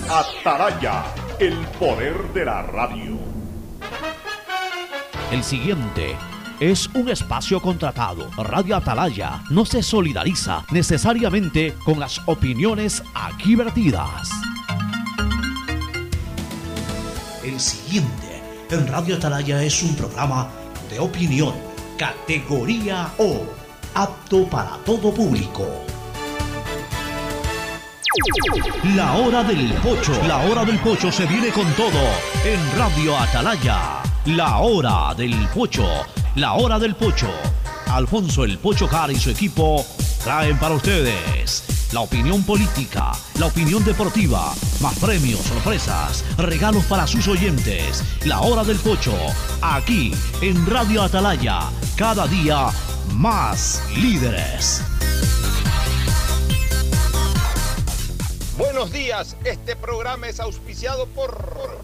Atalaya, el poder de la radio. El siguiente es un espacio contratado. Radio Atalaya no se solidariza necesariamente con las opiniones aquí vertidas. El siguiente en Radio Atalaya es un programa de opinión, categoría O, apto para todo público. La hora del pocho. La hora del pocho se viene con todo en Radio Atalaya. La hora del pocho. La hora del pocho. Alfonso el Pocho Cara y su equipo traen para ustedes la opinión política, la opinión deportiva, más premios, sorpresas, regalos para sus oyentes. La hora del pocho, aquí en Radio Atalaya, cada día más líderes. Buenos días, este programa es auspiciado por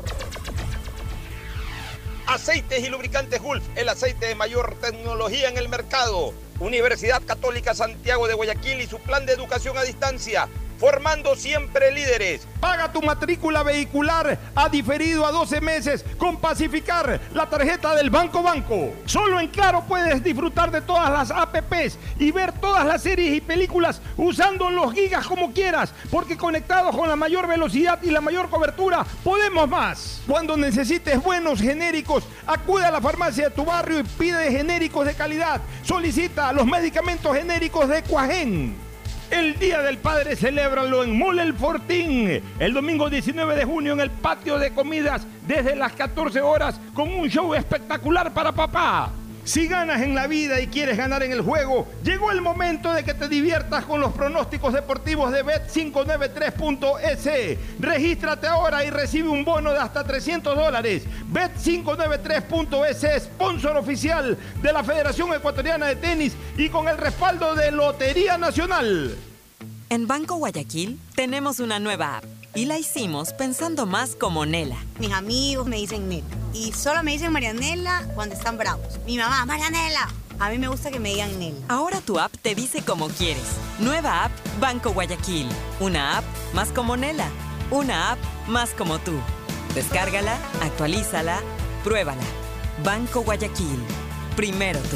Aceites y Lubricantes Gulf, el aceite de mayor tecnología en el mercado. Universidad Católica Santiago de Guayaquil y su plan de educación a distancia, formando siempre líderes. Paga tu matrícula vehicular a diferido a 12 meses con Pacificar, la tarjeta del Banco. Solo en Claro puedes disfrutar de todas las apps y ver todas las series y películas usando los gigas como quieras, porque conectados con la mayor velocidad y la mayor cobertura, podemos más. Cuando necesites buenos genéricos, acude a la farmacia de tu barrio y pide genéricos de calidad. Solicita los medicamentos genéricos de Cuajén. El Día del Padre celébralo en Mole El Fortín, el domingo 19 de junio en el patio de comidas desde las 14 horas con un show espectacular para papá. Si ganas en la vida y quieres ganar en el juego, llegó el momento de que te diviertas con los pronósticos deportivos de Bet593.es. Regístrate ahora y recibe un bono de hasta $300. Bet593.es, sponsor oficial de la Federación Ecuatoriana de Tenis y con el respaldo de Lotería Nacional. En Banco Guayaquil tenemos una nueva app y la hicimos pensando más como Nela. Mis amigos me dicen Nela y solo me dicen Marianela cuando están bravos. Mi mamá, Marianela. A mí me gusta que me digan Nela. Ahora tu app te dice como quieres. Nueva app Banco Guayaquil. Una app más como Nela. Una app más como tú. Descárgala, actualízala, pruébala. Banco Guayaquil. Primero tú.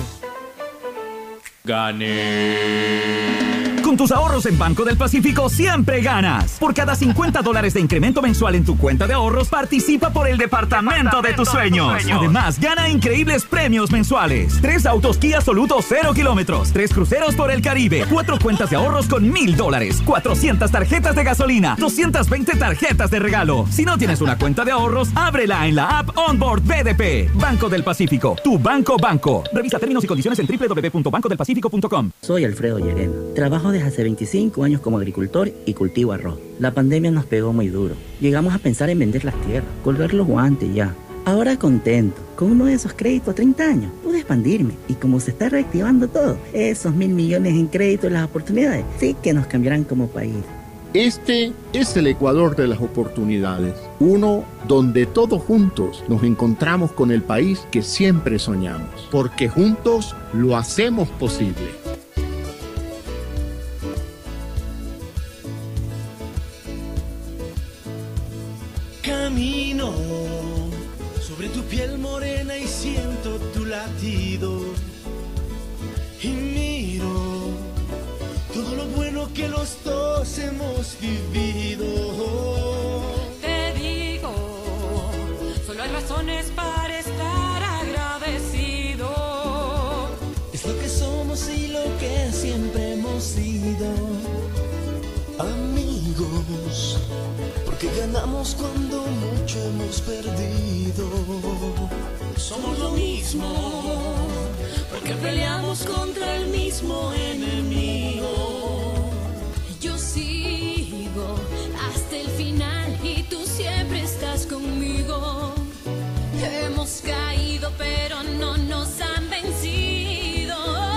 Gané. Con tus ahorros en Banco del Pacífico siempre ganas. Por cada $50 de incremento mensual en tu cuenta de ahorros, participa por el departamento de tus sueños. Además, gana increíbles premios mensuales. 3 autos Kia Soluto 0 kilómetros, 3 cruceros por el Caribe, 4 cuentas de ahorros con $1,000, 400 tarjetas de gasolina, 220 tarjetas de regalo. Si no tienes una cuenta de ahorros, ábrela en la app Onboard BDP. Banco del Pacífico, tu banco. Revisa términos y condiciones en www.bancodelpacifico.com. Soy Alfredo Llerena. Trabajo desde hace 25 años como agricultor y cultivo arroz. La pandemia nos pegó muy duro. Llegamos a pensar en vender las tierras, colgar los guantes ya. Ahora contento, con uno de esos créditos a 30 años, pude expandirme. Y como se está reactivando todo, esos 1.000 millones en créditos y las oportunidades, sí que nos cambiarán como país. Este es el Ecuador de las oportunidades, uno donde todos juntos nos encontramos con el país que siempre soñamos, porque juntos lo hacemos posible. Camino sobre tu piel morena y siento tu latido y miro todo lo bueno que los dos hemos vivido. Te digo, solo hay razones para estar agradecido. Es lo que somos y lo que siempre hemos sido. Amigos, porque ganamos cuando mucho hemos perdido. Somos lo mismo, porque peleamos contra el mismo enemigo. Yo sigo hasta el final y tú siempre estás conmigo. Hemos caído pero no nos han vencido.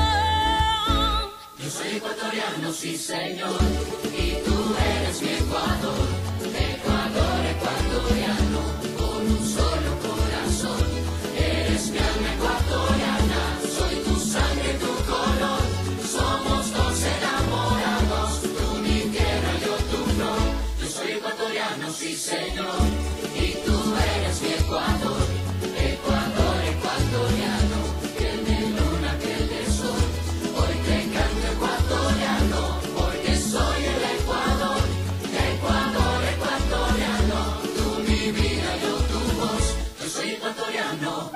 Yo soy ecuatoriano, sí señor, y tú eres mi Ecuador. Ecuador, ecuatoriano, con un solo corazón. Eres mi alma ecuatoriana, soy tu sangre, tu color. Somos dos enamorados, tú mi tierra, yo tu flor. Yo soy ecuatoriano, sí sí señor, y tú eres mi Ecuador, Ecuador ecuatoriano, tiene luna, tiene sol, hoy te canto ecuatoriano, porque soy el Ecuador, Ecuador ecuatoriano, tú mi vida, yo tu voz, yo soy ecuatoriano.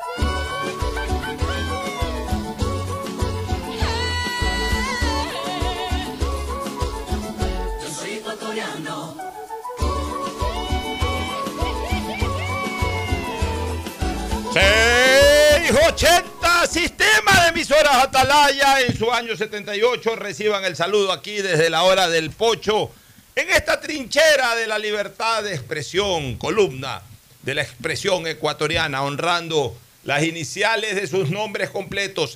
Yo soy ecuatoriano. 680, sistema de emisoras Atalaya en su año 78. Reciban el saludo aquí desde la hora del Pocho, en esta trinchera de la libertad de expresión, columna de la expresión ecuatoriana, honrando las iniciales de sus nombres completos,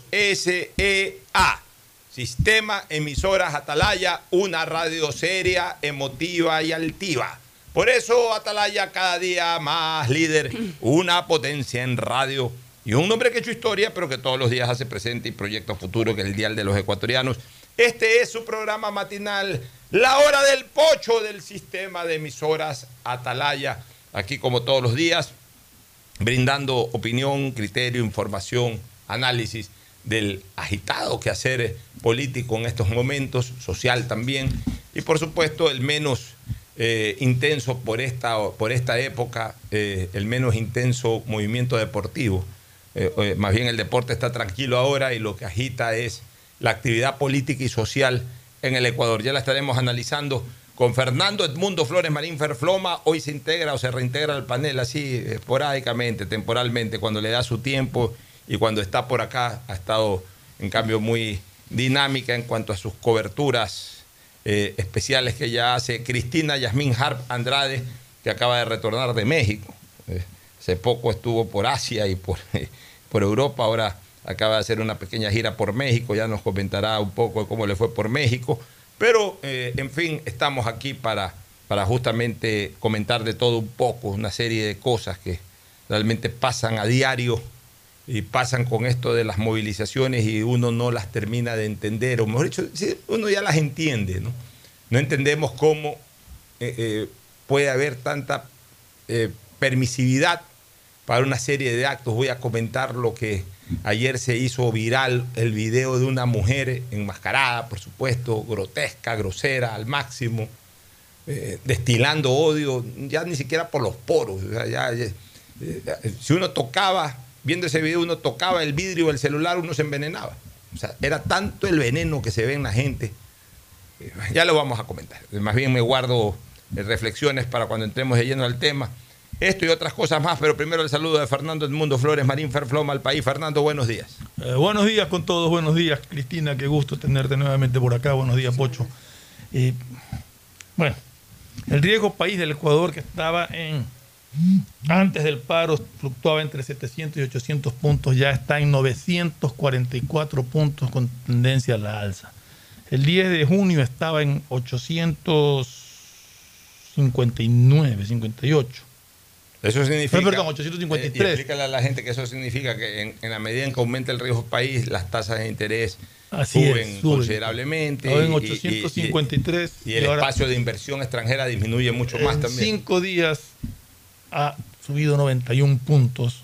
SEA. Sistema Emisoras Atalaya, una radio seria, emotiva y altiva. Por eso Atalaya cada día más líder, una potencia en radio y un hombre que ha hecho historia, pero que todos los días hace presente y proyecta futuro, que es el Dial de los Ecuatorianos. Este es su programa matinal, La Hora del Pocho, del Sistema de Emisoras Atalaya. Aquí como todos los días, brindando opinión, criterio, información, análisis del agitado quehacer político en estos momentos, social también, y por supuesto el menos intenso por esta época, el menos intenso movimiento deportivo. Más bien el deporte está tranquilo ahora y lo que agita es la actividad política y social en el Ecuador. Ya la estaremos analizando con Fernando Edmundo Flores Marín Ferfloma. Hoy se integra o se reintegra al panel así esporádicamente, temporalmente, cuando le da su tiempo y cuando está por acá. Ha estado en cambio muy dinámica en cuanto a sus coberturas especiales que ella hace. Cristina Yasmín Harp Andrade, que acaba de retornar de México. Hace poco estuvo por Asia y por Europa, ahora acaba de hacer una pequeña gira por México, ya nos comentará un poco de cómo le fue por México, pero en fin, estamos aquí para justamente comentar de todo un poco, una serie de cosas que realmente pasan a diario y pasan con esto de las movilizaciones y uno no las termina de entender, o mejor dicho, uno ya las entiende, ¿no? No entendemos cómo puede haber tanta permisividad para una serie de actos. Voy a comentar lo que ayer se hizo viral, el video de una mujer enmascarada, por supuesto, grotesca, grosera al máximo, destilando odio, ya ni siquiera por los poros. O sea, si uno tocaba, viendo ese video, uno tocaba el vidrio del celular, uno se envenenaba. O sea, era tanto el veneno que se ve en la gente. Ya lo vamos a comentar. Más bien me guardo reflexiones para cuando entremos de lleno al tema. Esto y otras cosas más, pero primero el saludo de Fernando Edmundo Flores Marín Ferfloma al país. Fernando, buenos días. Buenos días con todos, buenos días Cristina, qué gusto tenerte nuevamente por acá, buenos días Pocho. Bueno, el riesgo país del Ecuador, que estaba antes del paro, fluctuaba entre 700 y 800 puntos, ya está en 944 puntos con tendencia a la alza. El 10 de junio estaba en 859, 58. Eso significa... Perdón, 853. Explícale a la gente que eso significa que en la medida en que aumenta el riesgo país, las tasas de interés suben considerablemente. Ahora en 853. Y el espacio de inversión extranjera disminuye mucho más también. En 5 días ha subido 91 puntos.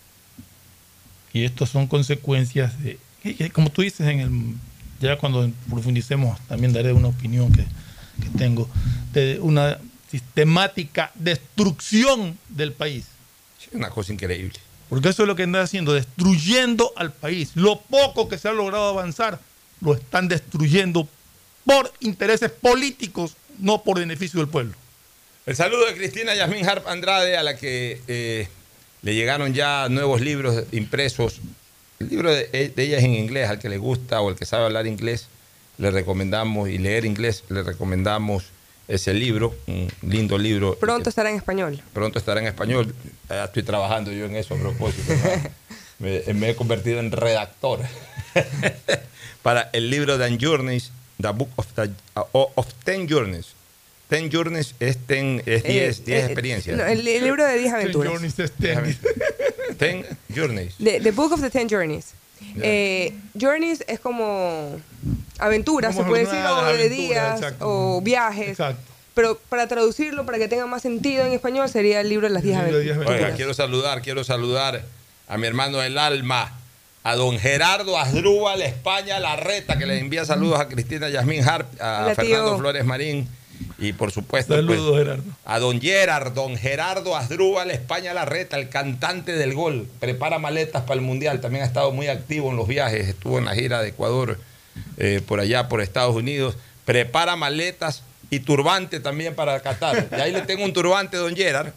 Y estos son consecuencias de... Como tú dices, ya cuando profundicemos también daré una opinión que tengo de una sistemática destrucción del país. Es una cosa increíble. Porque eso es lo que anda haciendo, destruyendo al país. Lo poco que se ha logrado avanzar, lo están destruyendo por intereses políticos, no por beneficio del pueblo. El saludo de Cristina Yasmín Harp Andrade, a la que le llegaron ya nuevos libros impresos. El libro de ella es en inglés, al que le gusta o al que sabe hablar inglés, le recomendamos, y leer inglés, le recomendamos ese libro, un lindo libro. Pronto estará en español. Pronto estará en español. Estoy trabajando yo en eso a propósito. Me he convertido en redactor para el libro de Journeys, The Book of 10 Journeys. 10 Journeys es 10 experiencias. No, el libro de 10 aventuras. 10 Journeys es 10 Journeys. The Book of the 10 Journeys. Journeys es como aventuras, se puede decir, o de días, o viajes. Exacto. pero para traducirlo, para que tenga más sentido en español, sería el libro de las 10 aventuras. Oiga, quiero saludar a mi hermano del alma, a don Gerardo Asdrúbal España Larreta, que le envía saludos a Cristina Yasmín Harp, a Hola, Fernando tío. Flores Marín y por supuesto Saludos, pues, Gerardo. a don Gerardo Asdrúbal España Larreta, el cantante del gol, prepara maletas para el Mundial, también ha estado muy activo en los viajes, estuvo en la gira de Ecuador, por allá por Estados Unidos, prepara maletas y turbante también para Qatar. Y ahí le tengo un turbante, don Gerard,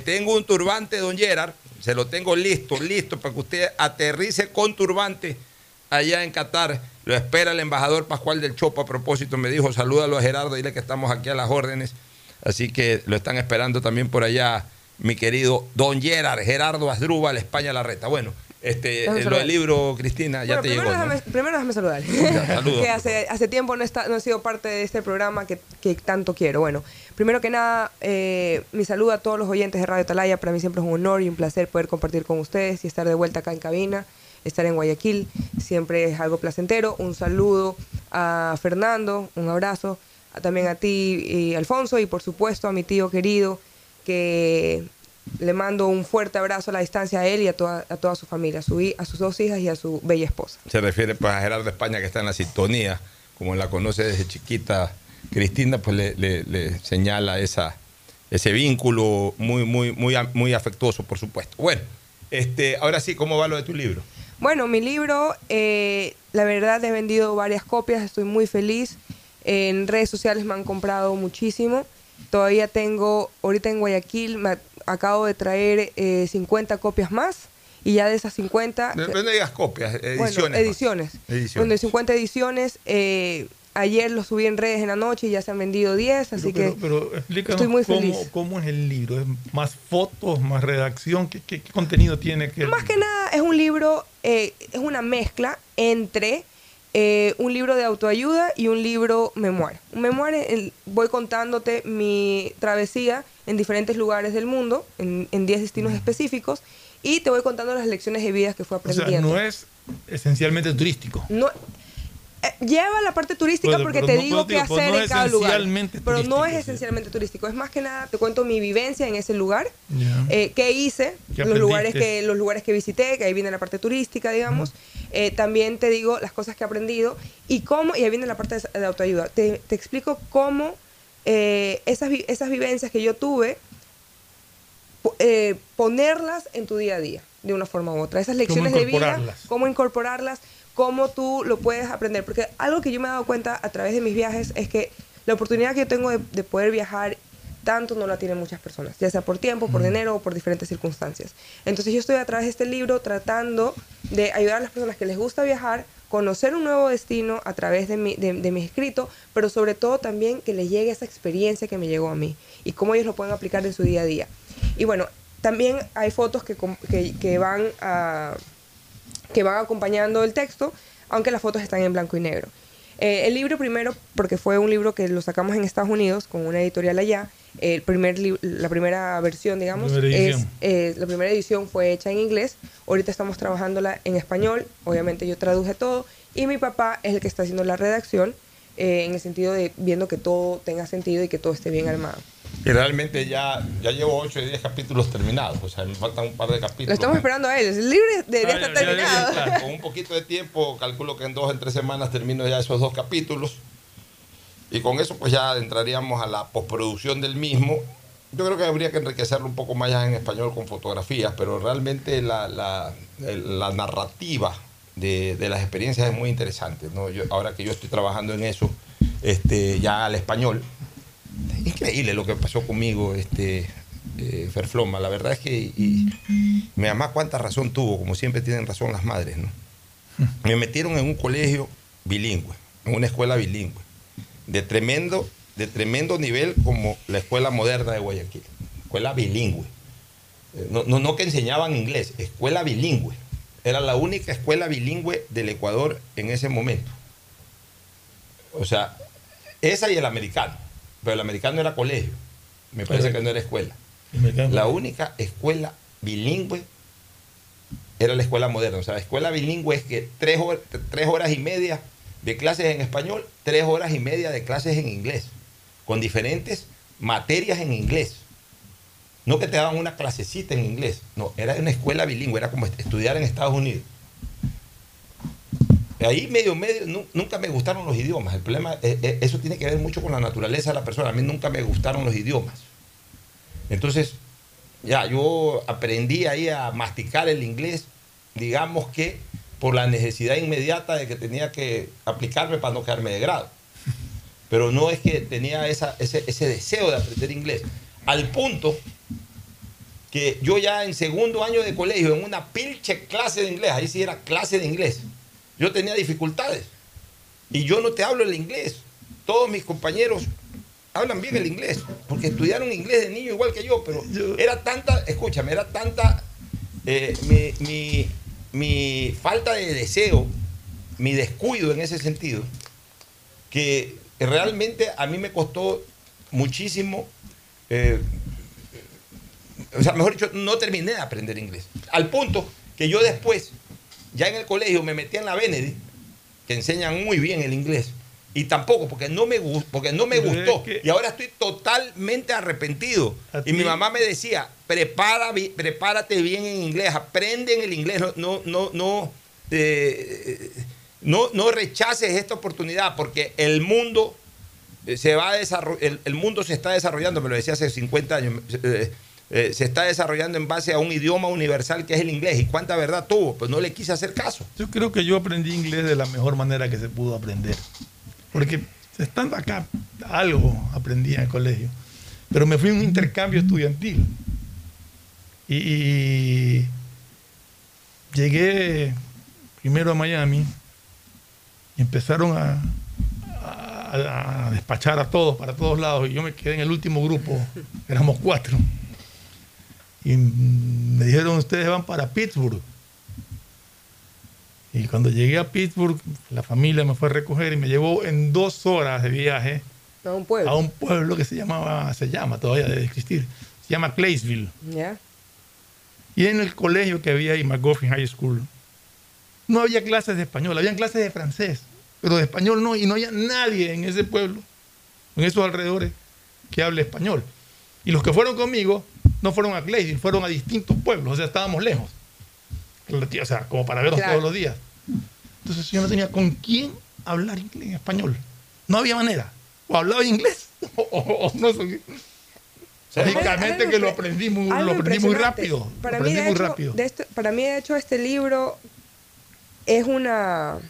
se lo tengo listo para que usted aterrice con turbante allá en Qatar. Lo espera el embajador Pascual del Chopo. A propósito, me dijo, salúdalo a Gerardo, dile que estamos aquí a las órdenes. Así que lo están esperando también por allá, mi querido don Gerardo Asdrúbal España Larreta. Bueno, lo del libro, Cristina, ya te llegó, ¿no? Primero déjame saludar. Saludos. Que hace tiempo no he sido parte de este programa que tanto quiero. Bueno, primero que nada, mi saludo a todos los oyentes de Radio Atalaya. Para mí siempre es un honor y un placer poder compartir con ustedes y estar de vuelta acá en cabina, estar en Guayaquil. Siempre es algo placentero. Un saludo a Fernando, un abrazo. También a ti, y Alfonso, y por supuesto a mi tío querido, que le mando un fuerte abrazo a la distancia a él y a toda su familia, a sus 2 hijas y a su bella esposa. Se refiere pues a Gerardo España, que está en la sintonía, como la conoce desde chiquita Cristina, pues le señala ese vínculo muy afectuoso, por supuesto. Bueno, ahora sí, ¿cómo va lo de tu libro? Bueno, mi libro, la verdad he vendido varias copias, estoy muy feliz. En redes sociales me han comprado muchísimo. Todavía tengo, ahorita en Guayaquil, acabo de traer 50 copias más. Y ya de esas 50... No digas copias, ediciones. Bueno, ediciones. Bueno, de 50 ediciones, ayer los subí en redes en la noche y ya se han vendido 10, así pero explícanos estoy muy feliz. ¿Cómo es el libro? ¿Es más fotos, más redacción? ¿Qué contenido tiene? Más que nada es un libro, es una mezcla entre un libro de autoayuda y un libro memoir. Un memoir, voy contándote mi travesía en diferentes lugares del mundo, en 10 destinos específicos, y te voy contando las lecciones de vida que fui aprendiendo. O sea, no es esencialmente turístico. No, lleva la parte turística porque te digo qué hacer en cada lugar. Pero no es esencialmente turístico. Es más que nada, te cuento mi vivencia en ese lugar, qué hice, los lugares que visité, que ahí viene la parte turística, digamos. También te digo las cosas que he aprendido y ahí viene la parte de autoayuda. Te explico cómo esas vivencias que yo tuve, ponerlas en tu día a día, de una forma u otra. Esas lecciones de vida, cómo incorporarlas, cómo tú lo puedes aprender. Porque algo que yo me he dado cuenta a través de mis viajes es que la oportunidad que yo tengo de poder viajar tanto no la tienen muchas personas, ya sea por tiempo, por dinero o por diferentes circunstancias. Entonces yo estoy a través de este libro tratando de ayudar a las personas que les gusta viajar, conocer un nuevo destino a través de mi escrito, pero sobre todo también que les llegue esa experiencia que me llegó a mí y cómo ellos lo pueden aplicar en su día a día. Y bueno, también hay fotos que van acompañando el texto, aunque las fotos están en blanco y negro. El libro primero, porque fue un libro que lo sacamos en Estados Unidos con una editorial allá, la primera versión, digamos, la primera edición fue hecha en inglés. Ahorita estamos trabajándola en español, obviamente yo traduje todo, y mi papá es el que está haciendo la redacción, en el sentido de viendo que todo tenga sentido y que todo esté bien armado. Y realmente ya llevo 8 o 10 capítulos terminados, o sea, me faltan un par de capítulos. Lo estamos esperando a él, el libro debería estar terminado. Con un poquito de tiempo, calculo que en 2 o 3 semanas termino ya esos 2 capítulos. Y con eso pues ya entraríamos a la postproducción del mismo. Yo creo que habría que enriquecerlo un poco más ya en español con fotografías, pero realmente la narrativa de las experiencias es muy interesante, ¿no? Ahora que yo estoy trabajando en eso, ya al español, increíble lo que pasó conmigo, Ferfloma. La verdad es que mi mamá cuánta razón tuvo, como siempre tienen razón las madres, ¿no? Me metieron en un colegio bilingüe, en una escuela bilingüe, de tremendo nivel, como la escuela moderna de Guayaquil, escuela bilingüe. No que enseñaban inglés, escuela bilingüe. Era la única escuela bilingüe del Ecuador en ese momento. O sea, esa y el americano. Pero el americano era colegio. Me parece que no era escuela. La única escuela bilingüe era la escuela moderna. O sea, la escuela bilingüe es que 3 horas y media de clases en español, 3 horas y media de clases en inglés, con diferentes materias en inglés. No que te daban una clasecita en inglés. No, era una escuela bilingüe, era como estudiar en Estados Unidos. Ahí nunca me gustaron los idiomas. El problema, eso tiene que ver mucho con la naturaleza de la persona. A mí nunca me gustaron los idiomas. Entonces, ya, yo aprendí ahí a masticar el inglés, digamos que por la necesidad inmediata de que tenía que aplicarme para no quedarme de grado. Pero no es que tenía ese deseo de aprender inglés. Al punto que yo ya en segundo año de colegio, en una pilche clase de inglés, ahí sí era clase de inglés, yo tenía dificultades. Y yo no te hablo el inglés. Todos mis compañeros hablan bien el inglés, porque estudiaron inglés de niño igual que yo, pero era tanta, escúchame, era tanta mi falta de deseo, mi descuido en ese sentido, que realmente a mí me costó muchísimo, o sea, mejor dicho, no terminé de aprender inglés. Al punto que yo después, ya en el colegio, me metí en la Benedict, que enseñan muy bien el inglés, y tampoco, porque no me gustó. Y ahora estoy totalmente arrepentido. Y mi mamá me decía, prepárate bien en inglés, aprende en el inglés, no rechaces esta oportunidad, porque el mundo se está desarrollando, me lo decía hace 50 años, se está desarrollando en base a un idioma universal que es el inglés. ¿Y cuánta verdad tuvo? Pues no le quise hacer caso. Yo creo que yo aprendí inglés de la mejor manera que se pudo aprender. Porque estando acá, algo aprendí en el colegio. Pero me fui a un intercambio estudiantil. Y llegué primero a Miami y empezaron a despachar a todos para todos lados. Y yo me quedé en el último grupo. Éramos 4. Y me dijeron, ustedes van para Pittsburgh. Y cuando llegué a Pittsburgh, la familia me fue a recoger y me llevó en 2 horas de viaje a un pueblo que se llama todavía de existir, se llama Claysville. Yeah. Y en el colegio que había ahí, McGuffin High School, no había clases de español, habían clases de francés, pero de español no, y no había nadie en ese pueblo, en esos alrededores, que hable español. Y los que fueron conmigo no fueron a Claysville, fueron a distintos pueblos, o sea, estábamos lejos. O sea, como para vernos todos los días. Entonces yo no tenía con quién hablar inglés en español. No había manera. O hablaba inglés o no sé. Lógicamente que lo aprendí muy rápido. Para mí, de hecho, este libro es una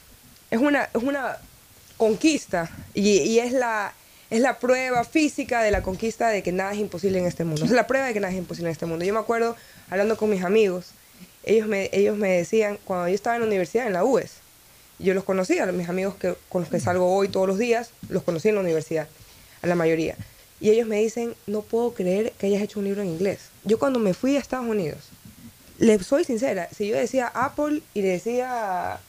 conquista y es la prueba física de la conquista de que nada es imposible en este mundo. Es la prueba de que nada es imposible en este mundo. Yo me acuerdo hablando con mis amigos. Ellos me decían, cuando yo estaba en la universidad, en la UES, yo los conocía, mis amigos con los que salgo hoy todos los días, los conocí en la universidad, a la mayoría. Y ellos me dicen, no puedo creer que hayas hecho un libro en inglés. Yo cuando me fui a Estados Unidos, les soy sincera, si yo decía Apple y le decía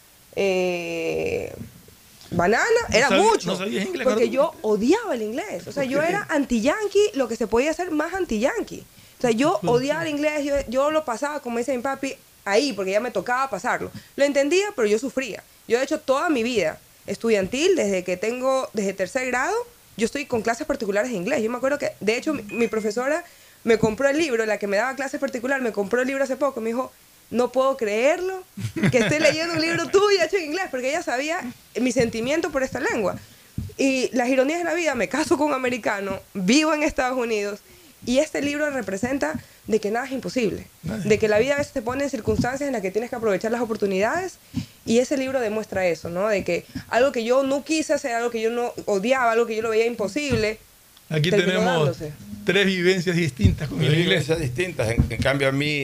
banana, era mucho. No sabía inglés, porque yo odiaba el inglés. O sea, yo era anti-yankee, lo que se podía hacer más anti-yankee. O sea, yo odiaba el inglés, yo lo pasaba, como dice mi papi, ahí, porque ya me tocaba pasarlo. Lo entendía, pero yo sufría. Yo, de hecho, toda mi vida estudiantil, desde 3er grado, yo estoy con clases particulares de inglés. Yo me acuerdo que, de hecho, mi profesora me compró el libro, la que me daba clases particulares, me compró el libro hace poco, me dijo, no puedo creerlo, que estoy leyendo un libro tuyo hecho en inglés, porque ella sabía mi sentimiento por esta lengua. Y las ironías de la vida, me caso con un americano, vivo en Estados Unidos, y este libro representa de que nada es imposible, de que la vida a veces te pone en circunstancias en las que tienes que aprovechar las oportunidades, y ese libro demuestra eso, ¿no? De que algo que yo no quise hacer, algo que yo no odiaba, algo que yo lo veía imposible. Aquí tenemos dándose 3 vivencias distintas con el inglés. Vivencias distintas. En cambio, a mí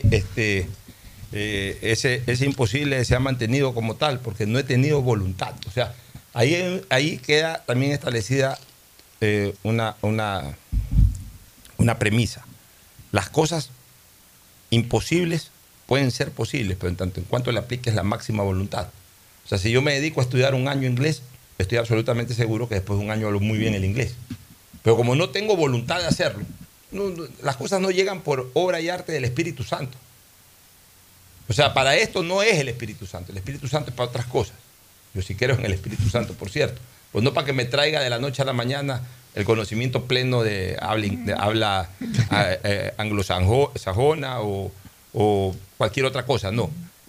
ese imposible se ha mantenido como tal, porque no he tenido voluntad. O sea, ahí queda también establecida una premisa. Las cosas imposibles pueden ser posibles, pero en tanto en cuanto le apliques la máxima voluntad. O sea, si yo me dedico a estudiar un año inglés, estoy absolutamente seguro que después de un año hablo muy bien el inglés. Pero como no tengo voluntad de hacerlo, las cosas no llegan por obra y arte del Espíritu Santo. O sea, para esto no es el Espíritu Santo. El Espíritu Santo es para otras cosas. Yo sí creo en el Espíritu Santo, por cierto. Pues no para que me traiga de la noche a la mañana el conocimiento pleno de habla anglosajona o cualquier otra cosa. No,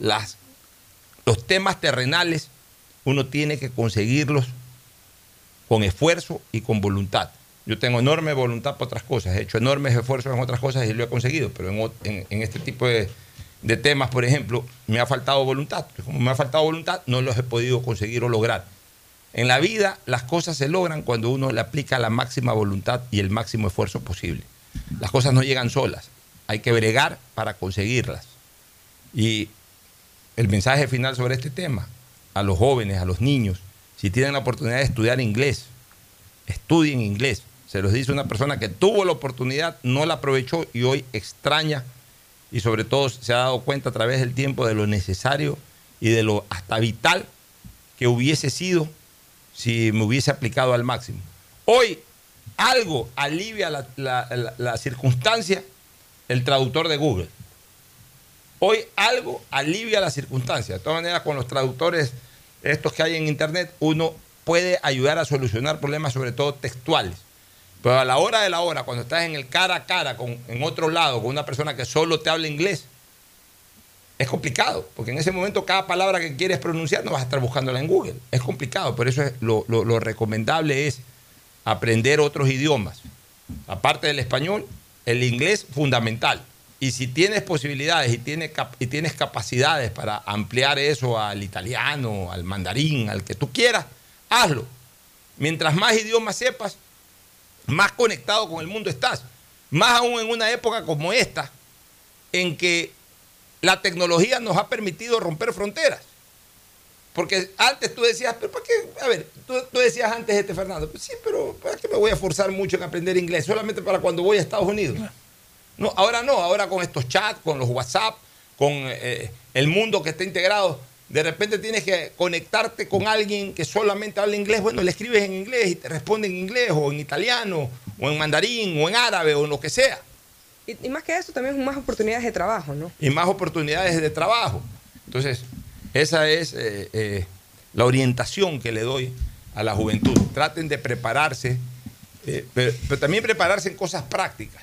los temas terrenales uno tiene que conseguirlos con esfuerzo y con voluntad. Yo tengo enorme voluntad para otras cosas, he hecho enormes esfuerzos en otras cosas y lo he conseguido, pero en este tipo de temas, por ejemplo, me ha faltado voluntad. Como me ha faltado voluntad, no los he podido conseguir o lograr. En la vida las cosas se logran cuando uno le aplica la máxima voluntad y el máximo esfuerzo posible. Las cosas no llegan solas, hay que bregar para conseguirlas. Y el mensaje final sobre este tema, a los jóvenes, a los niños, si tienen la oportunidad de estudiar inglés, estudien inglés. Se los dice una persona que tuvo la oportunidad, no la aprovechó y hoy extraña y sobre todo se ha dado cuenta a través del tiempo de lo necesario y de lo hasta vital que hubiese sido si me hubiese aplicado al máximo. Hoy algo alivia la circunstancia, el traductor de Google. Hoy algo alivia la circunstancia. De todas maneras, con los traductores estos que hay en internet, uno puede ayudar a solucionar problemas, sobre todo textuales. Pero a la hora de la hora, cuando estás en el cara a cara en otro lado, con una persona que solo te habla inglés, es complicado, porque en ese momento cada palabra que quieres pronunciar no vas a estar buscándola en Google. Es complicado, por eso lo recomendable es aprender otros idiomas. Aparte del español, el inglés fundamental. Y si tienes posibilidades y tienes capacidades para ampliar eso al italiano, al mandarín, al que tú quieras, hazlo. Mientras más idiomas sepas, más conectado con el mundo estás. Más aún en una época como esta, en que la tecnología nos ha permitido romper fronteras. Porque antes tú decías, ¿pero para qué? A ver, tú decías antes, Fernando, pues sí, pero ¿para qué me voy a forzar mucho en aprender inglés? Solamente para cuando voy a Estados Unidos. No, ahora con estos chats, con los WhatsApp, con el mundo que está integrado, de repente tienes que conectarte con alguien que solamente habla inglés. Bueno, le escribes en inglés y te responde en inglés, o en italiano, o en mandarín, o en árabe, o en lo que sea. Y más que eso, también más oportunidades de trabajo, ¿no? Y más oportunidades de trabajo. Entonces, esa es la orientación que le doy a la juventud. Traten de prepararse, pero también prepararse en cosas prácticas.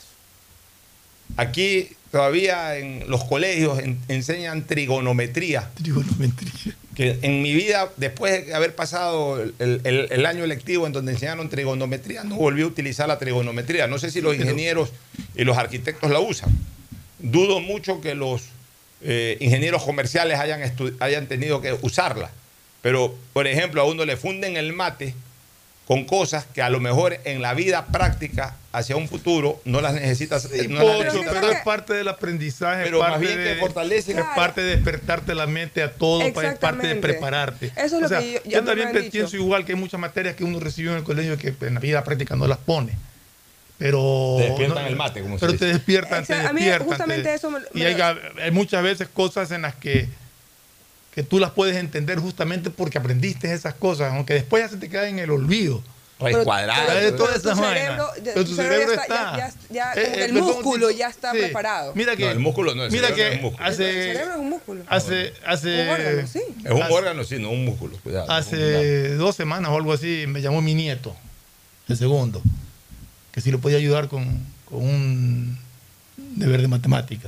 Aquí todavía en los colegios enseñan trigonometría. Que en mi vida, después de haber pasado el año lectivo en donde enseñaron trigonometría, no volví a utilizar la trigonometría. No sé si los ingenieros y los arquitectos la usan. Dudo mucho que los ingenieros comerciales hayan tenido que usarla. Pero, por ejemplo, a uno le funden el mate con cosas que a lo mejor en la vida práctica hacia un futuro no las necesitas. Pero es parte del aprendizaje, pero más bien te fortalece. Es parte de despertarte la mente a todo, es parte de prepararte. Eso es lo que yo también pienso igual, que hay muchas materias que uno recibió en el colegio que en la vida práctica no las pone. Pero te despiertan el mate, como se dice. Te despiertan. A mí justamente eso y hay muchas veces cosas en las que tú las puedes entender justamente porque aprendiste esas cosas, aunque después ya se te queda en el olvido. Raíz cuadrada. Pero tu cerebro está. El músculo ya está preparado. Mira que, no, el músculo no, el mira que es un músculo. El cerebro es un músculo. Un órgano, sí. Es un órgano, sí, no un músculo. Cuidado. Hace 2 semanas o algo así me llamó mi nieto, el segundo, que si lo podía ayudar con un deber de matemáticas.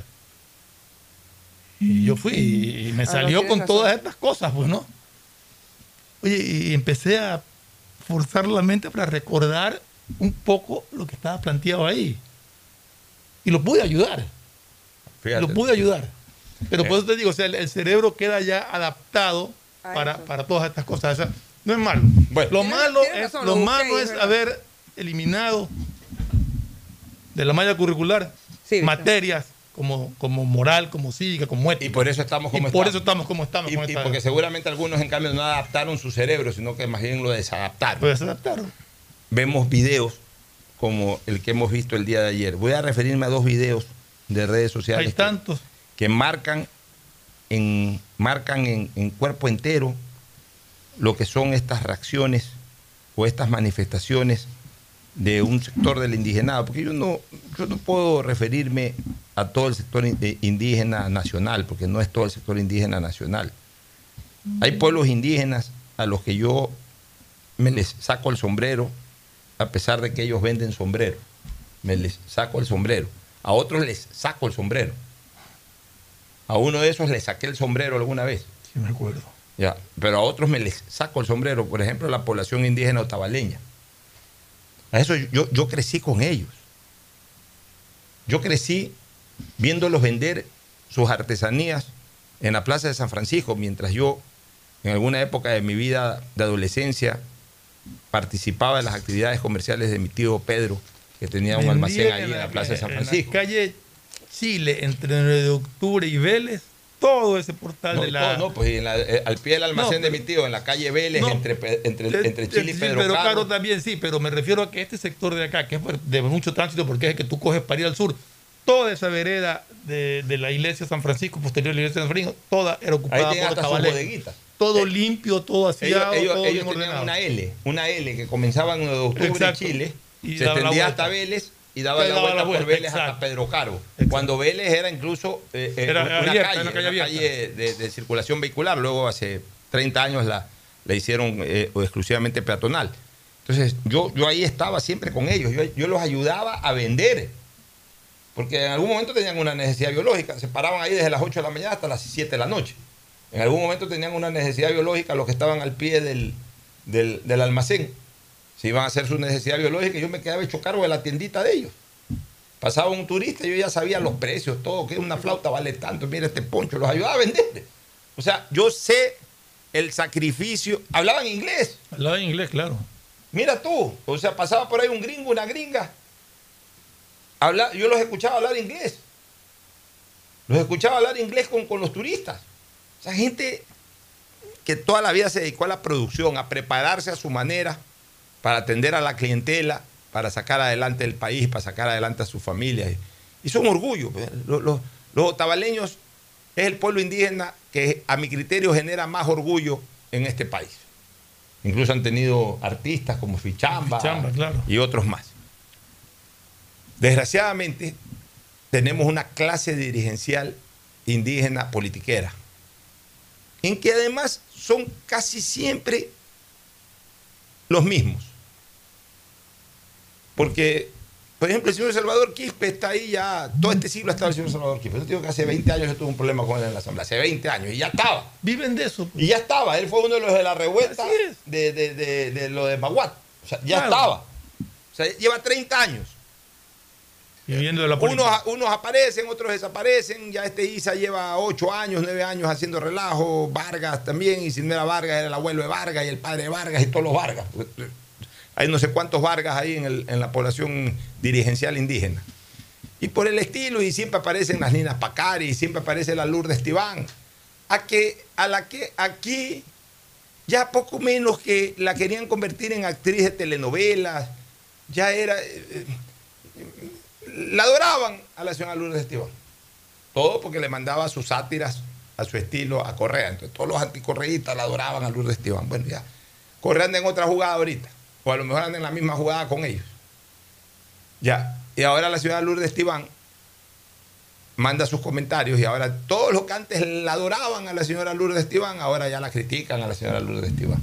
Y yo fui y me salió con todas estas cosas, pues, ¿no? Oye, y empecé a forzar la mente para recordar un poco lo que estaba planteado ahí. Y lo pude ayudar. Fíjate. Lo pude ayudar. Pero por eso te digo, o sea, el cerebro queda ya adaptado para todas estas cosas. O sea, no es malo. Bueno, lo malo es haber eliminado de la malla curricular materias como moral, como cívica, como ética. Y por eso estamos como estamos. Y porque seguramente algunos, en cambio, no adaptaron su cerebro, sino que más bien lo desadaptaron. Lo desadaptaron. Vemos videos como el que hemos visto el día de ayer. Voy a referirme a 2 videos de redes sociales. Hay tantos. Que marcan en cuerpo entero lo que son estas reacciones o estas manifestaciones de un sector del indigenado, porque yo no puedo referirme a todo el sector indígena nacional, porque no es todo el sector indígena nacional. Hay pueblos indígenas a los que yo me les saco el sombrero a pesar de que ellos venden sombrero. Me les saco el sombrero. A otros les saco el sombrero. A uno de esos le saqué el sombrero alguna vez. Sí, me acuerdo. Ya, pero a otros me les saco el sombrero. Por ejemplo, la población indígena otavaleña. A eso yo crecí con ellos. Yo crecí viéndolos vender sus artesanías en la Plaza de San Francisco, mientras yo, en alguna época de mi vida de adolescencia, participaba en las actividades comerciales de mi tío Pedro, que tenía un almacén ahí en la Plaza de San Francisco. En la calle Chile, entre 9 de octubre y Vélez, todo ese portal de la... No, pues al pie del almacén de mi tío, en la calle Vélez, entre Chile y Pedro Caro también, sí, pero me refiero a que este sector de acá, que es de mucho tránsito, porque es el que tú coges para ir al sur, toda esa vereda de la iglesia de San Francisco, posterior a la iglesia de San Francisco, toda era ocupada por tabaleños. Todo limpio, todo aseado, todo bien ellos tenían ordenado. una L que comenzaba en 9 de octubre en Chile, y se extendía hasta Vélez y daba la vuelta por Vélez hasta Pedro Caro. Exacto. Cuando Vélez era incluso una calle de circulación vehicular. Luego hace 30 años la hicieron exclusivamente peatonal. Entonces yo ahí estaba siempre con ellos. Yo los ayudaba a vender. Porque en algún momento tenían una necesidad biológica. Se paraban ahí desde las 8 de la mañana hasta las 7 de la noche. En algún momento tenían una necesidad biológica los que estaban al pie del almacén. Si iban a hacer su necesidad biológica, yo me quedaba hecho cargo de la tiendita de ellos. Pasaba un turista y yo ya sabía los precios, todo, que una flauta vale tanto, mira este poncho, los ayudaba a vender. O sea, yo sé el sacrificio. Hablaban inglés. Hablaban inglés, claro. Mira tú, o sea, pasaba por ahí un gringo, una gringa. Yo los escuchaba hablar inglés. Los escuchaba hablar inglés con los turistas. O sea, gente que toda la vida se dedicó a la producción, a prepararse a su manera para atender a la clientela, para sacar adelante el país, para sacar adelante a sus familias. Y son orgullo. Los otavaleños es el pueblo indígena que a mi criterio genera más orgullo en este país. Incluso han tenido artistas como Fichamba, claro, y otros más. Desgraciadamente, tenemos una clase dirigencial indígena politiquera, en que además son casi siempre los mismos. Porque, por ejemplo, el señor Salvador Quispe está ahí ya, todo este siglo ha estado el señor Salvador Quispe. Yo digo que hace 20 años yo tuve un problema con él en la Asamblea, hace 20 años, y ya estaba. Viven de eso. Y ya estaba, él fue uno de los de la revuelta de lo de Maguat. O sea, ya estaba. O sea, lleva 30 años. Viviendo de la política. Unos aparecen, otros desaparecen. Ya Isa lleva 8 años, 9 años haciendo relajo. Vargas también, y si no era Vargas, era el abuelo de Vargas y el padre de Vargas y todos los Vargas. Hay no sé cuántos Vargas ahí en la población dirigencial indígena. Y por el estilo, y siempre aparecen las Ninas Pacari, y siempre aparece la Lourdes Tibán, a la que aquí ya poco menos que la querían convertir en actriz de telenovelas. Ya era... la adoraban a la señora Lourdes Tibán. Todo porque le mandaba sus sátiras a su estilo a Correa. Entonces todos los anticorreístas la adoraban a Lourdes Tibán. Bueno, ya. Correa anda en otra jugada ahorita. O a lo mejor anda en la misma jugada con ellos. Ya. Y ahora la señora Lourdes Tibán manda sus comentarios, y ahora todos los que antes la adoraban a la señora Lourdes Tibán, ahora ya la critican a la señora Lourdes Tibán.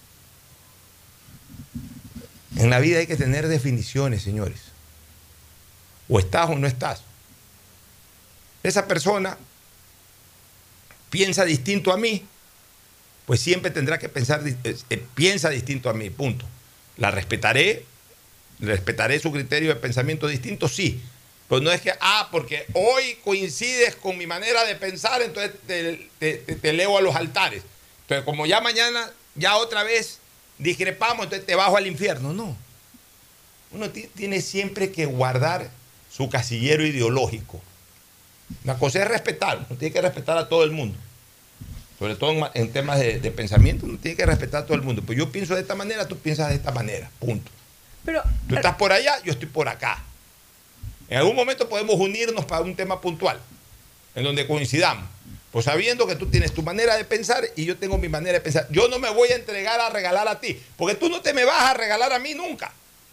En la vida hay que tener definiciones, señores. O estás o no estás. Esa persona piensa distinto a mí, pues siempre tendrá que pensar, piensa distinto a mí, punto. La respetaré su criterio de pensamiento distinto, sí. Pero no es que, porque hoy coincides con mi manera de pensar, entonces te elevo a los altares. Entonces, como ya mañana, ya otra vez discrepamos, entonces te bajo al infierno. No. Uno tiene siempre que guardar su casillero ideológico. Una cosa es respetar, uno tiene que respetar a todo el mundo. Sobre todo en temas de pensamiento, uno tiene que respetar a todo el mundo. Pues yo pienso de esta manera, tú piensas de esta manera, punto. Pero, tú estás por allá, yo estoy por acá. En algún momento podemos unirnos para un tema puntual, en donde coincidamos. Pues sabiendo que tú tienes tu manera de pensar y yo tengo mi manera de pensar. Yo no me voy a entregar a regalar a ti, porque tú no te me vas a regalar a mí nunca.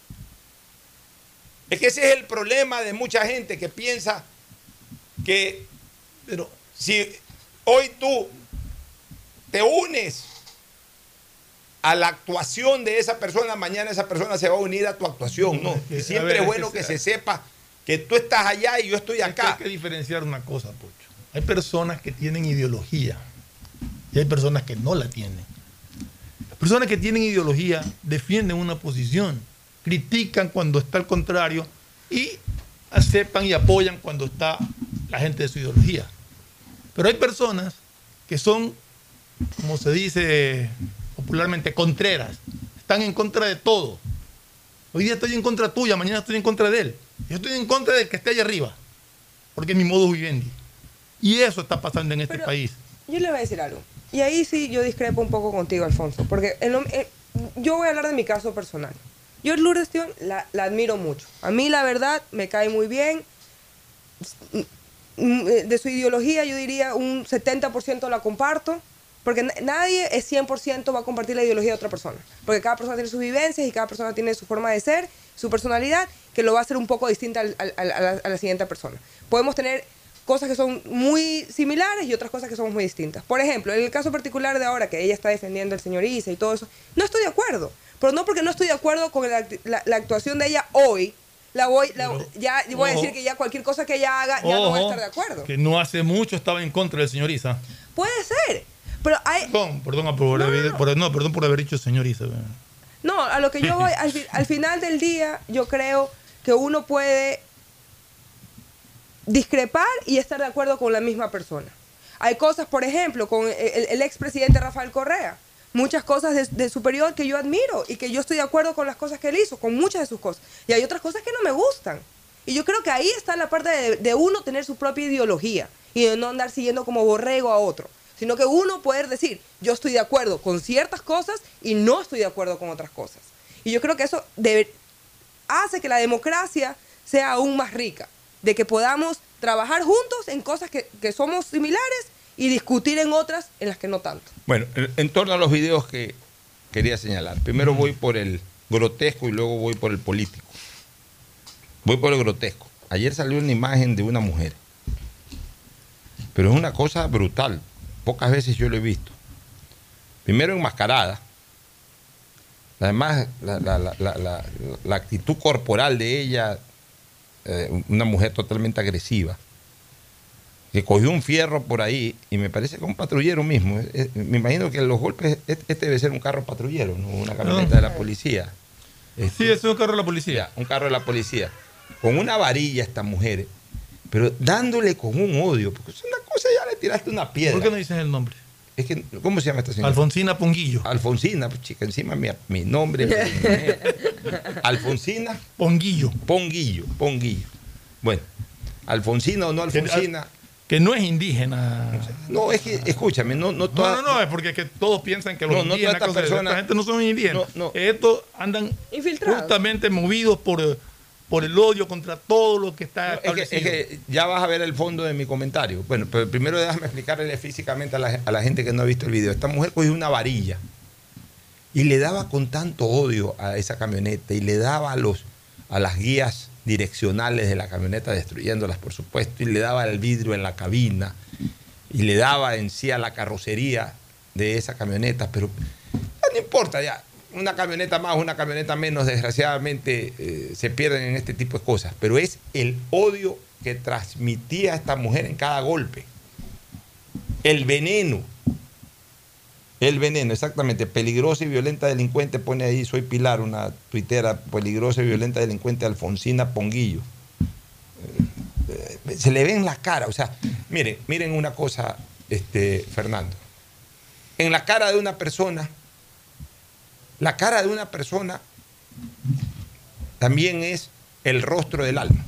Es que ese es el problema de mucha gente que piensa que, pero si hoy tú te unes a la actuación de esa persona, mañana esa persona se va a unir a tu actuación. No, y siempre es bueno que se sepa que tú estás allá y yo estoy acá. Hay que diferenciar una cosa, Pocho. Hay personas que tienen ideología y hay personas que no la tienen. Las personas que tienen ideología defienden una posición, critican cuando está al contrario y aceptan y apoyan cuando está la gente de su ideología. Pero hay personas que son, como se dice popularmente, contreras. Están en contra de todo. Hoy día estoy en contra tuya, mañana estoy en contra de él. Yo estoy en contra del que esté allá arriba, porque es mi modus vivendi. Y eso está pasando en este país. Yo le voy a decir algo. Y ahí sí yo discrepo un poco contigo, Alfonso, porque yo voy a hablar de mi caso personal. Yo Lourdes Tion la admiro mucho. A mí la verdad me cae muy bien. De su ideología yo diría un 70% la comparto, porque nadie es 100% va a compartir la ideología de otra persona, porque cada persona tiene sus vivencias y cada persona tiene su forma de ser, su personalidad, que lo va a hacer un poco distinta a la siguiente persona. Podemos tener cosas que son muy similares y otras cosas que son muy distintas. Por ejemplo, en el caso particular de ahora, que ella está defendiendo al señor Issa y todo eso, no estoy de acuerdo, pero no porque no estoy de acuerdo con la actuación de ella hoy, voy a decir que ya cualquier cosa que ella haga ya no voy a estar de acuerdo. Que no hace mucho estaba en contra del señor Issa. Puede ser, pero hay... Perdón por haber dicho señor Issa. No, a lo que yo voy, al final del día, yo creo que uno puede discrepar y estar de acuerdo con la misma persona. Hay cosas, por ejemplo, con el expresidente Rafael Correa, muchas cosas de superior que yo admiro y que yo estoy de acuerdo con las cosas que él hizo, con muchas de sus cosas. Y hay otras cosas que no me gustan. Y yo creo que ahí está la parte de uno tener su propia ideología y de no andar siguiendo como borrego a otro, sino que uno poder decir, yo estoy de acuerdo con ciertas cosas y no estoy de acuerdo con otras cosas. Y yo creo que eso hace que la democracia sea aún más rica, de que podamos trabajar juntos en cosas que somos similares y discutir en otras en las que no tanto. Bueno, en torno a los videos que quería señalar, primero voy por el grotesco y luego voy por el político. Voy por el grotesco. Ayer salió una imagen de una mujer, pero es una cosa brutal. Pocas veces yo lo he visto. Primero enmascarada. Además, la actitud corporal de ella, una mujer totalmente agresiva, que cogió un fierro por ahí y me parece que un patrullero mismo. Me imagino que los golpes, este debe ser un carro patrullero, no una camioneta de la policía. Sí, es un carro de la policía. Un carro de la policía. Con una varilla esta mujer, pero dándole con un odio, porque es una cosa, ya le tiraste una piedra. ¿Por qué no dices el nombre? Es que, ¿cómo se llama esta señora? Alfonsina Ponguillo. Alfonsina, pues, chica, encima mi nombre. Alfonsina Ponguillo. Ponguillo. Bueno, Alfonsina o no Alfonsina. Que no es indígena. No, es que, escúchame, no, es porque es que todos piensan que los indígenas, esta gente no son indígenas. No. Estos andan infiltrados, justamente movidos por el odio contra todo lo que está establecido. Es que ya vas a ver el fondo de mi comentario. Bueno, pero primero déjame explicarle físicamente a la gente que no ha visto el video. Esta mujer cogió una varilla y le daba con tanto odio a esa camioneta y le daba a las guías direccionales de la camioneta, destruyéndolas, por supuesto, y le daba el vidrio en la cabina y le daba en sí a la carrocería de esa camioneta, pero no importa ya. Una camioneta más, una camioneta menos, desgraciadamente se pierden en este tipo de cosas. Pero es el odio que transmitía esta mujer en cada golpe. El veneno, exactamente. Peligrosa y violenta delincuente, pone ahí, soy Pilar, una tuitera, peligrosa y violenta delincuente Alfonsina Ponguillo. Se le ve en la cara, o sea, miren una cosa, Fernando. En la cara de una persona, la cara de una persona también es el rostro del alma.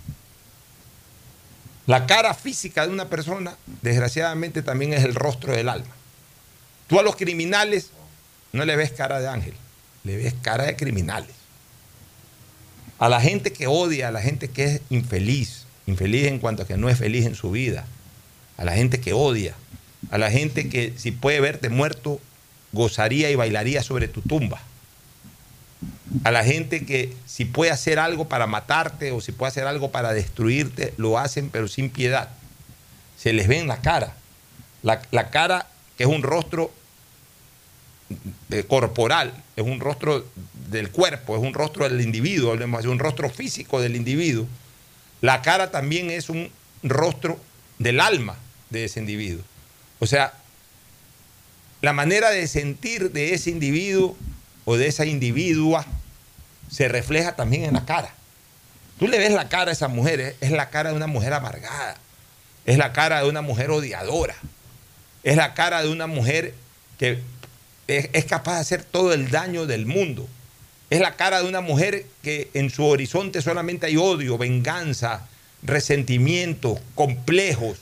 La cara física de una persona, desgraciadamente, también es el rostro del alma. Tú a los criminales no le ves cara de ángel, le ves cara de criminales. A la gente que odia, a la gente que es infeliz en cuanto a que no es feliz en su vida, a la gente que odia, a la gente que si puede verte muerto, gozaría y bailaría sobre tu tumba. A la gente que si puede hacer algo para matarte o si puede hacer algo para destruirte, lo hacen pero sin piedad. Se les ve en la cara. La cara que es un rostro corporal, es un rostro del cuerpo, es un rostro del individuo, hablemos así, un rostro físico del individuo, la cara también es un rostro del alma de ese individuo. O sea, la manera de sentir de ese individuo o de esa individua se refleja también en la cara. Tú le ves la cara a esa mujer, es la cara de una mujer amargada, es la cara de una mujer odiadora, es la cara de una mujer que es capaz de hacer todo el daño del mundo. Es la cara de una mujer que en su horizonte solamente hay odio, venganza, resentimiento, complejos.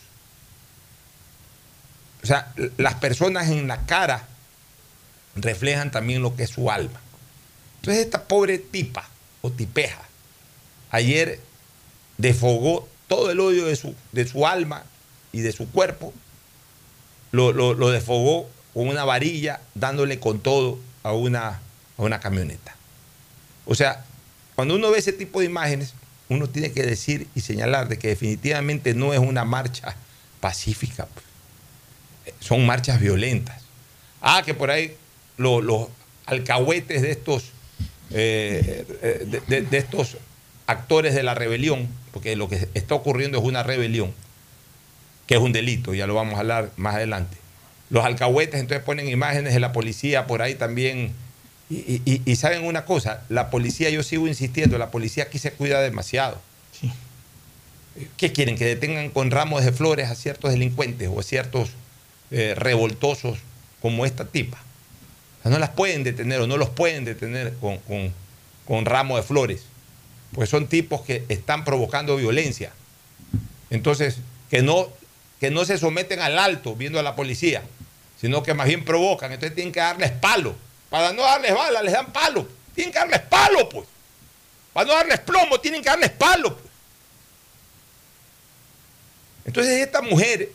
O sea, las personas en la cara reflejan también lo que es su alma. Entonces esta pobre tipa o tipeja ayer desfogó todo el odio de su alma y de su cuerpo, lo desfogó con una varilla, dándole con todo a una camioneta. O sea, cuando uno ve ese tipo de imágenes, uno tiene que decir y señalar de que definitivamente no es una marcha pacífica, son marchas violentas. Que por ahí los alcahuetes de estos actores de la rebelión, porque lo que está ocurriendo es una rebelión, que es un delito, ya lo vamos a hablar más adelante. Los alcahuetes entonces ponen imágenes de la policía por ahí también, y saben una cosa, la policía, yo sigo insistiendo, la policía aquí se cuida demasiado. Sí. ¿Qué quieren? ¿Que detengan con ramos de flores a ciertos delincuentes o a ciertos revoltosos como esta tipa? O sea, no las pueden detener o no los pueden detener con ramos de flores, pues son tipos que están provocando violencia. Entonces, que no se someten al alto viendo a la policía, sino que más bien provocan. Entonces tienen que darles palo. Para no darles bala, les dan palo. Tienen que darles palo, pues. Para no darles plomo, tienen que darles palo, pues. Entonces esta mujer,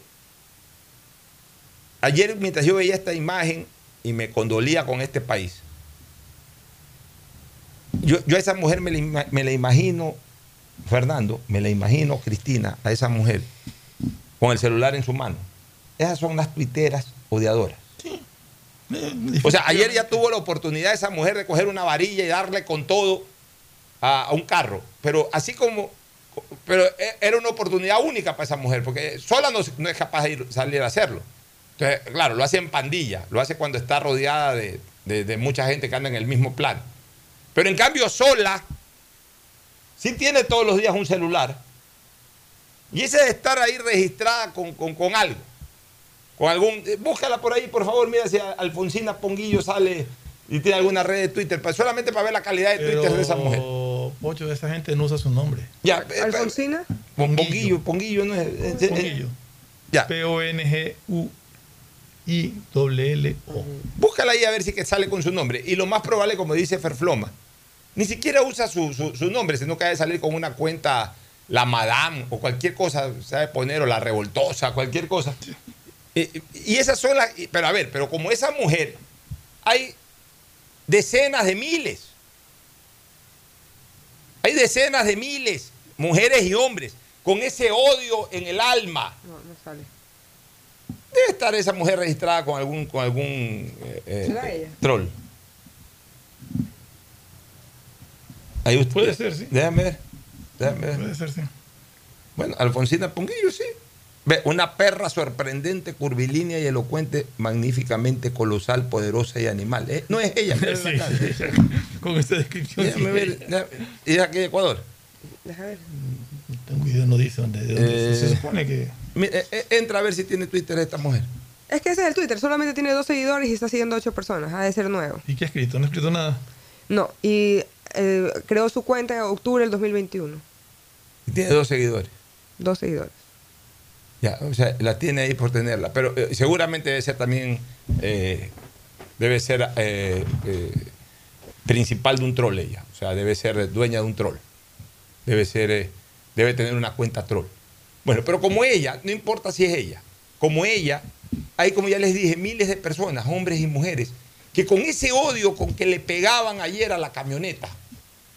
ayer mientras yo veía esta imagen y me condolía con este país, yo a esa mujer me la imagino, Fernando, me la imagino, Cristina, a esa mujer con el celular en su mano. Esas son las tuiteras odiadoras. Sí. O sea, ayer ya tuvo la oportunidad esa mujer de coger una varilla y darle con todo a un carro. Pero era una oportunidad única para esa mujer, porque sola no es capaz de salir a hacerlo. Entonces, claro, lo hace en pandilla, lo hace cuando está rodeada de mucha gente que anda en el mismo plan. Pero en cambio sola, sí tiene todos los días un celular. Y ese de estar ahí registrada con algo. Con algún. Búscala por ahí, por favor, mira si Alfonsina Ponguillo sale y tiene alguna red de Twitter, solamente para ver la calidad de Twitter de esa mujer. Pocho, de esa gente no usa su nombre. Ya, ¿Alfonsina? Ponguillo no es. Ponguillo. Ya. Ponguillo. Búscala ahí a ver si que sale con su nombre. Y lo más probable, como dice Ferfloma, ni siquiera usa su nombre, sino que ha de salir con una cuenta, la Madame o cualquier cosa, sabe poner, o la Revoltosa, cualquier cosa. Y esas son las. Pero como esa mujer, hay decenas de miles. Hay decenas de miles, mujeres y hombres, con ese odio en el alma. No sale. Debe estar esa mujer registrada con algún ¿será ella? Troll. Ahí usted, puede ser, sí. Déjame ver. Puede ser, sí. Bueno, Alfonsina Ponguillo, sí. Ve, una perra sorprendente, curvilínea y elocuente, magníficamente colosal, poderosa y animal. No es ella. Sí, con esta descripción. Déjame ver. ¿Y es aquí de Ecuador? Déjame ver. No tengo idea, no dice dónde. Se supone que. Entra a ver si tiene Twitter esta mujer. Es que ese es el Twitter, solamente tiene 2 seguidores y está siguiendo 8 personas. Ha de ser nuevo. ¿Y qué ha escrito? ¿No ha escrito nada? No, y creó su cuenta en octubre del 2021. Y tiene 2 seguidores. 2 seguidores. Ya, o sea, la tiene ahí por tenerla. Pero seguramente debe ser también, principal de un troll ella. O sea, debe ser dueña de un troll. Debe tener una cuenta troll. Bueno, pero como ella, no importa si es ella, como ella, hay, como ya les dije, miles de personas, hombres y mujeres, que con ese odio con que le pegaban ayer a la camioneta,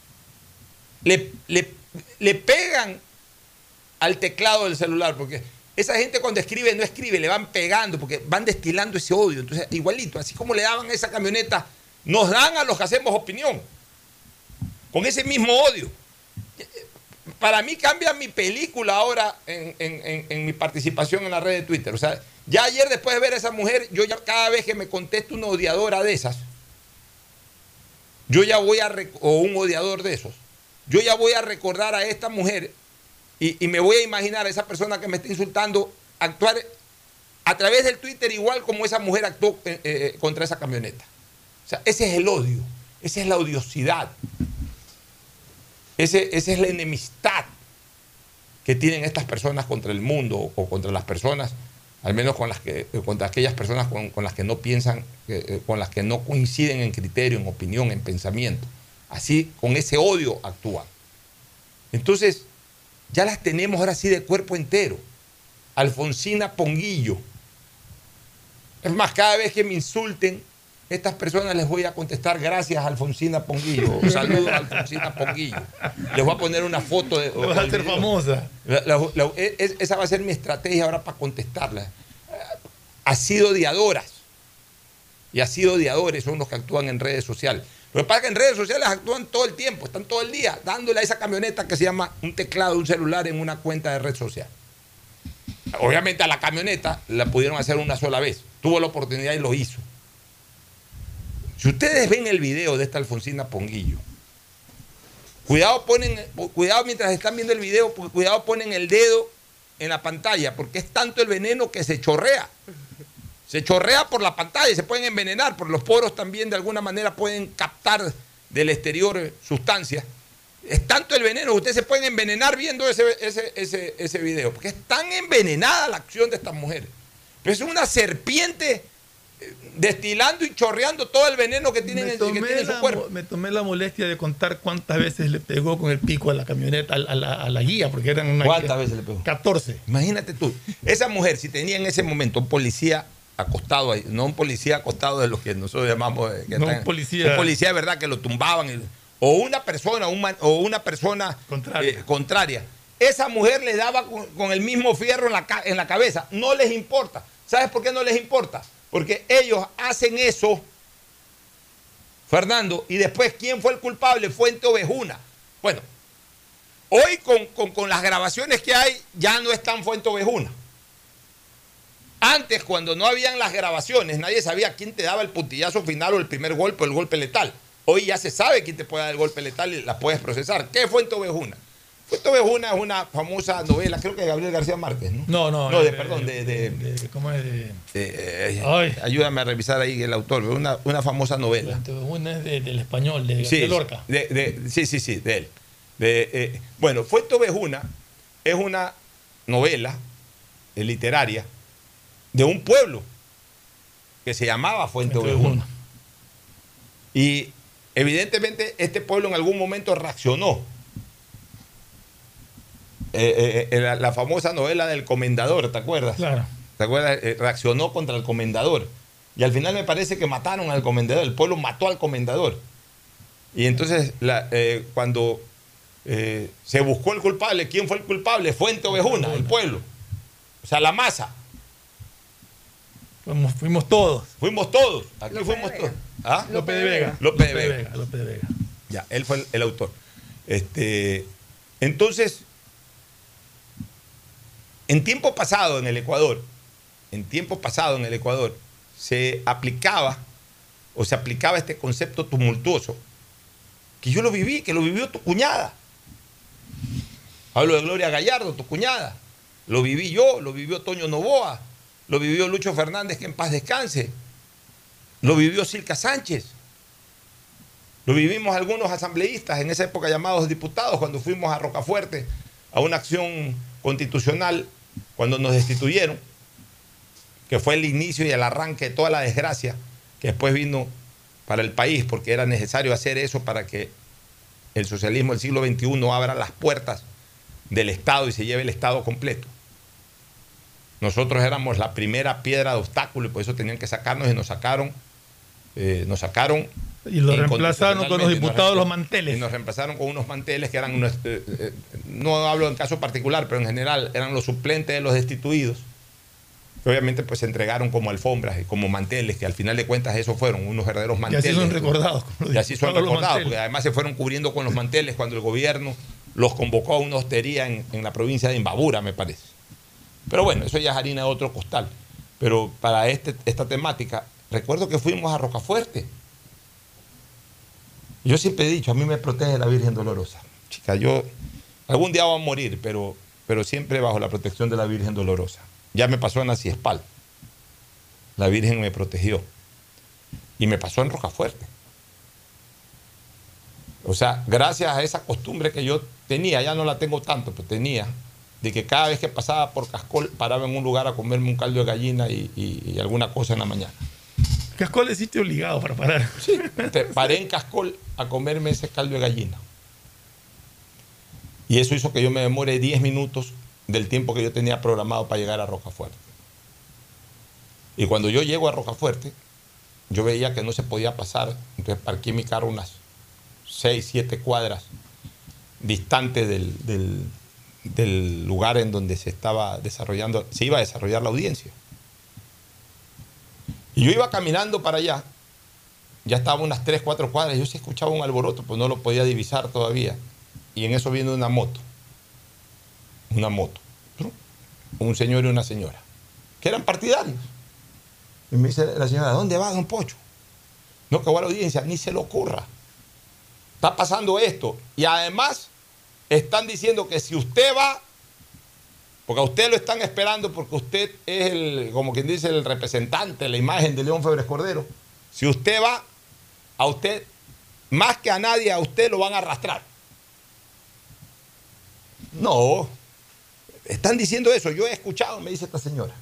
le pegan al teclado del celular, porque esa gente cuando escribe, no escribe, le van pegando porque van destilando ese odio. Entonces, igualito, así como le daban a esa camioneta, nos dan a los que hacemos opinión, con ese mismo odio. Para mí cambia mi película ahora en mi participación en la red de Twitter. O sea, ya ayer después de ver a esa mujer, yo ya cada vez que me conteste una odiadora de esas, yo ya voy o un odiador de esos, yo ya voy a recordar a esta mujer y me voy a imaginar a esa persona que me está insultando actuar a través del Twitter igual como esa mujer actuó contra esa camioneta. O sea, ese es el odio, esa es la odiosidad. Esa es la enemistad que tienen estas personas contra el mundo o contra las personas, al menos contra aquellas personas con las que no piensan, con las que no coinciden en criterio, en opinión, en pensamiento. Así, con ese odio actúan. Entonces, ya las tenemos ahora sí de cuerpo entero. Alfonsina Ponguillo. Es más, cada vez que me insulten estas personas les voy a contestar gracias a Alfonsina Ponguillo. Saludos a Alfonsina Ponguillo. Les voy a poner una foto de... Va a ser famosa. Esa va a ser mi estrategia ahora para contestarla. Así de odiadoras. Y así de odiadores son los que actúan en redes sociales. Lo que pasa es que en redes sociales actúan todo el tiempo, están todo el día dándole a esa camioneta que se llama un teclado de un celular en una cuenta de red social. Obviamente a la camioneta la pudieron hacer una sola vez. Tuvo la oportunidad y lo hizo. Si ustedes ven el video de esta Alfonsina Ponguillo, cuidado mientras están viendo el video, porque cuidado ponen el dedo en la pantalla, porque es tanto el veneno que se chorrea. Se chorrea por la pantalla y se pueden envenenar, porque los poros también de alguna manera pueden captar del exterior sustancias. Es tanto el veneno que ustedes se pueden envenenar viendo ese video, porque es tan envenenada la acción de estas mujeres. Pero es una serpiente destilando y chorreando todo el veneno que tienen en su cuerpo. Me tomé la molestia de contar cuántas veces le pegó con el pico a la camioneta, a la guía, porque eran una... ¿Cuántas veces le pegó? 14. Imagínate tú, esa mujer, si tenía en ese momento un policía acostado ahí, no un policía acostado de los que nosotros llamamos... un policía de verdad que lo tumbaban, o una persona contraria. Esa mujer le daba con el mismo fierro en la cabeza. No les importa. ¿Sabes por qué no les importa? Porque ellos hacen eso, Fernando, y después, ¿quién fue el culpable? Fuente Ovejuna. Bueno, hoy con las grabaciones que hay, ya no es tan Fuente Ovejuna. Antes, cuando no habían las grabaciones, nadie sabía quién te daba el puntillazo final o el primer golpe o el golpe letal. Hoy ya se sabe quién te puede dar el golpe letal y la puedes procesar. ¿Qué es Fuente Ovejuna? Fuente Ovejuna es una famosa novela, creo que de Gabriel García Márquez, ¿no? No, ¿cómo es? Ayúdame a revisar ahí el autor, una famosa novela. Fuente Ovejuna es del español, de García Lorca. Sí, de él. Bueno, Fuente Ovejuna es una novela literaria de un pueblo que se llamaba Fuente Ovejuna. Y evidentemente este pueblo en algún momento reaccionó. La famosa novela del Comendador, ¿te acuerdas? Claro. ¿Te acuerdas? Reaccionó contra el Comendador. Y al final me parece que mataron al Comendador. El pueblo mató al Comendador. Y entonces cuando se buscó el culpable, ¿quién fue el culpable? Fuente Ovejuna, el pueblo. O sea, la masa. Fuimos todos. Fuimos todos. Aquí fuimos todos. ¿Ah? López de Vega. López de Vega. López de Vega. Ya, él fue el autor. Entonces, en tiempo pasado en el Ecuador, se aplicaba este concepto tumultuoso, que yo lo viví, que lo vivió tu cuñada. Hablo de Gloria Gallardo, tu cuñada. Lo viví yo, lo vivió Toño Novoa, lo vivió Lucho Fernández, que en paz descanse. Lo vivió Silka Sánchez. Lo vivimos algunos asambleístas en esa época llamados diputados cuando fuimos a Rocafuerte a una acción constitucional cuando nos destituyeron, que fue el inicio y el arranque de toda la desgracia que después vino para el país, porque era necesario hacer eso para que el socialismo del siglo XXI abra las puertas del Estado y se lleve el Estado completo. Nosotros éramos la primera piedra de obstáculo y por eso tenían que sacarnos y nos sacaron Y lo reemplazaron con los diputados los manteles. Y nos reemplazaron con unos manteles que eran, no hablo en caso particular, pero en general eran los suplentes de los destituidos. Que obviamente pues se entregaron como alfombras y como manteles, que al final de cuentas esos fueron unos verdaderos manteles. Y así son recordados. Y así son recordados, porque además se fueron cubriendo con los manteles cuando el gobierno los convocó a una hostería en la provincia de Imbabura, me parece. Pero bueno, eso ya es harina de otro costal. Pero para esta temática, recuerdo que fuimos a Rocafuerte. Yo siempre he dicho, a mí me protege la Virgen Dolorosa. Chica, yo algún día voy a morir, pero siempre bajo la protección de la Virgen Dolorosa. Ya me pasó en Aciespal. La Virgen me protegió. Y me pasó en Rocafuerte. O sea, gracias a esa costumbre que yo tenía, ya no la tengo tanto, pero tenía, de que cada vez que pasaba por Cascol, paraba en un lugar a comerme un caldo de gallina y alguna cosa en la mañana. Cascol es sitio obligado para parar. Sí, paré en Cascol a comerme ese caldo de gallina. Y eso hizo que yo me demore 10 minutos del tiempo que yo tenía programado para llegar a Rocafuerte. Y cuando yo llego a Rocafuerte, yo veía que no se podía pasar, entonces parqué mi carro unas 6, 7 cuadras distante del lugar en donde se iba a desarrollar la audiencia. Y yo iba caminando para allá, ya estaba unas 3, 4 cuadras, yo sí escuchaba un alboroto, pues no lo podía divisar todavía. Y en eso viene una moto, un señor y una señora, que eran partidarios. Y me dice la señora, ¿dónde va, don Pocho? No, que va a la audiencia, ni se le ocurra. Está pasando esto. Y además están diciendo que si usted va, porque a usted lo están esperando porque usted es como quien dice, el representante, la imagen de León Febres Cordero. Si usted va, a usted, más que a nadie, a usted lo van a arrastrar. No, están diciendo eso. Yo he escuchado, me dice esta señora.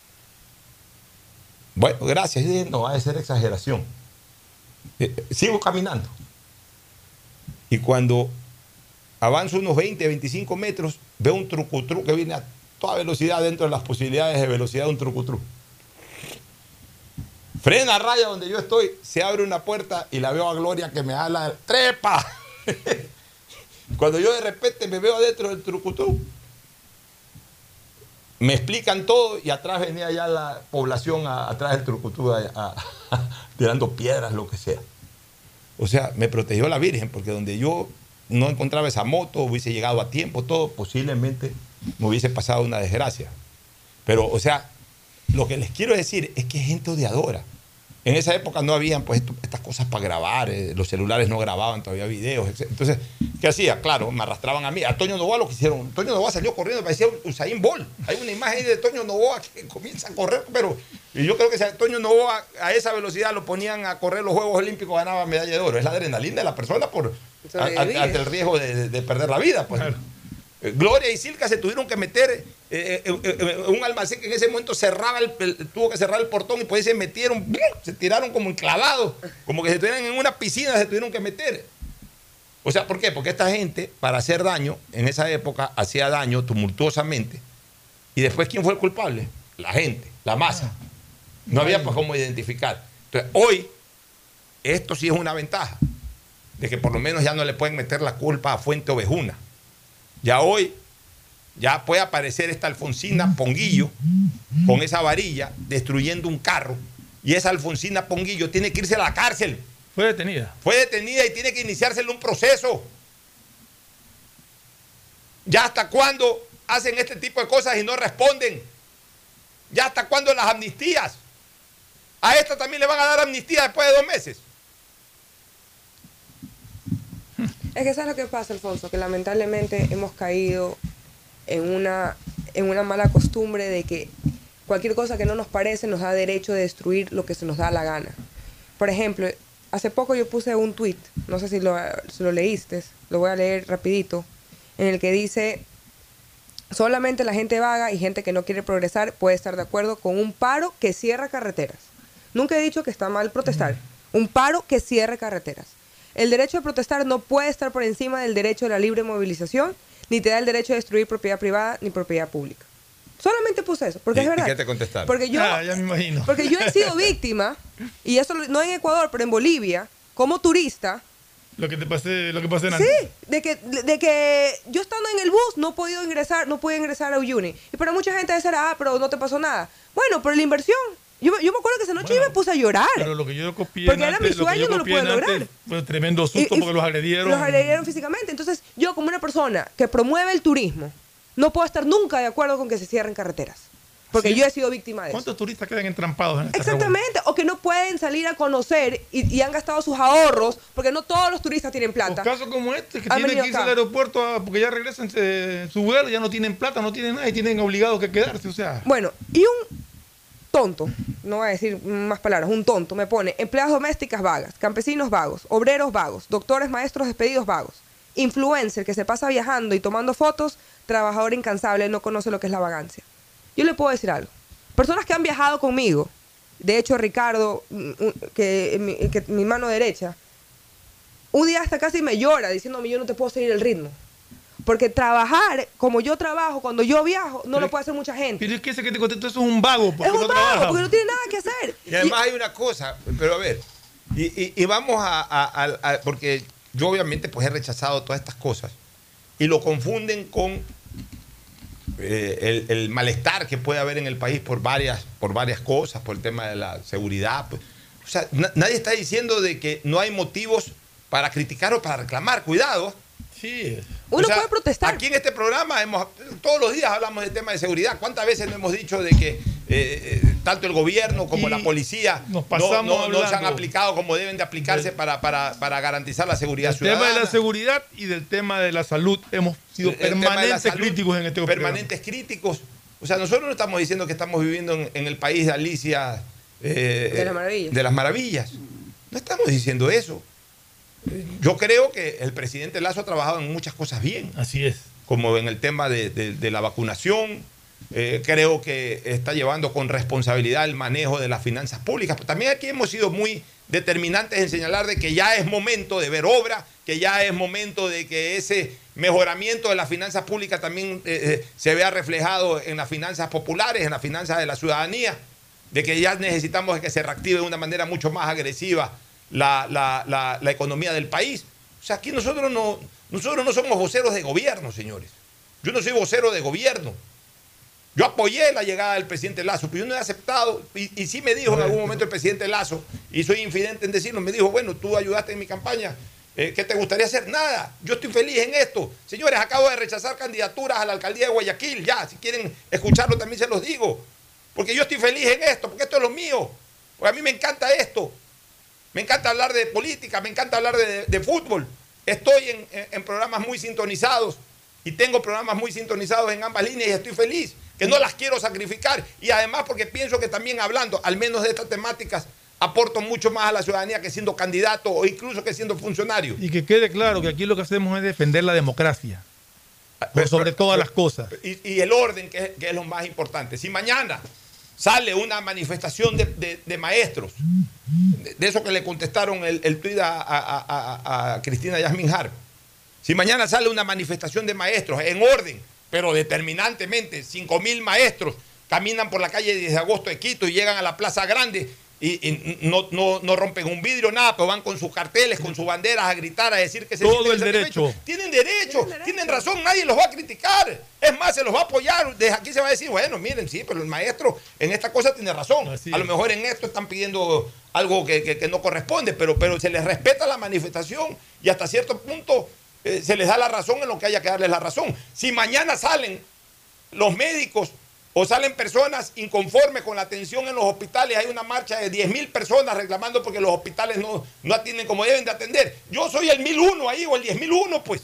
Bueno, gracias. Yo dije, no, ha de ser exageración. Sigo caminando. Y cuando avanzo unos 20, 25 metros, veo un trucutru que viene a toda velocidad dentro de las posibilidades de velocidad de un trucutru. Frena a raya donde yo estoy, se abre una puerta y la veo a Gloria que me habla, ¡trepa! Cuando yo de repente me veo adentro del trucutru, me explican todo y atrás venía ya la población atrás del trucutru tirando piedras, lo que sea. O sea, me protegió la Virgen, porque donde yo no encontraba esa moto, hubiese llegado a tiempo, todo, posiblemente me hubiese pasado una desgracia. Pero, o sea, lo que les quiero decir es que es gente odiadora. En esa época no habían pues estas cosas para grabar, los celulares no grababan todavía videos, etc. Entonces, ¿qué hacía? Claro, me arrastraban a mí. A Toño Novoa lo que hicieron. Toño Novoa salió corriendo, parecía Usain Bolt. Hay una imagen de Toño Novoa que comienza a correr, pero y yo creo que si a Toño Novoa a esa velocidad lo ponían a correr los Juegos Olímpicos, ganaba medalla de oro. Es la adrenalina de la persona ante el riesgo de perder la vida. Pues. Claro. Gloria y Silca se tuvieron que meter en un almacén que en ese momento tuvo que cerrar el portón y pues se metieron, se tiraron como enclavados, como que se estuvieran en una piscina, se tuvieron que meter. O sea, ¿por qué? Porque esta gente, para hacer daño, en esa época hacía daño tumultuosamente. Y después, ¿quién fue el culpable? La gente, la masa. No había pues cómo identificar. Entonces, hoy, esto sí es una ventaja, de que por lo menos ya no le pueden meter la culpa a Fuente Ovejuna. Ya hoy, ya puede aparecer esta Alfonsina Ponguillo con esa varilla destruyendo un carro. Y esa Alfonsina Ponguillo tiene que irse a la cárcel. Fue detenida. Fue detenida y tiene que iniciársele un proceso. ¿Ya hasta cuándo hacen este tipo de cosas y no responden? ¿Ya hasta cuándo las amnistías? A esta también le van a dar amnistía después de 2 meses. Es que ¿sabes lo que pasa, Alfonso? Que lamentablemente hemos caído en una mala costumbre de que cualquier cosa que no nos parece nos da derecho de destruir lo que se nos da la gana. Por ejemplo, hace poco yo puse un tweet, no sé si lo leíste, lo voy a leer rapidito, en el que dice: solamente la gente vaga y gente que no quiere progresar puede estar de acuerdo con un paro que cierra carreteras. Nunca he dicho que está mal protestar. Un paro que cierre carreteras. El derecho de protestar no puede estar por encima del derecho de la libre movilización, ni te da el derecho de destruir propiedad privada ni propiedad pública. Solamente puse eso, porque es verdad. ¿Y qué te contestaron? Porque yo, ya me imagino. Porque yo he sido víctima, y eso no en Ecuador, pero en Bolivia, como turista. Lo que pasó en Sí, de que yo estando en el bus no pude ingresar a Uyuni. Y para mucha gente debe ser, pero no te pasó nada. Bueno, pero la inversión. Yo me acuerdo que esa noche yo me puse a llorar. Pero lo que yo copié porque era mi sueño, no lo pude lograr. Fue tremendo susto porque los agredieron. Los agredieron físicamente. Entonces, yo como una persona que promueve el turismo, no puedo estar nunca de acuerdo con que se cierren carreteras. Porque yo he sido víctima de eso. ¿Cuántos turistas quedan entrampados en esta Exactamente. revuelta? O que no pueden salir a conocer y han gastado sus ahorros, porque no todos los turistas tienen plata. Casos como este, que tienen que irse al aeropuerto porque ya regresan su vuelo, ya no tienen plata, no tienen nada y tienen obligados que quedarse. O sea. Bueno, y un tonto, no voy a decir más palabras, un tonto me pone empleadas domésticas vagas, campesinos vagos, obreros vagos, doctores, maestros despedidos vagos, influencer que se pasa viajando y tomando fotos, trabajador incansable, no conoce lo que es la vagancia. Yo le puedo decir algo. Personas que han viajado conmigo, de hecho Ricardo, que mi mano derecha, un día hasta casi me llora diciéndome yo no te puedo seguir el ritmo. Porque trabajar como yo trabajo, cuando yo viajo, no lo puede hacer mucha gente. Pero es que ese que te contestó eso es un vago. Es un vago, porque no tiene nada que hacer. Y además hay una cosa, pero a ver, y vamos a porque yo obviamente pues he rechazado todas estas cosas y lo confunden con el malestar que puede haber en el país por varias cosas, por el tema de la seguridad. Pues. O sea, nadie está diciendo de que no hay motivos para criticar o para reclamar. Cuidado. Sí. Uno puede protestar. Aquí en este programa todos los días hablamos del tema de seguridad. ¿Cuántas veces no hemos dicho de que tanto el gobierno como la policía no se han aplicado como deben de aplicarse para garantizar la seguridad ciudadana? El tema de la seguridad y del tema de la salud hemos sido permanentes críticos en este programa. Permanentes críticos. O sea, nosotros no estamos diciendo que estamos viviendo en el país de Alicia de las maravillas. No estamos diciendo eso. Yo creo que el presidente Lasso ha trabajado en muchas cosas bien. Así es. Como en el tema de la vacunación. Creo que está llevando con responsabilidad el manejo de las finanzas públicas. Pero también aquí hemos sido muy determinantes en señalar de que ya es momento de ver obra, que ya es momento de que ese mejoramiento de las finanzas públicas también se vea reflejado en las finanzas populares, en las finanzas de la ciudadanía, de que ya necesitamos que se reactive de una manera mucho más agresiva la economía del país. O sea, aquí nosotros no somos voceros de gobierno, señores. Yo no soy vocero de gobierno. Yo apoyé la llegada del presidente Lasso, pero yo no he aceptado, y sí me dijo en algún momento el presidente Lasso, y soy infidente en decirlo, me dijo, bueno, tú ayudaste en mi campaña, ¿qué te gustaría hacer? Nada, yo estoy feliz en esto. Señores, acabo de rechazar candidaturas a la alcaldía de Guayaquil, ya, si quieren escucharlo también se los digo, porque yo estoy feliz en esto, porque esto es lo mío, porque a mí me encanta esto. Me encanta hablar de política, me encanta hablar de fútbol. Estoy en programas muy sintonizados y tengo programas muy sintonizados en ambas líneas y estoy feliz, que no las quiero sacrificar. Y además porque pienso que también hablando, al menos de estas temáticas, aporto mucho más a la ciudadanía que siendo candidato o incluso que siendo funcionario. Y que quede claro que aquí lo que hacemos es defender la democracia, sobre todas las cosas. Y el orden, que es lo más importante. Si mañana sale una manifestación de maestros, de eso que le contestaron el tuit a Cristina Yasmin Harp. Si mañana sale una manifestación de maestros en orden, pero determinantemente, 5.000 maestros caminan por la calle 10 de agosto de Quito y llegan a la Plaza Grande y no rompen un vidrio, nada, pero van con sus carteles, con sus banderas a gritar, a decir que se todo el derecho. Tienen derecho, tienen razón, nadie los va a criticar. Es más, se los va a apoyar. Desde aquí se va a decir, bueno, miren, sí, pero el maestro en esta cosa tiene razón. A lo mejor en esto están pidiendo algo que no corresponde, pero se les respeta la manifestación y hasta cierto punto se les da la razón en lo que haya que darles la razón. Si mañana salen los médicos o salen personas inconformes con la atención en los hospitales, hay una marcha de 10.000 personas reclamando porque los hospitales no atienden como deben de atender. Yo soy el 1001 ahí o el 10.001, pues.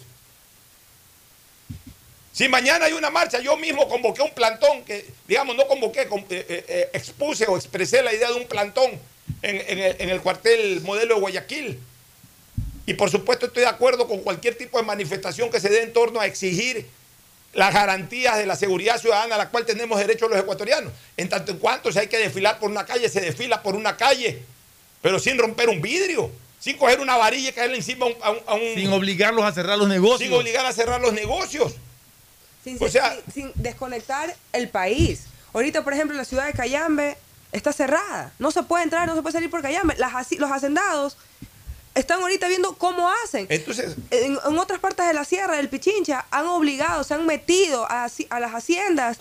Si mañana hay una marcha, yo mismo convoqué un plantón, que digamos no convoqué, expuse o expresé la idea de un plantón en el cuartel modelo de Guayaquil. Y por supuesto estoy de acuerdo con cualquier tipo de manifestación que se dé en torno a exigir las garantías de la seguridad ciudadana a la cual tenemos derecho los ecuatorianos. En tanto en cuanto si hay que desfilar por una calle, se desfila por una calle, pero sin romper un vidrio, sin coger una varilla y caerle encima a un... Sin obligarlos a cerrar los negocios. Sin obligar a cerrar los negocios. Sin desconectar el país. Ahorita, por ejemplo, la ciudad de Cayambe está cerrada. No se puede entrar, no se puede salir por Cayambe. Los hacendados están ahorita viendo cómo hacen. Entonces, en otras partes de la sierra, del Pichincha, han obligado, se han metido a las haciendas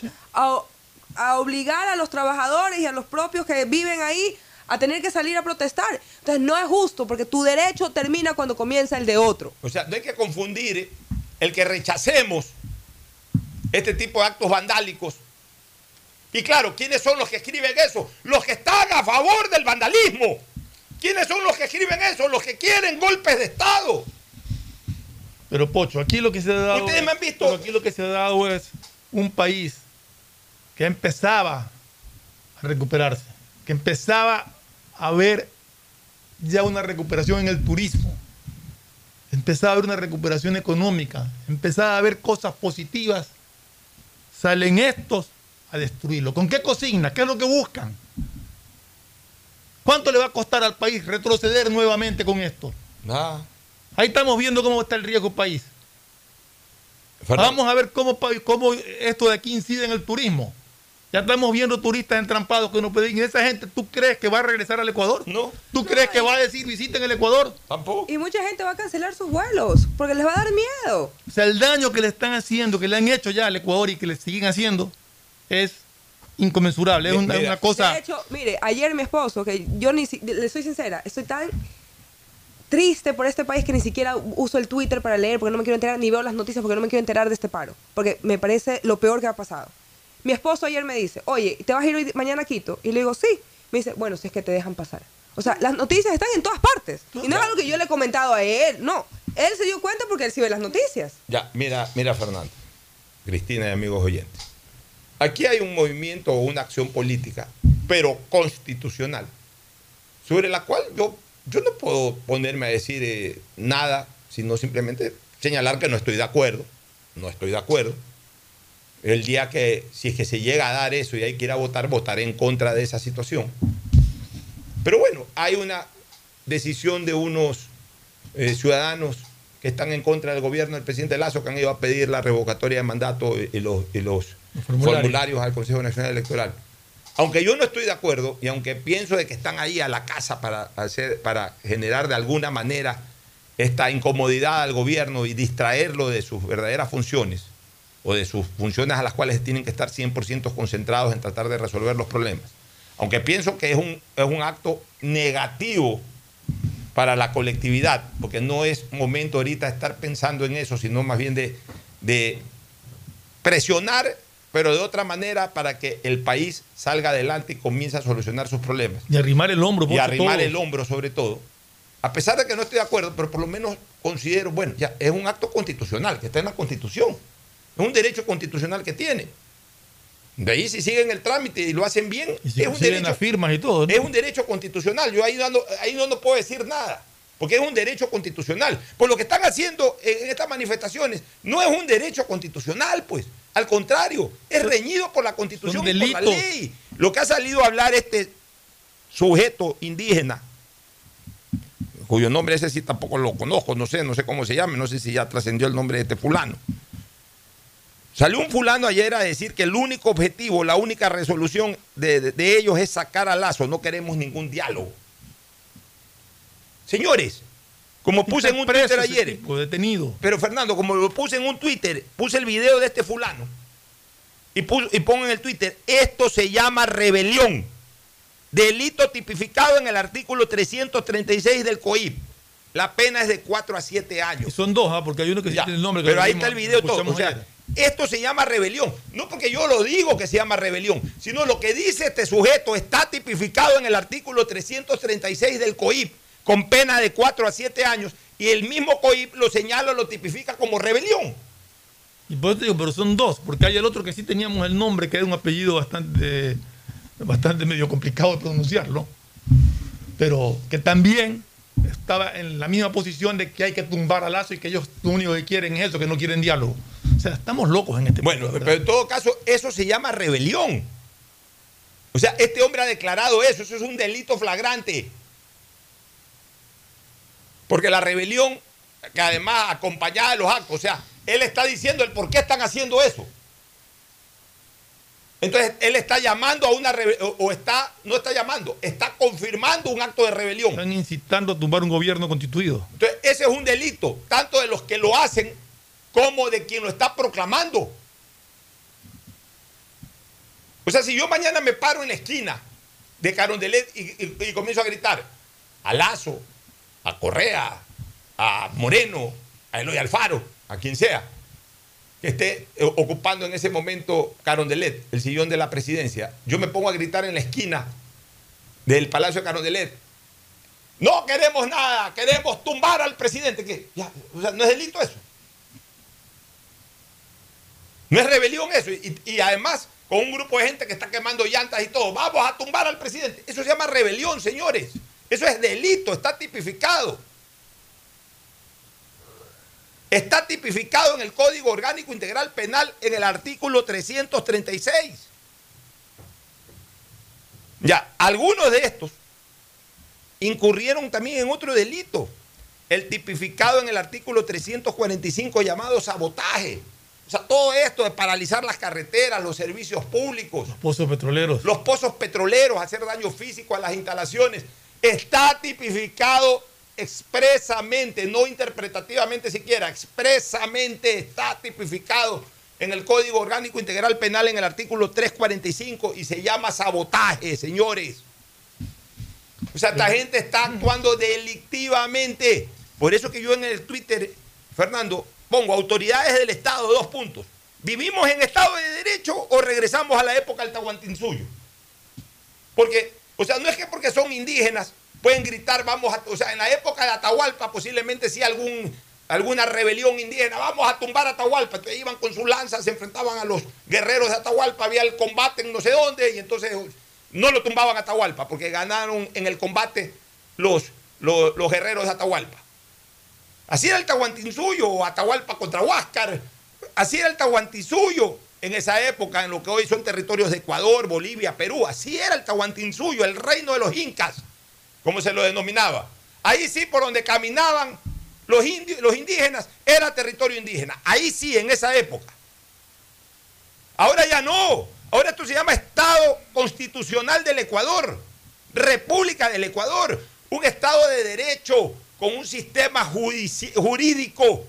a obligar a los trabajadores y a los propios que viven ahí a tener que salir a protestar. Entonces no es justo, porque tu derecho termina cuando comienza el de otro. O sea, no hay que confundir el que rechacemos este tipo de actos vandálicos. Y claro, ¿quiénes son los que escriben eso? Los que están a favor del vandalismo. ¿Quiénes son los que escriben eso? Los que quieren golpes de Estado. Pero Pocho, aquí lo que se ha dado... Ustedes me han visto... Aquí lo que se ha dado es un país que empezaba a recuperarse, que empezaba a ver ya una recuperación en el turismo, empezaba a haber una recuperación económica, empezaba a haber cosas positivas. Salen estos a destruirlo. ¿Con qué consigna? ¿Qué es lo que buscan? ¿Cuánto le va a costar al país retroceder nuevamente con esto? Nada. Ahí estamos viendo cómo está el riesgo país. Vamos a ver cómo esto de aquí incide en el turismo. Ya estamos viendo turistas entrampados que no pueden ir. ¿Esa gente tú crees que va a regresar al Ecuador? No. ¿Tú crees que va a decir visiten el Ecuador? Tampoco. Y mucha gente va a cancelar sus vuelos porque les va a dar miedo. O sea, el daño que le están haciendo, que le han hecho ya al Ecuador y que le siguen haciendo, es inconmensurable. Es una cosa... De hecho, mire, ayer mi esposo, que yo le soy sincera, estoy tan triste por este país que ni siquiera uso el Twitter para leer porque no me quiero enterar, ni veo las noticias porque no me quiero enterar de este paro, porque me parece lo peor que ha pasado. Mi esposo ayer me dice, oye, ¿te vas a ir mañana a Quito? Y le digo, sí. Me dice, bueno, si es que te dejan pasar. O sea, las noticias están en todas partes. Y no es algo que yo le he comentado a él, no. Él se dio cuenta porque él sí ve las noticias. Ya, mira Fernando, Cristina y amigos oyentes. Aquí hay un movimiento o una acción política, pero constitucional, sobre la cual yo no puedo ponerme a decir nada, sino simplemente señalar que no estoy de acuerdo. No estoy de acuerdo. El día que, si es que se llega a dar eso y hay que ir a votar, votaré en contra de esa situación. Pero bueno, hay una decisión de unos ciudadanos que están en contra del gobierno del presidente Lasso, que han ido a pedir la revocatoria de mandato y los formularios al Consejo Nacional Electoral. Aunque yo no estoy de acuerdo y aunque pienso de que están ahí a la casa para generar de alguna manera esta incomodidad al gobierno y distraerlo de sus verdaderas funciones, o de sus funciones a las cuales tienen que estar 100% concentrados en tratar de resolver los problemas. Aunque pienso que es un acto negativo para la colectividad, porque no es momento ahorita de estar pensando en eso, sino más bien de presionar, pero de otra manera, para que el país salga adelante y comience a solucionar sus problemas. Y arrimar el hombro. Y arrimar el hombro sobre todo. A pesar de que no estoy de acuerdo, pero por lo menos considero, bueno, ya es un acto constitucional, que está en la Constitución. Es un derecho constitucional que tiene. De ahí si siguen el trámite y lo hacen bien, y si es un derecho, las firmas y todo, ¿no? Es un derecho constitucional. Yo ahí no puedo decir nada, porque es un derecho constitucional. Por lo que están haciendo en estas manifestaciones, no es un derecho constitucional, pues. Al contrario, es reñido por la Constitución y por la ley. Lo que ha salido a hablar este sujeto indígena, cuyo nombre ese sí tampoco lo conozco, no sé cómo se llama, no sé si ya trascendió el nombre de este fulano. Salió un fulano ayer a decir que el único objetivo, la única resolución de ellos es sacar a Lasso, no queremos ningún diálogo. Señores, como puse en un Twitter ayer, detenido. Pero Fernando, como lo puse en un Twitter, puse el video de este fulano y pongo en el Twitter, esto se llama rebelión, delito tipificado en el artículo 336 del COIP. La pena es de 4 a 7 años. Y son dos, porque hay uno que sí tiene el nombre. Pero ahí está el video todo. O sea, esto se llama rebelión. No porque yo lo digo que se llama rebelión, sino lo que dice este sujeto está tipificado en el artículo 336 del COIP, con pena de 4 a 7 años, y el mismo COIP lo señala, lo tipifica como rebelión. Y por eso te digo, pero son dos, porque hay el otro que sí teníamos el nombre, que es un apellido bastante medio complicado de pronunciarlo, pero que también estaba en la misma posición de que hay que tumbar a Lasso y que ellos lo único que quieren es eso, que no quieren diálogo. O sea, estamos locos en este momento. Bueno, pero en todo caso, eso se llama rebelión. O sea, este hombre ha declarado eso es un delito flagrante. Porque la rebelión, que además acompañada de los actos, o sea, él está diciendo el por qué están haciendo eso. Entonces, él está llamando a una no está llamando, está confirmando un acto de rebelión. Están incitando a tumbar un gobierno constituido. Entonces, ese es un delito, tanto de los que lo hacen como de quien lo está proclamando. O sea, si yo mañana me paro en la esquina de Carondelet y comienzo a gritar a Lazo, a Correa, a Moreno, a Eloy Alfaro, a quien sea, que esté ocupando en ese momento Carondelet, el sillón de la presidencia, yo me pongo a gritar en la esquina del Palacio de Carondelet: no queremos nada, queremos tumbar al presidente. ¿Qué? Ya, o sea, ¿no es delito eso? ¿No es rebelión eso? Y además, con un grupo de gente que está quemando llantas y todo, vamos a tumbar al presidente. Eso se llama rebelión, señores. Eso es delito, está tipificado. Está tipificado en el Código Orgánico Integral Penal en el artículo 336. Ya, algunos de estos incurrieron también en otro delito, el tipificado en el artículo 345 llamado sabotaje. O sea, todo esto de paralizar las carreteras, los servicios públicos, los pozos petroleros. Los pozos petroleros, hacer daño físico a las instalaciones, está tipificado expresamente, no interpretativamente siquiera, expresamente está tipificado en el Código Orgánico Integral Penal en el artículo 345 y se llama sabotaje, señores. O sea, esta gente está actuando delictivamente. Por eso que yo en el Twitter, Fernando, pongo autoridades del Estado, 2 puntos. ¿Vivimos en Estado de Derecho o regresamos a la época del Tahuantinsuyo? Porque, o sea, no es que porque son indígenas pueden gritar, o sea, en la época de Atahualpa posiblemente sí alguna rebelión indígena, vamos a tumbar a Atahualpa. Entonces iban con sus lanzas, se enfrentaban a los guerreros de Atahualpa, había el combate en no sé dónde, y entonces no lo tumbaban a Atahualpa, porque ganaron en el combate los guerreros de Atahualpa. Así era el Tahuantinsuyo, o Atahualpa contra Huáscar. Así era el Tahuantinsuyo en esa época, en lo que hoy son territorios de Ecuador, Bolivia, Perú. Así era el Tahuantinsuyo, el reino de los incas, como se lo denominaba. Ahí sí, por donde caminaban los indígenas, era territorio indígena. Ahí sí, en esa época. Ahora ya no. Ahora esto se llama Estado Constitucional del Ecuador, República del Ecuador, un Estado de Derecho, con un sistema jurídico.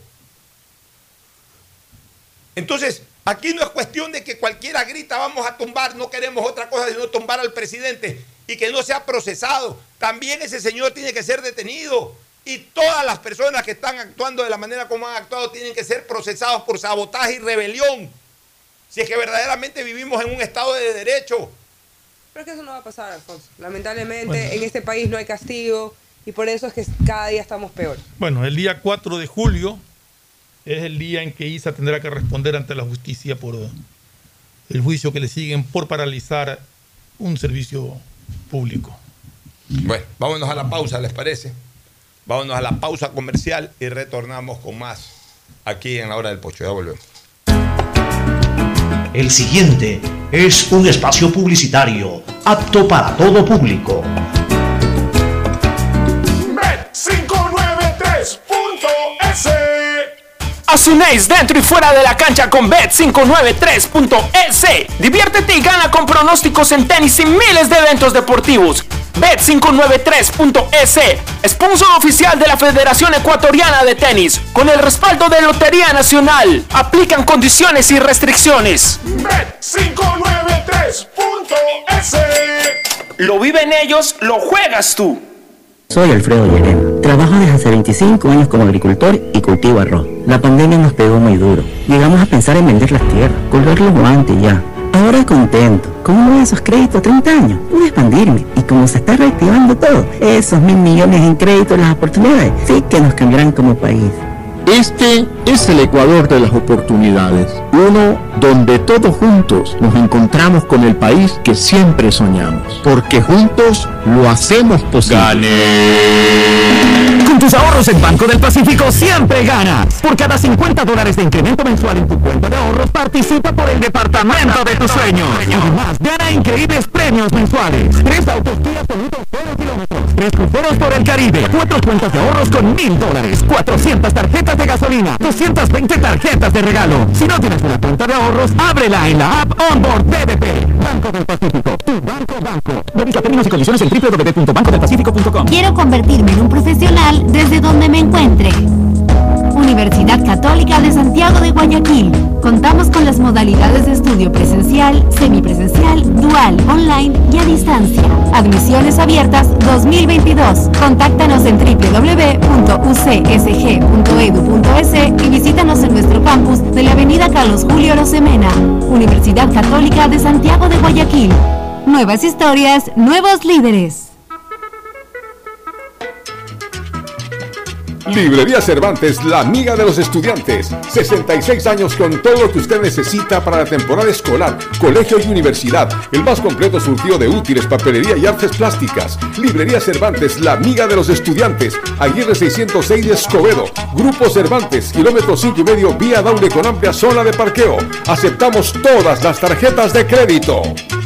Entonces, aquí no es cuestión de que cualquiera grita, vamos a tumbar, no queremos otra cosa sino tumbar al presidente y que no sea procesado. También ese señor tiene que ser detenido. Y todas las personas que están actuando de la manera como han actuado tienen que ser procesados por sabotaje y rebelión. Si es que verdaderamente vivimos en un Estado de Derecho. Pero es que eso no va a pasar, Alfonso. Lamentablemente, en este país no hay castigo. Y por eso es que cada día estamos peor. Bueno, el día 4 de julio es el día en que Isa tendrá que responder ante la justicia por el juicio que le siguen por paralizar un servicio público. Bueno, vámonos a la pausa, ¿les parece? Vámonos a la pausa comercial y retornamos con más aquí en La Hora del Pocho. Ya volvemos. El siguiente es un espacio publicitario apto para todo público. Bet593.es. Haz un ace dentro y fuera de la cancha con Bet593.es. Diviértete y gana con pronósticos en tenis y miles de eventos deportivos. Bet593.es, sponsor oficial de la Federación Ecuatoriana de Tenis, con el respaldo de Lotería Nacional. Aplican condiciones y restricciones. Bet593.es. Lo viven ellos, lo juegas tú. Soy Alfredo Llerena. Trabajo desde hace 25 años como agricultor y cultivo arroz. La pandemia nos pegó muy duro. Llegamos a pensar en vender las tierras, colgar los guantes ya. Ahora contento, con uno de esos créditos 30 años, pude expandirme y como se está reactivando todo, esos 1.000 millones en créditos, las oportunidades, sí que nos cambiarán como país. Este es el Ecuador de las oportunidades, uno donde todos juntos nos encontramos con el país que siempre soñamos, porque juntos lo hacemos posible. ¡Gané! Con tus ahorros en Banco del Pacífico siempre ganas. Por cada $50 de incremento mensual en tu cuenta de ahorros, participa por el departamento de tus sueños. Además, gana increíbles premios mensuales. 3 autos Kia Soluto 0 kilómetros, 3 cruceros por el Caribe, 4 cuentas de ahorros con $1,000, 400 tarjetas de gasolina, 220 tarjetas de regalo. Si no tienes una cuenta de ahorros, ábrela en la app Onboard BDP. Banco del Pacífico, tu banco. Revisa términos y condiciones en www.bancodelpacifico.com. Quiero convertirme en un profesional desde donde me encuentre. Universidad Católica de Santiago de Guayaquil. Contamos con las modalidades de estudio presencial, semipresencial, dual, online y a distancia. Admisiones abiertas 2022. Contáctanos en www.ucsg.edu.es y visítanos en nuestro campus de la avenida Carlos Julio Rosemena. Universidad Católica de Santiago de Guayaquil. Nuevas historias, nuevos líderes. Librería Cervantes, la amiga de los estudiantes. 66 años con todo lo que usted necesita para la temporada escolar, colegio y universidad. El más completo surtido de útiles, papelería y artes plásticas. Librería Cervantes, la amiga de los estudiantes. Aguirre 606 de Escobedo. Grupo Cervantes, kilómetro 5,5, vía Daule con amplia zona de parqueo. Aceptamos todas las tarjetas de crédito.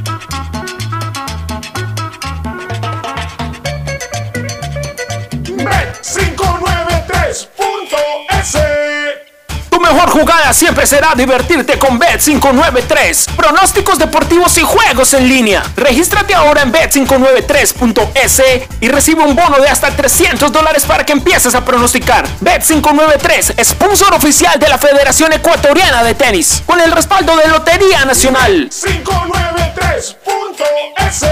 Tu mejor jugada siempre será divertirte con Bet593. Pronósticos deportivos y juegos en línea. Regístrate ahora en Bet593.es y recibe un bono de hasta $300 para que empieces a pronosticar. Bet593, sponsor oficial de la Federación Ecuatoriana de Tenis, con el respaldo de Lotería Nacional. 593.es.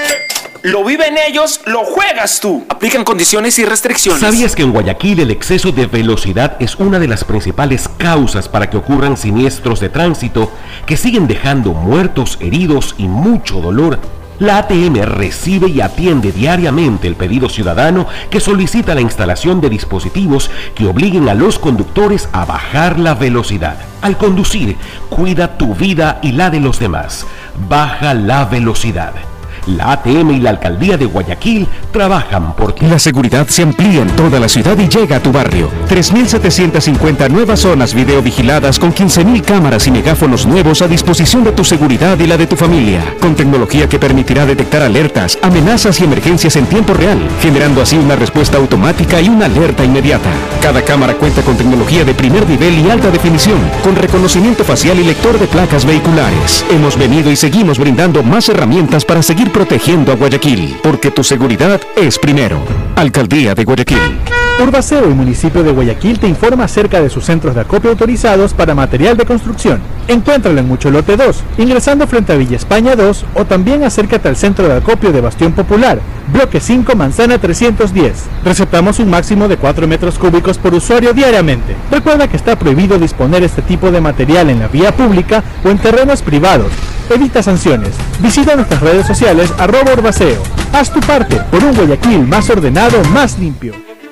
Lo viven ellos, lo juegas tú. Aplican condiciones y restricciones. ¿Sabías que en Guayaquil el exceso de velocidad es una de las principales causas para que ocurran siniestros de tránsito que siguen dejando muertos, heridos y mucho dolor? La ATM recibe y atiende diariamente el pedido ciudadano que solicita la instalación de dispositivos que obliguen a los conductores a bajar la velocidad. Al conducir, cuida tu vida y la de los demás. Baja la velocidad. La ATM y la Alcaldía de Guayaquil trabajan por ti. La seguridad se amplía en toda la ciudad y llega a tu barrio. 3.750 nuevas zonas videovigiladas con 15.000 cámaras y megáfonos nuevos a disposición de tu seguridad y la de tu familia. Con tecnología que permitirá detectar alertas, amenazas y emergencias en tiempo real, generando así una respuesta automática y una alerta inmediata. Cada cámara cuenta con tecnología de primer nivel y alta definición, con reconocimiento facial y lector de placas vehiculares. Hemos venido y seguimos brindando más herramientas para seguir protegiendo a Guayaquil, porque tu seguridad es primero. Alcaldía de Guayaquil. Urbaceo y municipio de Guayaquil te informa acerca de sus centros de acopio autorizados para material de construcción. Encuéntralo en Mucholote 2, ingresando frente a Villa España 2, o también acércate al centro de acopio de Bastión Popular, bloque 5, manzana 310. Receptamos un máximo de 4 metros cúbicos por usuario diariamente. Recuerda que está prohibido disponer este tipo de material en la vía pública o en terrenos privados. Evita sanciones. Visita nuestras redes sociales @Urbaceo. Haz tu parte por un Guayaquil más ordenado, más limpio.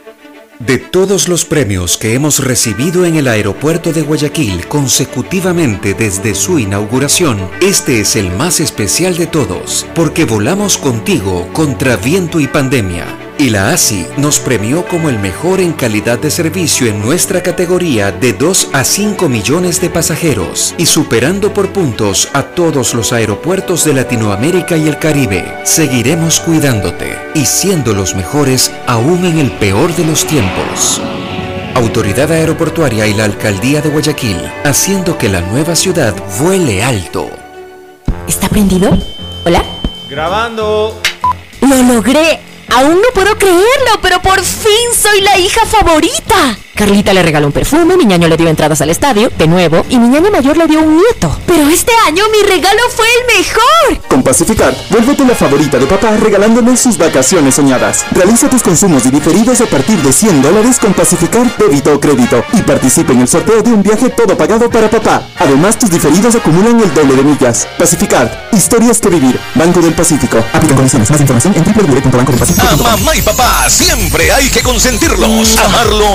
De todos los premios que hemos recibido en el aeropuerto de Guayaquil consecutivamente desde su inauguración, este es el más especial de todos, porque volamos contigo contra viento y pandemia. Y la ASI nos premió como el mejor en calidad de servicio en nuestra categoría de 2 a 5 millones de pasajeros y superando por puntos a todos los aeropuertos de Latinoamérica y el Caribe. Seguiremos cuidándote y siendo los mejores aún en el peor de los tiempos. Autoridad Aeroportuaria y la Alcaldía de Guayaquil, haciendo que la nueva ciudad vuele alto. ¿Está prendido? ¿Hola? Grabando. ¡Lo logré! Aún no puedo creerlo, pero por fin soy la hija favorita. Carlita le regaló un perfume, mi ñaño le dio entradas al estadio, de nuevo, y mi ñaña mayor le dio un nieto. Pero este año mi regalo fue el mejor. Con Pacificar, vuélvete la favorita de papá regalándole sus vacaciones soñadas. Realiza tus consumos y diferidos a partir de $100 con Pacificar débito o crédito y participa en el sorteo de un viaje todo pagado para papá. Además, tus diferidos acumulan el doble de millas. Pacificar, historias que vivir. Banco del Pacífico. Aplica condiciones. Más información en www.bancodelpacifico.com. A mamá y papá siempre hay que consentirlos, amarlos y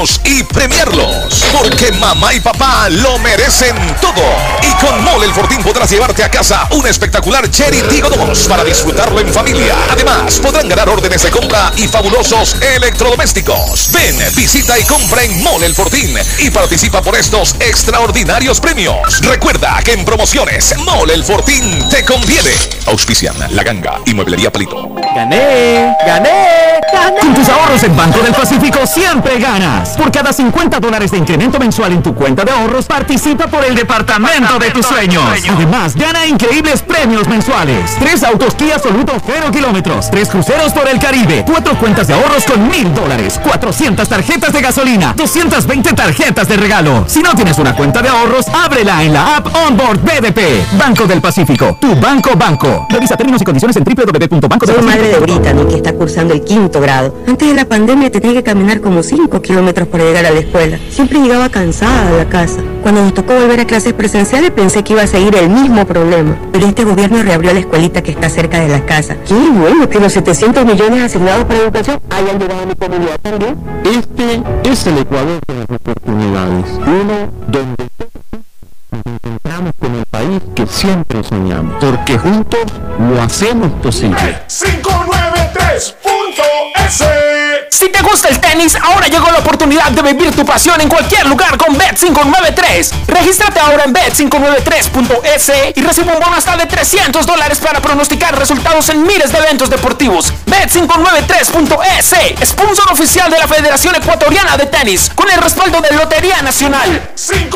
premiarlos, porque mamá y papá lo merecen todo. Y con Mole el Fortín podrás llevarte a casa un espectacular Cherry Tiggo 2 para disfrutarlo en familia. Además, podrán ganar órdenes de compra y fabulosos electrodomésticos. Ven, visita y compra en Mole el Fortín y participa por estos extraordinarios premios. Recuerda que en promociones Mole el Fortín te conviene. Auspician La Ganga y Mueblería Palito. ¡Gané! Con tus ahorros en Banco del Pacífico siempre ganas. Por cada $50 de incremento mensual en tu cuenta de ahorros, participa por el departamento de tus sueños. Además, gana increíbles premios mensuales. 3 autos Kia Soluto 0 kilómetros, 3 cruceros por el Caribe, 4 cuentas de ahorros con $1,000, 400 tarjetas de gasolina, 220 tarjetas de regalo. Si no tienes una cuenta de ahorros, ábrela en la app Onboard BDP. Banco del Pacífico, tu banco. Revisa términos y condiciones en www.banco. Soy madre de Brittany, que está cursando el 5º grado. Antes de la pandemia tenía que caminar como 5 kilómetros para llegar a la escuela. Siempre llegaba cansada a la casa. Cuando nos tocó volver a clases presenciales pensé que iba a seguir el mismo problema. Pero este gobierno reabrió la escuelita que está cerca de la casa. Qué bueno que los 700 millones asignados para educación hayan llegado a mi comunidad también. Este es el Ecuador de las oportunidades. Uno donde nos encontramos con el país que siempre soñamos. Porque juntos lo hacemos posible. 593.es. Si te gusta el tenis, ahora llegó la oportunidad de vivir tu pasión en cualquier lugar con Bet593. Regístrate ahora en Bet593.es y recibe un bono hasta de $300 para pronosticar resultados en miles de eventos deportivos. Bet593.es, sponsor oficial de la Federación Ecuatoriana de Tenis, con el respaldo de Lotería Nacional.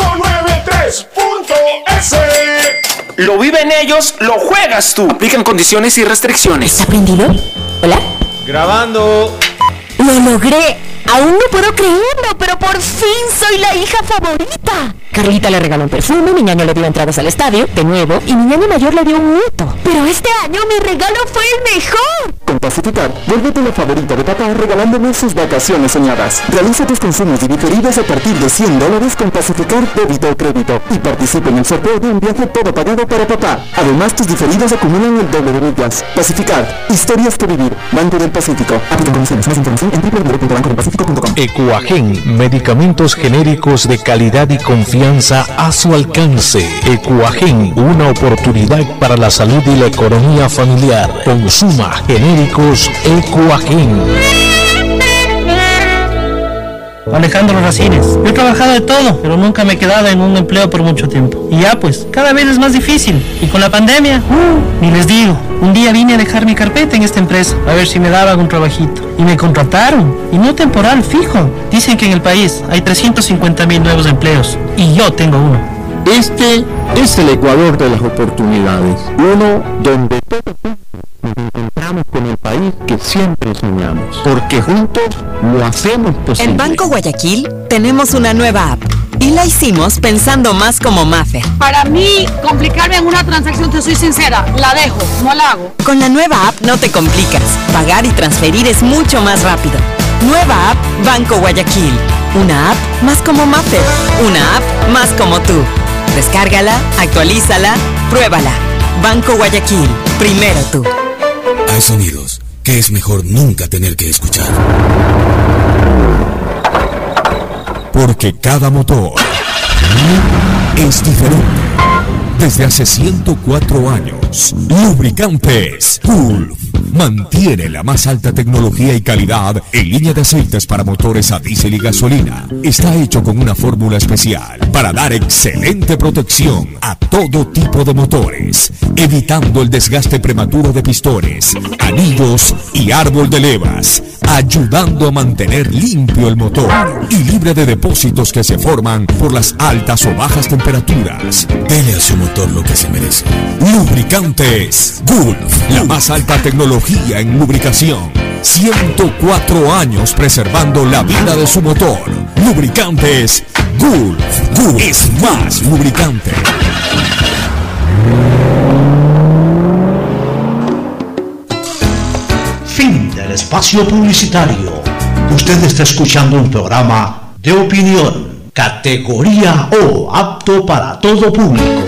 593.es. Lo viven ellos, lo juegas tú. Aplican condiciones y restricciones. ¿Está prendido? ¿Hola? Grabando. ¡Lo logré! Aún no puedo creerlo, pero por fin soy la hija favorita. Carlita le regaló un perfume, mi ñaño le dio entradas al estadio, de nuevo, y mi ñaño mayor le dio un nieto. Pero este año mi regalo fue el mejor. Con Pacificar, vuélvete la favorita de papá regalándole sus vacaciones soñadas. Realiza tus consumos y diferidos a partir de $100 con Pacificar débito o crédito y participa en el sorteo de un viaje todo pagado para papá. Además, tus diferidos acumulan el doble de millas. Pacificar, historias que vivir. Banco del Pacífico. Aplica condiciones. Más información en www.bancodelpacifico.com. Ecuagen, medicamentos genéricos de calidad y confianza a su alcance. Ecuagen, una oportunidad para la salud y la economía familiar. Consuma genéricos Ecuagen. Alejandro Racines. Yo he trabajado de todo, pero nunca me he quedado en un empleo por mucho tiempo. Y ya pues, cada vez es más difícil. Y con la pandemia, ni les digo. Un día vine a dejar mi carpeta en esta empresa, a ver si me daban un trabajito. Y me contrataron, y no temporal, fijo. Dicen que en el país hay 350,000 nuevos empleos, y yo tengo uno. Este es el Ecuador de las oportunidades. Uno donde todos nos encontramos con el país que siempre soñamos. Porque juntos lo hacemos posible. En Banco Guayaquil tenemos una nueva app. Y la hicimos pensando más como Maffer. Para mí, complicarme en una transacción, te soy sincera, la dejo, no la hago. Con la nueva app no te complicas. Pagar y transferir es mucho más rápido. Nueva app Banco Guayaquil. Una app más como Maffer. Una app más como tú. Descárgala, actualízala, pruébala. Banco Guayaquil. Primero tú. Hay sonidos que es mejor nunca tener que escuchar. Porque cada motor es diferente. Desde hace 104 años, Lubricantes Gulf mantiene la más alta tecnología y calidad en línea de aceites para motores a diésel y gasolina. Está hecho con una fórmula especial para dar excelente protección a todo tipo de motores, evitando el desgaste prematuro de pistones, anillos y árbol de levas, ayudando a mantener limpio el motor y libre de depósitos que se forman por las altas o bajas temperaturas. Dele a su motor lo que se merece. Lubricantes Gulf, la más alta tecnología en lubricación. 104 años preservando la vida de su motor. Lubricantes Gulf. Gulf es más lubricante. Fin del espacio publicitario. Usted está escuchando un programa de opinión, categoría O, apto para todo público.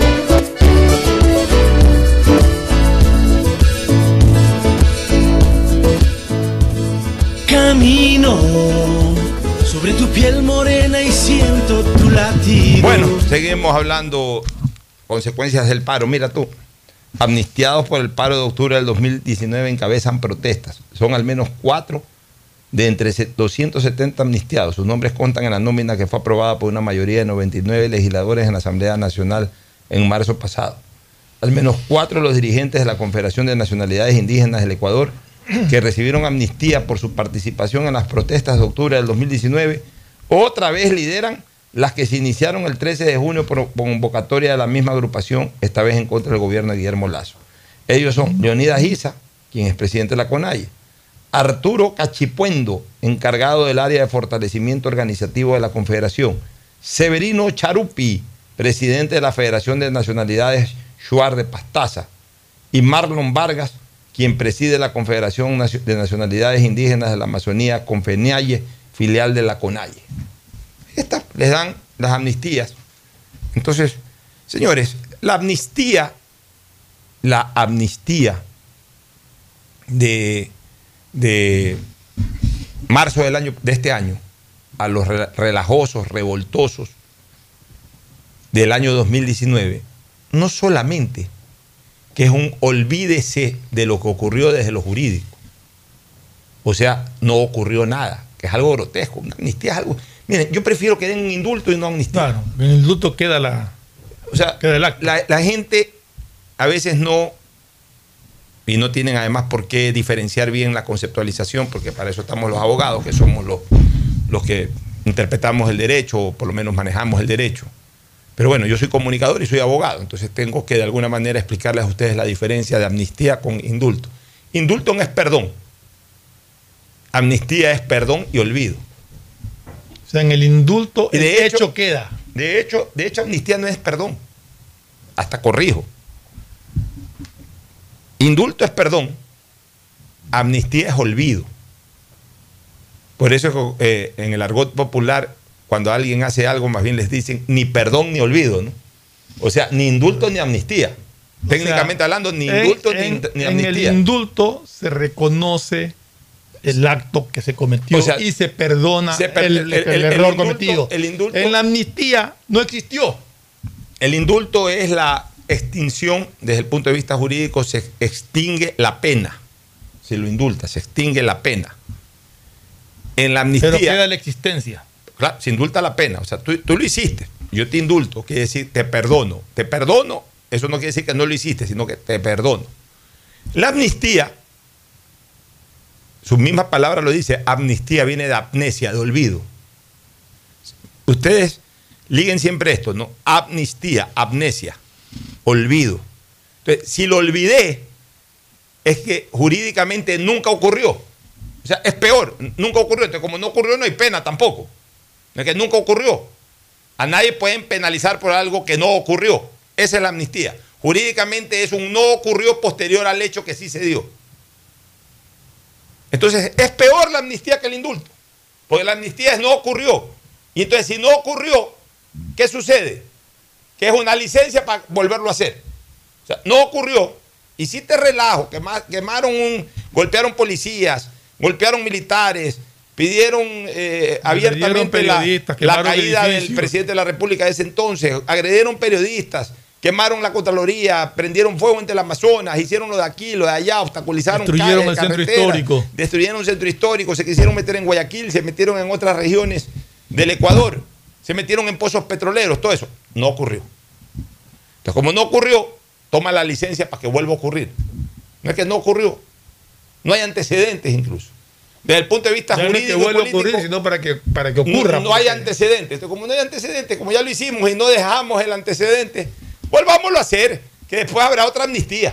Camino sobre Sobre tu piel morena y siento tu latido. Bueno, seguimos hablando consecuencias del paro. Mira tú, amnistiados por el paro de octubre del 2019 encabezan protestas. Son al menos 4 de entre 270 amnistiados. Sus nombres constan en la nómina que fue aprobada por una mayoría de 99 legisladores en la Asamblea Nacional en marzo pasado. Al menos 4 de los dirigentes de la Confederación de Nacionalidades Indígenas del Ecuador que recibieron amnistía por su participación en las protestas de octubre del 2019, otra vez lideran las que se iniciaron el 13 de junio por convocatoria de la misma agrupación, esta vez en contra del gobierno de Guillermo Lasso. Ellos son Leonidas Giza, quien es presidente de la CONAIE, Arturo Cachipuendo, encargado del área de fortalecimiento organizativo de la Confederación, Severino Charupi, presidente de la Federación de Nacionalidades Shuar de Pastaza, y Marlon Vargas, quien preside la Confederación de Nacionalidades Indígenas de la Amazonía, Confeniaye, filial de la CONAIE. Estas les dan las amnistías. Entonces, señores, la amnistía de marzo de este año a los relajosos, revoltosos del año 2019, no solamente que es un olvídese de lo que ocurrió desde lo jurídico, o sea, no ocurrió nada, que es algo grotesco. Una amnistía es algo... Miren, yo prefiero que den un indulto y no amnistía. Claro, en el indulto queda el acto. La gente a veces no, y no tienen además por qué diferenciar bien la conceptualización, porque para eso estamos los abogados, que somos los que interpretamos el derecho, o por lo menos manejamos el derecho. Pero bueno, yo soy comunicador y soy abogado, entonces tengo que de alguna manera explicarles a ustedes la diferencia de amnistía con indulto. Indulto no es perdón. Amnistía es perdón y olvido. O sea, en el indulto el hecho queda. De hecho, amnistía no es perdón. Hasta corrijo. Indulto es perdón. Amnistía es olvido. Por eso en el argot popular, cuando alguien hace algo, más bien les dicen ni perdón ni olvido, ¿no? O sea, ni indulto ni amnistía. Técnicamente hablando, ni indulto ni amnistía. En el indulto se reconoce el acto que se cometió, o sea, y se perdona el error cometido. En la amnistía no existió. El indulto es la extinción, desde el punto de vista jurídico, se extingue la pena. Si lo indulta, se extingue la pena. En la amnistía... Pero queda la existencia. Claro, se indulta la pena. O sea, tú lo hiciste, yo te indulto, quiere decir te perdono. Te perdono, eso no quiere decir que no lo hiciste, sino que te perdono. La amnistía, su misma palabra lo dice, amnistía viene de amnesia, de olvido. Ustedes liguen siempre esto, ¿no? Amnistía, amnesia, olvido. Entonces, si lo olvidé, es que jurídicamente nunca ocurrió. O sea, es peor, nunca ocurrió. Entonces, como no ocurrió, no hay pena tampoco. No es que nunca ocurrió. A nadie pueden penalizar por algo que no ocurrió. Esa es la amnistía. Jurídicamente es un no ocurrió posterior al hecho que sí se dio. Entonces, es peor la amnistía que el indulto. Porque la amnistía es no ocurrió. Y entonces, si no ocurrió, ¿qué sucede? Que es una licencia para volverlo a hacer. O sea, no ocurrió. Hiciste relajo, golpearon policías, golpearon militares, pidieron abiertamente la caída del presidente de la República de ese entonces, agredieron periodistas, quemaron la Contraloría, prendieron fuego entre el Amazonas, hicieron lo de aquí, lo de allá, obstaculizaron destruyeron el centro histórico. Destruyeron un centro histórico, se quisieron meter en Guayaquil, se metieron en otras regiones del Ecuador, se metieron en pozos petroleros, todo eso. No ocurrió. Entonces, como no ocurrió, toma la licencia para que vuelva a ocurrir. No es que no ocurrió. No hay antecedentes incluso. Desde el punto de vista jurídico, no es que vuelva a ocurrir, sino para que ocurra. No hay antecedentes. Entonces, como no hay antecedentes, como ya lo hicimos y no dejamos el antecedente, volvámoslo a hacer, que después habrá otra amnistía.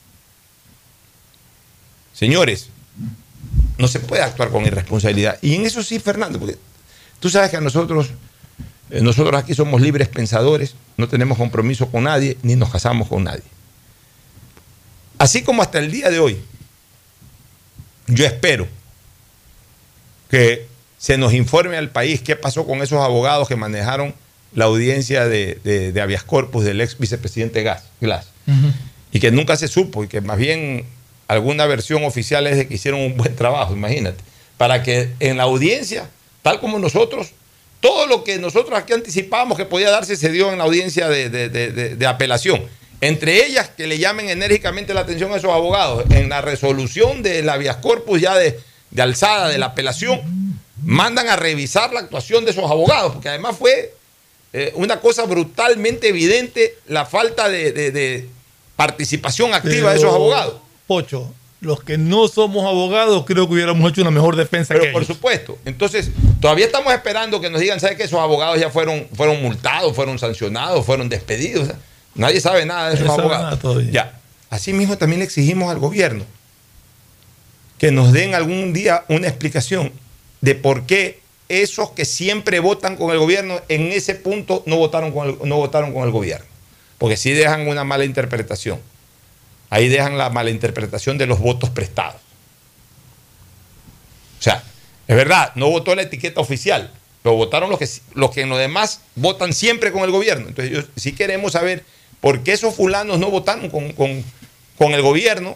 Señores, no se puede actuar con irresponsabilidad. Y en eso sí, Fernando, porque tú sabes que a nosotros aquí somos libres pensadores, no tenemos compromiso con nadie, ni nos casamos con nadie. Así como hasta el día de hoy, yo espero que se nos informe al país qué pasó con esos abogados que manejaron la audiencia de habeas corpus del ex vicepresidente Glass. Y que nunca se supo, y que más bien alguna versión oficial es de que hicieron un buen trabajo, imagínate, para que en la audiencia tal como nosotros, todo lo que nosotros aquí anticipábamos que podía darse se dio en la audiencia de apelación. Entre ellas, que le llamen enérgicamente la atención a esos abogados. En la resolución del habeas corpus ya de alzada de la apelación, mandan a revisar la actuación de esos abogados, porque además fue una cosa brutalmente evidente la falta de participación activa de esos abogados. Pocho, los que no somos abogados creo que hubiéramos hecho una mejor defensa que ellos. Por supuesto. Entonces, todavía estamos esperando que nos digan, ¿sabes qué? Esos abogados ya fueron multados, fueron sancionados, fueron despedidos. Nadie sabe nada de esos abogados. Ya. Asimismo, también le exigimos al gobierno que nos den algún día una explicación de por qué esos que siempre votan con el gobierno en ese punto no votaron con el gobierno. Porque sí dejan una mala interpretación. Ahí dejan la mala interpretación de los votos prestados. O sea, es verdad, no votó la etiqueta oficial, pero votaron los que en lo demás votan siempre con el gobierno. Entonces, sí queremos saber por qué esos fulanos no votaron con el gobierno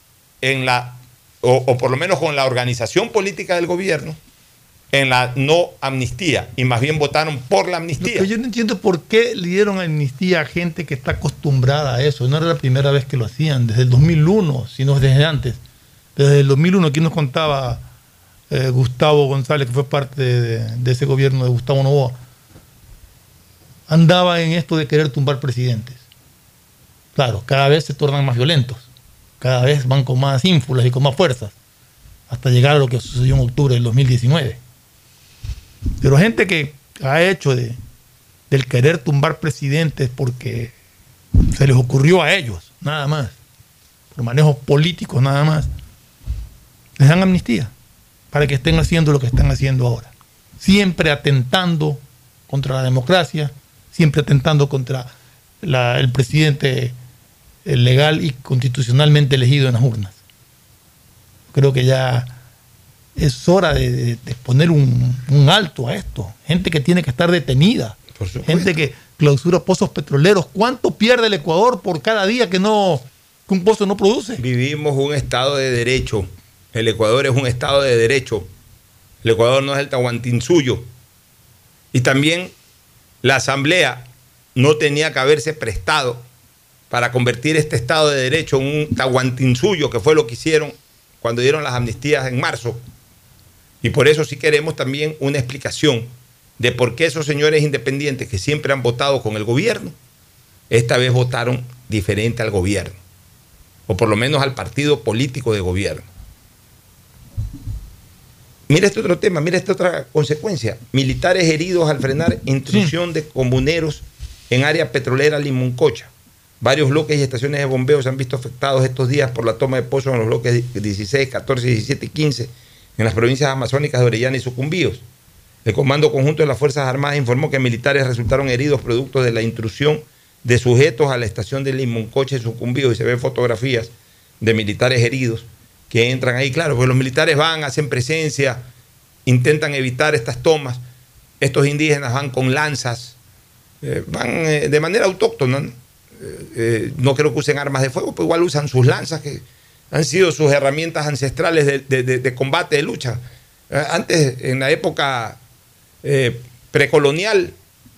o por lo menos con la organización política del gobierno en la no amnistía y más bien votaron por la amnistía. Lo que yo no entiendo por qué le dieron amnistía a gente que está acostumbrada a eso. No era la primera vez que lo hacían, desde el 2001, sino desde antes. Desde el 2001, aquí nos contaba Gustavo González, que fue parte de ese gobierno de Gustavo Noboa, andaba en esto de querer tumbar presidentes. Claro, cada vez se tornan más violentos, cada vez van con más ínfulas y con más fuerzas, hasta llegar a lo que sucedió en octubre del 2019. Pero gente que ha hecho del querer tumbar presidentes porque se les ocurrió a ellos, nada más, por manejos políticos nada más, les dan amnistía para que estén haciendo lo que están haciendo ahora. Siempre atentando contra la democracia, siempre atentando contra el presidente legal y constitucionalmente elegido en las urnas. Creo que ya es hora de poner un alto a esto. Gente que tiene que estar detenida. Gente que clausura pozos petroleros. ¿Cuánto pierde el Ecuador por cada día que un pozo no produce? Vivimos un estado de derecho. El Ecuador es un estado de derecho. El Ecuador no es el Tahuantinsuyo. Y también la Asamblea no tenía que haberse prestado para convertir este estado de derecho en un Tahuantinsuyo, que fue lo que hicieron cuando dieron las amnistías en marzo. Y por eso sí queremos también una explicación de por qué esos señores independientes que siempre han votado con el gobierno, esta vez votaron diferente al gobierno, o por lo menos al partido político de gobierno. Mira este otro tema, mira esta otra consecuencia. Militares heridos al frenar intrusión de comuneros en área petrolera Limoncocha. Varios bloques y estaciones de bombeo se han visto afectados estos días por la toma de pozos en los bloques 16, 14, 17 y 15 en las provincias amazónicas de Orellana y Sucumbíos. El Comando Conjunto de las Fuerzas Armadas informó que militares resultaron heridos producto de la intrusión de sujetos a la estación de Limoncocha y Sucumbíos, y se ven fotografías de militares heridos que entran ahí, claro, porque los militares van, hacen presencia, intentan evitar estas tomas. Estos indígenas van con lanzas, van de manera autóctona, ¿no? No creo que usen armas de fuego, pero igual usan sus lanzas, que han sido sus herramientas ancestrales de combate, de lucha. Antes, en la época precolonial,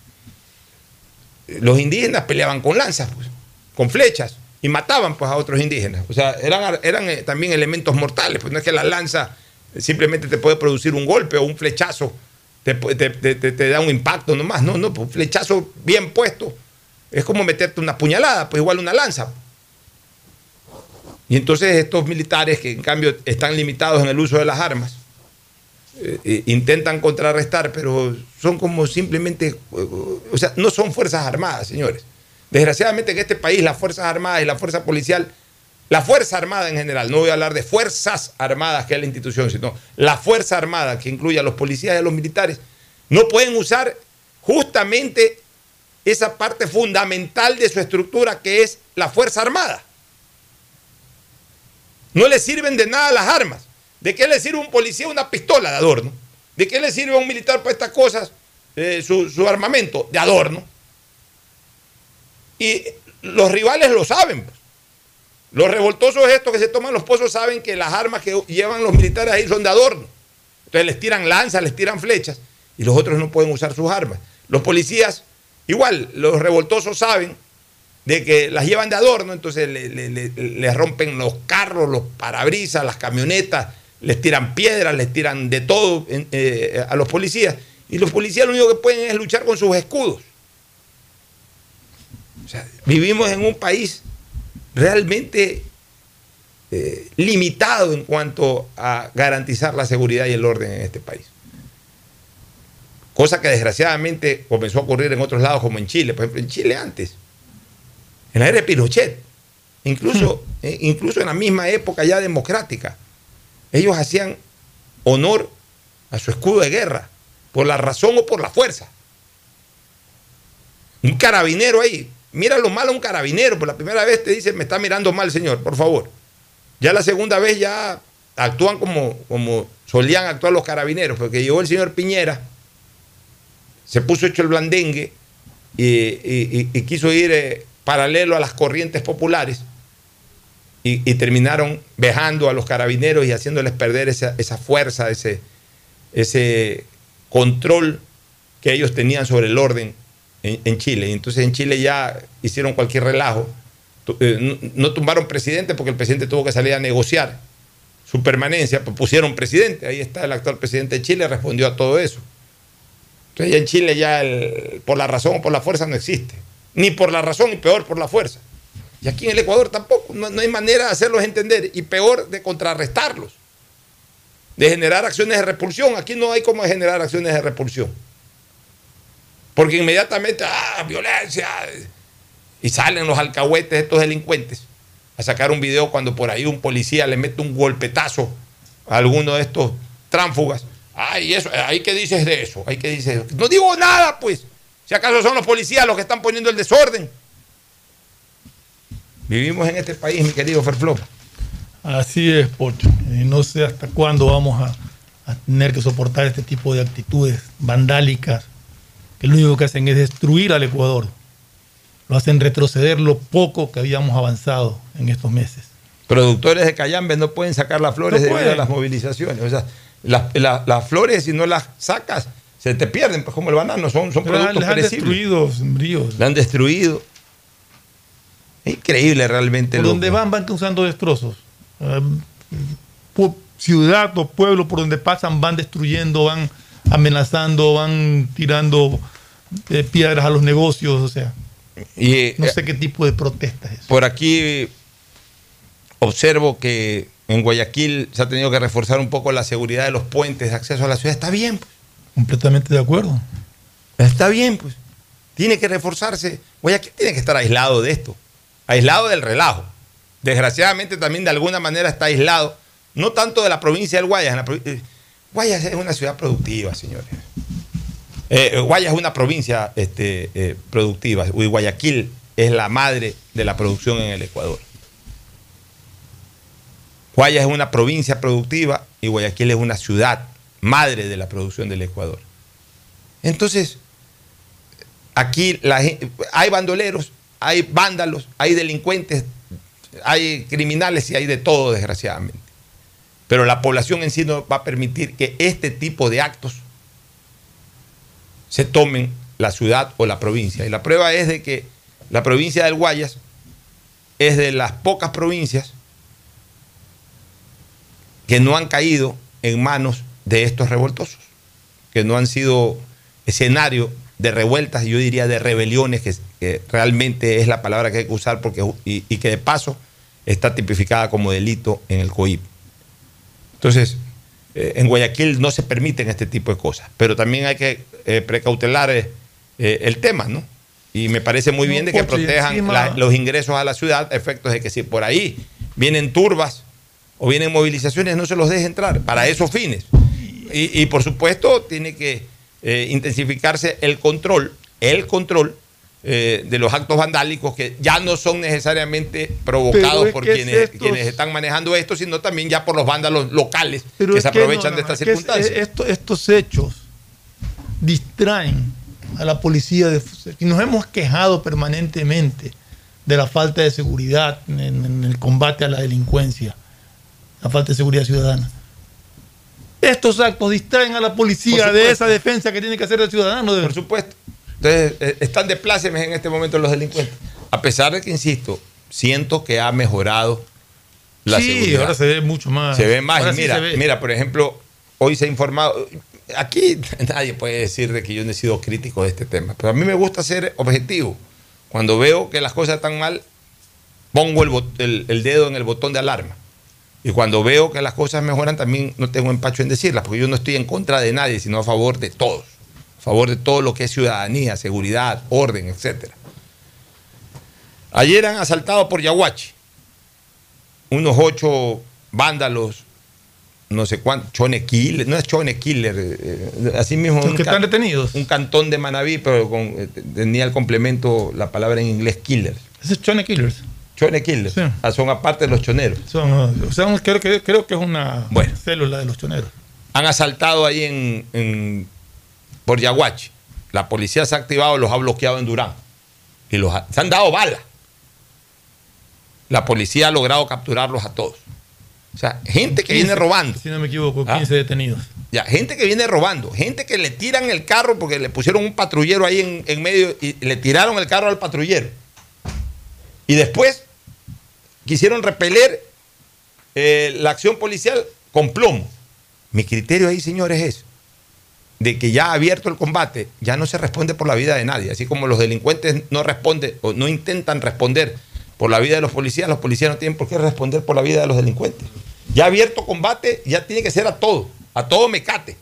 los indígenas peleaban con lanzas, pues, con flechas, y mataban pues a otros indígenas. O sea, eran también elementos mortales, pues no es que la lanza simplemente te puede producir un golpe o un flechazo, te da un impacto nomás. No, pues un flechazo bien puesto es como meterte una puñalada, pues igual una lanza. Y entonces estos militares que en cambio están limitados en el uso de las armas, intentan contrarrestar, pero son como simplemente, o sea, no son fuerzas armadas, señores. Desgraciadamente en este país las fuerzas armadas y la fuerza policial, la fuerza armada en general, no voy a hablar de fuerzas armadas que es la institución, sino la fuerza armada que incluye a los policías y a los militares, no pueden usar justamente esa parte fundamental de su estructura que es la fuerza armada. No le sirven de nada las armas. ¿De qué le sirve a un policía una pistola? De adorno. ¿De qué le sirve a un militar para estas cosas su armamento? De adorno. Y los rivales lo saben. Pues. Los revoltosos estos que se toman los pozos saben que las armas que llevan los militares ahí son de adorno. Entonces les tiran lanzas, les tiran flechas y los otros no pueden usar sus armas. Los policías, igual, los revoltosos saben de que las llevan de adorno, entonces les rompen los carros, los parabrisas, las camionetas, les tiran piedras, les tiran de todo a los policías. Y los policías lo único que pueden es luchar con sus escudos. O sea, vivimos en un país realmente limitado en cuanto a garantizar la seguridad y el orden en este país. Cosa que desgraciadamente comenzó a ocurrir en otros lados como en Chile. Por ejemplo, en Chile antes, en la era de Pinochet, incluso en la misma época ya democrática, ellos hacían honor a su escudo de guerra, por la razón o por la fuerza. Un carabinero ahí, mira lo malo a un carabinero, por la primera vez te dice, me está mirando mal, señor, por favor. Ya la segunda vez ya actúan como solían actuar los carabineros, porque llegó el señor Piñera, se puso hecho el blandengue y quiso ir paralelo a las corrientes populares y terminaron vejando a los carabineros y haciéndoles perder esa fuerza, ese control que ellos tenían sobre el orden en Chile. Y entonces en Chile ya hicieron cualquier relajo. No tumbaron presidente porque el presidente tuvo que salir a negociar su permanencia, pues pusieron presidente. Ahí está el actual presidente de Chile, respondió a todo eso. Entonces ya en Chile ya por la razón o por la fuerza no existe. Ni por la razón y peor por la fuerza. Y aquí en el Ecuador tampoco. No hay manera de hacerlos entender y peor de contrarrestarlos. De generar acciones de repulsión. Aquí no hay cómo generar acciones de repulsión. Porque inmediatamente, violencia. Y salen los alcahuetes, estos delincuentes, a sacar un video cuando por ahí un policía le mete un golpetazo a alguno de estos tránsfugas. Ay, eso, ¿ahí qué dices de eso? ¿Ahí qué dices de eso? No digo nada, pues. Si acaso son los policías los que están poniendo el desorden. Vivimos en este país, mi querido Ferfloma. Así es, Pocho. No sé hasta cuándo vamos a tener que soportar este tipo de actitudes vandálicas que lo único que hacen es destruir al Ecuador. Lo hacen retroceder lo poco que habíamos avanzado en estos meses. Productores de Cayambe no pueden sacar las flores debido a las movilizaciones. O sea, las flores, si no las sacas, se te pierden, pues como el banano, son productos les han perecibles. destruido, sembríos. La han destruido. Es increíble realmente. Por donde van causando destrozos. Ciudad o pueblo por donde pasan van destruyendo, van amenazando, van tirando piedras a los negocios, o sea. Y, no sé qué tipo de protesta es eso. Por aquí observo que en Guayaquil se ha tenido que reforzar un poco la seguridad de los puentes de acceso a la ciudad. Está bien, pues. Completamente de acuerdo. Está bien, pues. Tiene que reforzarse. Guayaquil tiene que estar aislado de esto. Aislado del relajo. Desgraciadamente también de alguna manera está aislado. No tanto de la provincia del Guayas. Guayas es una ciudad productiva, señores. Guayas es una provincia productiva. Y Guayaquil es la madre de la producción en el Ecuador. Guayas es una provincia productiva y Guayaquil es una ciudad madre de la producción del Ecuador. Entonces, aquí hay bandoleros, hay vándalos, hay delincuentes, hay criminales y hay de todo, desgraciadamente. Pero la población en sí no va a permitir que este tipo de actos se tomen la ciudad o la provincia. Y la prueba es de que la provincia del Guayas es de las pocas provincias que no han caído en manos de estos revoltosos, que no han sido escenario de revueltas, yo diría de rebeliones, que realmente es la palabra que hay que usar, y que de paso está tipificada como delito en el COIP. Entonces, en Guayaquil no se permiten este tipo de cosas, pero también hay que precautelar el tema, ¿no? Y me parece muy bien de que protejan los ingresos a la ciudad, a efectos de que si por ahí vienen turbas o vienen movilizaciones, no se los deje entrar, para esos fines. Y por supuesto tiene que intensificarse el control de los actos vandálicos, que ya no son necesariamente provocados por quienes están manejando esto, sino también ya por los vándalos locales que se aprovechan de estas circunstancias. Estos hechos distraen a la policía. Y nos hemos quejado permanentemente de la falta de seguridad en el combate a la delincuencia, la falta de seguridad ciudadana. estos actos distraen a la policía de esa defensa que tiene que hacer el ciudadano. Por supuesto. Entonces, están de plácemes en este momento los delincuentes. A pesar de que, insisto, siento que ha mejorado la seguridad. Sí, ahora se ve mucho más. Se ve más. Ahora Y sí se ve. mira, por ejemplo, hoy se ha informado. Aquí nadie puede decir de que yo no he sido crítico de este tema, pero a mí me gusta ser objetivo. Cuando veo que las cosas están mal, pongo el dedo en el botón de alarma. Y cuando veo que las cosas mejoran, también no tengo empacho en decirlas, porque yo no estoy en contra de nadie, sino a favor de todos. A favor de todo lo que es ciudadanía, seguridad, orden, etc. Ayer han asaltado por Yaguachi unos 8 vándalos, no sé cuántos, Chone Killer, no es Chone Killer, así mismo. Los que están detenidos. Un cantón de Manabí, pero tenía el complemento, la palabra en inglés, killer. Ese es Chone Killers. Chone Killers. Sí. Son aparte de los choneros. Creo que es una célula de los choneros. Han asaltado ahí por Yaguachi. La policía se ha activado, los ha bloqueado en Durán. Y se han dado balas. La policía ha logrado capturarlos a todos. O sea, gente que viene robando. Si no me equivoco, 15 detenidos. Ya, gente que viene robando, gente que le tiran el carro porque le pusieron un patrullero ahí en medio y le tiraron el carro al patrullero. Y después quisieron repeler la acción policial con plomo. Mi criterio ahí, señores, es de que ya abierto el combate, ya no se responde por la vida de nadie. Así como los delincuentes no responden o no intentan responder por la vida de los policías no tienen por qué responder por la vida de los delincuentes. Ya abierto combate, ya tiene que ser a todo mecate.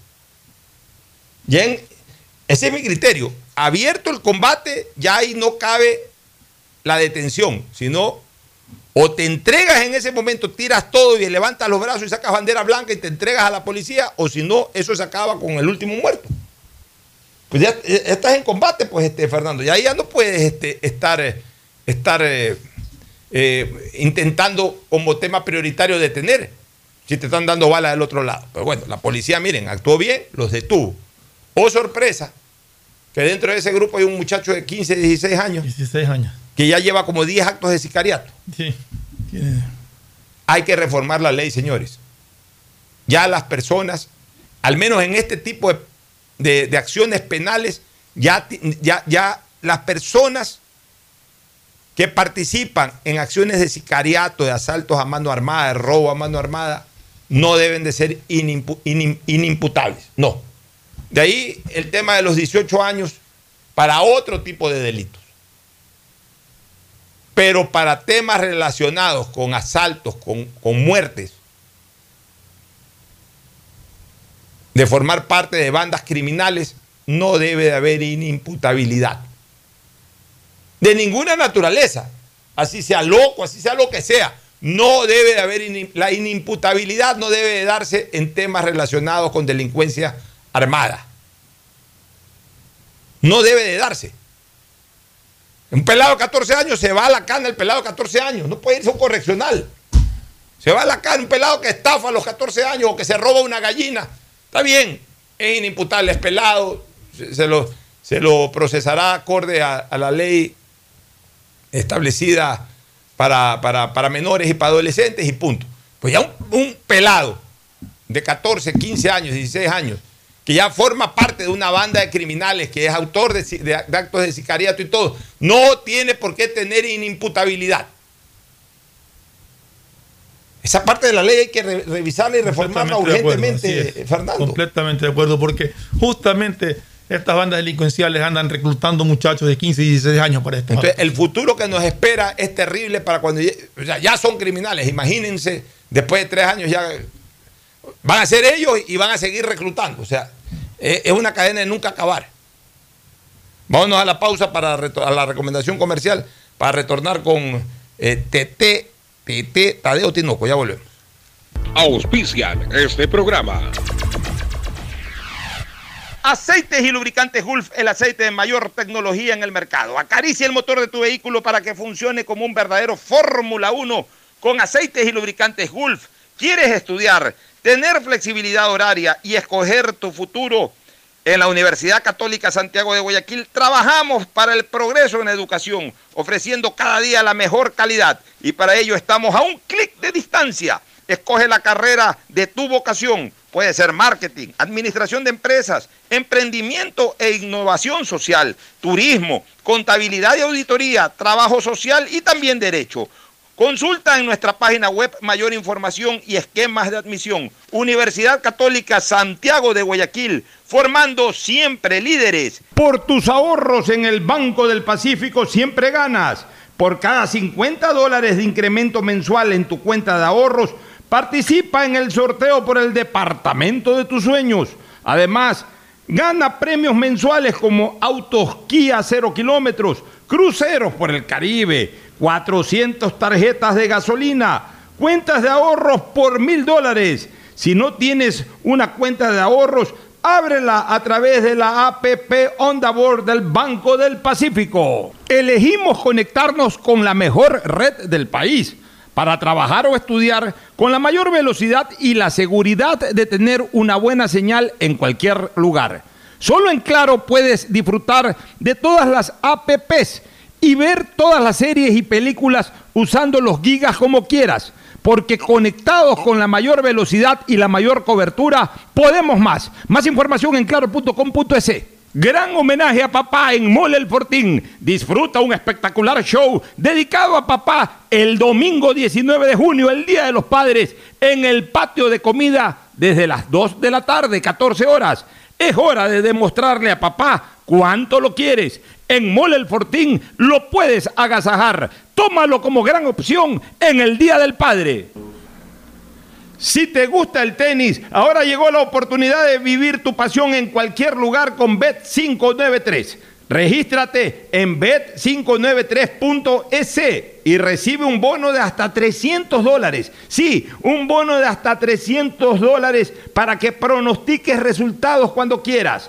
Ese es mi criterio. Abierto el combate, ya ahí no cabe la detención, sino o te entregas en ese momento, tiras todo y levantas los brazos y sacas bandera blanca y te entregas a la policía, o si no, eso se acaba con el último muerto. Pues ya estás en combate, pues, Fernando. Ya ahí ya no puedes estar intentando como tema prioritario detener si te están dando balas del otro lado. Pero bueno, la policía, miren, actuó bien, los detuvo. Oh, sorpresa, que dentro de ese grupo hay un muchacho de 15, 16 años. 16 años. Que ya lleva como 10 actos de sicariato. Sí. Hay que reformar la ley, señores. Ya las personas, al menos en este tipo de acciones penales, ya las personas que participan en acciones de sicariato, de asaltos a mano armada, de robo a mano armada, no deben de ser inimputables. No. De ahí el tema de los 18 años para otro tipo de delitos. Pero para temas relacionados con asaltos, con muertes, de formar parte de bandas criminales, no debe de haber inimputabilidad. De ninguna naturaleza, así sea loco, así sea lo que sea, no debe de haber la inimputabilidad, no debe de darse en temas relacionados con delincuencia armada. No debe de darse. Un pelado de 14 años se va a la cana, el pelado de 14 años, no puede irse a un correccional. Se va a la cana un pelado que estafa a los 14 años o que se roba una gallina. Está bien, es inimputable, es pelado, se lo procesará acorde a la ley establecida para menores y para adolescentes y punto. Pues ya un pelado de 14, 15 años, 16 años, que ya forma parte de una banda de criminales, que es autor de actos de sicariato y todo, no tiene por qué tener inimputabilidad. Esa parte de la ley hay que revisarla y reformarla urgentemente, Fernando. Completamente de acuerdo, porque justamente estas bandas delincuenciales andan reclutando muchachos de 15 y 16 años para esto. Entonces, el futuro que nos espera es terrible para cuando ya son criminales. Imagínense, después de 3 años ya van a ser ellos y van a seguir reclutando. O sea, es una cadena de nunca acabar. Vámonos a la pausa a la recomendación comercial para retornar con Tadeo Tinoco. Ya volvemos. Auspician este programa. Aceites y lubricantes Gulf, el aceite de mayor tecnología en el mercado. Acaricia el motor de tu vehículo para que funcione como un verdadero Fórmula 1 con aceites y lubricantes Gulf. ¿Quieres estudiar, tener flexibilidad horaria y escoger tu futuro? En la Universidad Católica Santiago de Guayaquil trabajamos para el progreso en educación, ofreciendo cada día la mejor calidad. Y para ello estamos a un clic de distancia. Escoge la carrera de tu vocación. Puede ser marketing, administración de empresas, emprendimiento e innovación social, turismo, contabilidad y auditoría, trabajo social y también derecho. Consulta en nuestra página web mayor información y esquemas de admisión. Universidad Católica Santiago de Guayaquil, formando siempre líderes. Por tus ahorros en el Banco del Pacífico siempre ganas. Por cada $50 de incremento mensual en tu cuenta de ahorros, participa en el sorteo por el departamento de tus sueños. Además, gana premios mensuales como autos Kia 0 kilómetros, cruceros por el Caribe, 400 tarjetas de gasolina, cuentas de ahorros por $1,000. Si no tienes una cuenta de ahorros, ábrela a través de la APP Onda Board del Banco del Pacífico. Elegimos conectarnos con la mejor red del país para trabajar o estudiar con la mayor velocidad y la seguridad de tener una buena señal en cualquier lugar. Solo en Claro puedes disfrutar de todas las APPs y ver todas las series y películas usando los gigas como quieras, porque conectados con la mayor velocidad y la mayor cobertura, podemos más. Más información en claro.com.es. Gran homenaje a papá en Mall El Fortín. Disfruta un espectacular show dedicado a papá el domingo 19 de junio, el Día de los Padres, en el patio de comida desde las 2 de la tarde, 14 horas. Es hora de demostrarle a papá cuánto lo quieres. En Mall El Fortín lo puedes agasajar. Tómalo como gran opción en el Día del Padre. Si te gusta el tenis, ahora llegó la oportunidad de vivir tu pasión en cualquier lugar con Bet593. Regístrate en bet593.es y recibe un bono de hasta $300. Sí, un bono de hasta $300 para que pronostiques resultados cuando quieras.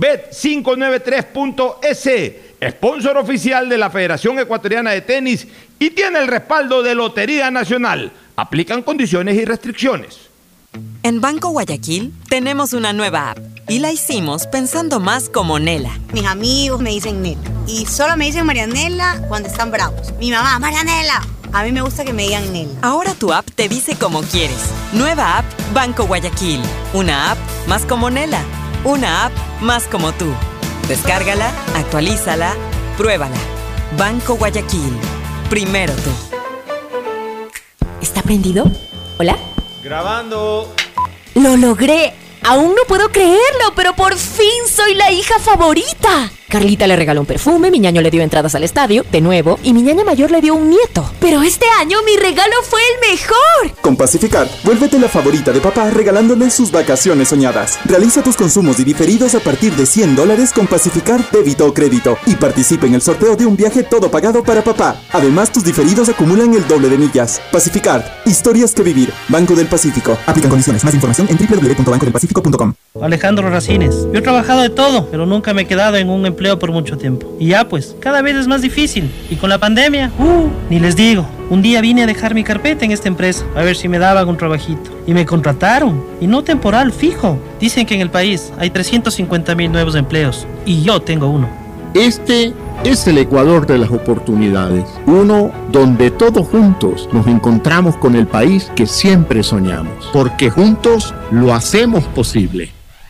Bet593.es, sponsor oficial de la Federación Ecuatoriana de Tenis y tiene el respaldo de Lotería Nacional. Aplican condiciones y restricciones. En Banco Guayaquil tenemos una nueva app y la hicimos pensando más como Nela. Mis amigos me dicen Nela y solo me dicen Marianela cuando están bravos. Mi mamá, Marianela. A mí me gusta que me digan Nela. Ahora tu app te dice como quieres. Nueva app Banco Guayaquil. Una app más como Nela. Una app más como tú. Descárgala, actualízala, pruébala. Banco Guayaquil. Primero tú. ¿Está prendido? ¿Hola? Grabando. ¡Lo logré! Aún no puedo creerlo, pero por fin soy la hija favorita. Carlita le regaló un perfume, mi ñaño le dio entradas al estadio, de nuevo, y mi ñaña mayor le dio un nieto. Pero este año mi regalo fue el mejor. Con Pacificar, vuélvete la favorita de papá regalándole sus vacaciones soñadas. Realiza tus consumos y diferidos a partir de $100 con Pacificar débito o crédito y participa en el sorteo de un viaje todo pagado para papá. Además, tus diferidos acumulan el doble de millas. Pacificar, historias que vivir. Banco del Pacífico. Aplican condiciones. Más información en www.bancodelpacifico.com. Alejandro Racines. Yo he trabajado de todo, pero nunca me he quedado en un empleo por mucho tiempo. Y ya pues, cada vez es más difícil. Y con la pandemia, ni les digo. Un día vine a dejar mi carpeta en esta empresa, a ver si me daban un trabajito. Y me contrataron, y no temporal, fijo. Dicen que en el país hay 350,000 nuevos empleos, y yo tengo uno. Este es el Ecuador de las oportunidades. Uno donde todos juntos nos encontramos con el país que siempre soñamos. Porque juntos lo hacemos posible.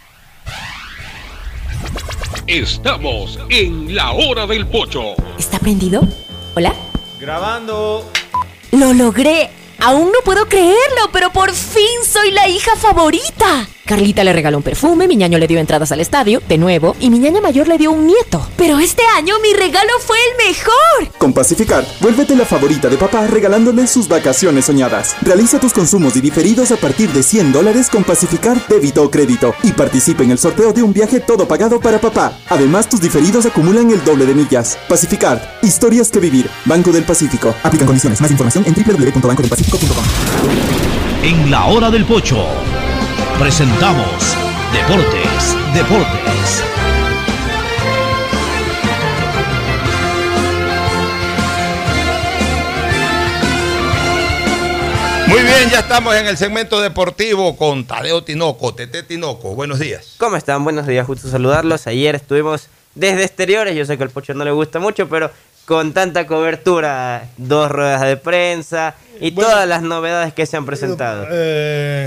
Estamos en la hora del pocho. ¿Está prendido? ¿Hola? Grabando. ¡Lo logré! Aún no puedo creerlo, pero por fin soy la hija favorita. Carlita le regaló un perfume, mi ñaño le dio entradas al estadio, de nuevo, y mi ñaña mayor le dio un nieto. Pero este año mi regalo fue el mejor. Con Pacificar, vuélvete la favorita de papá regalándole sus vacaciones soñadas. Realiza tus consumos y diferidos a partir de $100 con Pacificar débito o crédito y participa en el sorteo de un viaje todo pagado para papá. Además, tus diferidos acumulan el doble de millas. Pacificar, historias que vivir. Banco del Pacífico. Aplican condiciones. Más información en www.bancodelpacifico.com. En la hora del pocho presentamos Deportes. Muy bien, ya estamos en el segmento deportivo con Tadeo Tinoco, Tete Tinoco. Buenos días. ¿Cómo están? Buenos días, justo saludarlos. Ayer estuvimos desde exteriores, yo sé que al Pocho no le gusta mucho, pero con tanta cobertura, 2 ruedas de prensa y todas las novedades que se han presentado.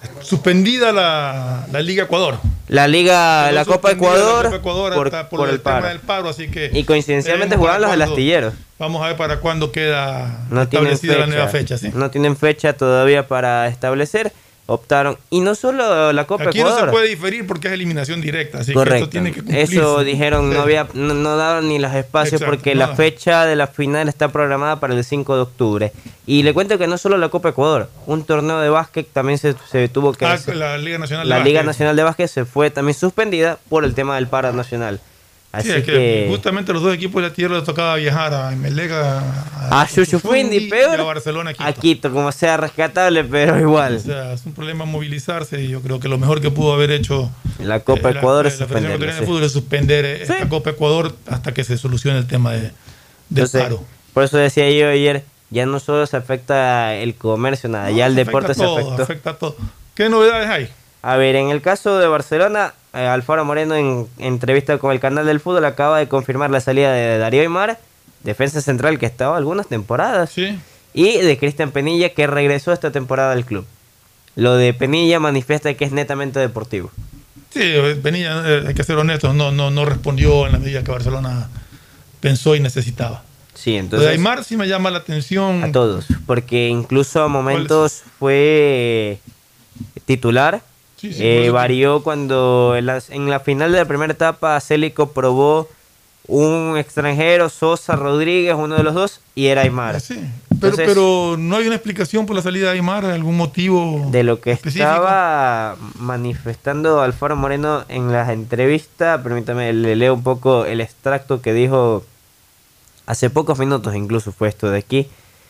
Suspendida la Liga Ecuador. La Copa Ecuador, por el tema del paro, así que y coincidencialmente jugaban los del Astillero. Vamos a ver para cuándo queda no establecida la nueva fecha. ¿Sí? No tienen fecha todavía para establecer. Optaron, y no solo la Copa Aquí Ecuador. No se puede diferir porque es eliminación directa, así correcto. Que esto tiene que cumplirse. Eso dijeron, no daban ni los espacios. Exacto, porque la fecha de la final está programada para el 5 de octubre. Y le cuento que no solo la Copa Ecuador, un torneo de básquet también se tuvo que... la Liga Nacional de Básquet. La Liga Nacional de Básquet se fue también suspendida por el tema del paro nacional. Así sí, es que justamente los dos equipos de la tierra les tocaba viajar a Emelec, a Chuchufundi, peor, a Barcelona, a Quito, como sea rescatable, pero igual. O sea, es un problema movilizarse y yo creo que lo mejor que pudo haber hecho la Copa Ecuador es suspender. La Federación de Fútbol es suspender esta Copa Ecuador hasta que se solucione el tema del paro. Por eso decía yo ayer, ya no solo se afecta el comercio, nada, ya el deporte se afectó. Afecta todo. ¿Qué novedades hay? A ver, en el caso de Barcelona, Alfaro Moreno en entrevista con el canal del fútbol acaba de confirmar la salida de Darío Aimar, defensa central que estaba algunas temporadas, sí. Y de Cristian Penilla que regresó esta temporada al club. Lo de Penilla manifiesta que es netamente deportivo. Sí, Penilla, hay que ser honestos, no respondió en la medida que Barcelona pensó y necesitaba. Sí, entonces, lo de Aimar sí me llama la atención. A todos, porque incluso a momentos fue titular. Sí, varió cuando en la final de la primera etapa Célico probó un extranjero, Sosa Rodríguez, uno de los dos, y era Aimar. Sí, pero no hay una explicación por la salida de Aimar, algún motivo de lo que específico. Estaba manifestando Alfaro Moreno en las entrevistas. Permítame, le leo un poco el extracto que dijo hace pocos minutos, incluso fue esto de aquí.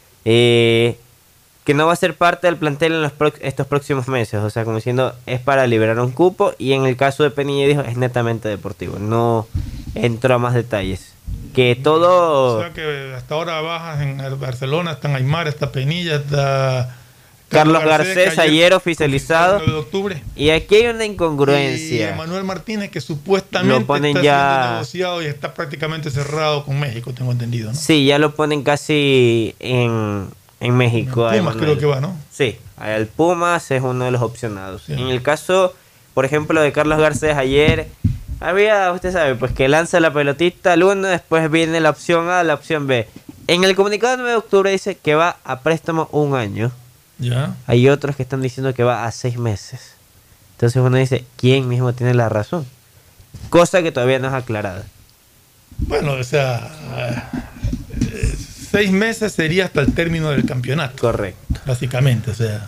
Que no va a ser parte del plantel en estos próximos meses, o sea, como diciendo, es para liberar un cupo, y en el caso de Penilla dijo, es netamente deportivo, no entró a más detalles. Que todo... O sea, que hasta ahora bajas en Barcelona, están Aimar, está Penilla, está... Carlos Garcés ayer oficializado. El 9 de octubre. Y aquí hay una incongruencia. Y Emanuel Martínez, que supuestamente está siendo negociado y está prácticamente cerrado con México, tengo entendido, ¿no? Sí, ya lo ponen casi en México. Pumas creo que va, ¿no? Sí, el Pumas es uno de los opcionados. Sí. En el caso, por ejemplo, de Carlos Garcés ayer, había, usted sabe, pues que lanza la pelotita al 1, después viene la opción A, la opción B. En el comunicado del 9 de octubre dice que va a préstamo 1 año. Ya. Hay otros que están diciendo que va a 6 meses. Entonces uno dice, ¿quién mismo tiene la razón? Cosa que todavía no es aclarada. Bueno, o sea... 6 meses sería hasta el término del campeonato. Correcto. Básicamente, o sea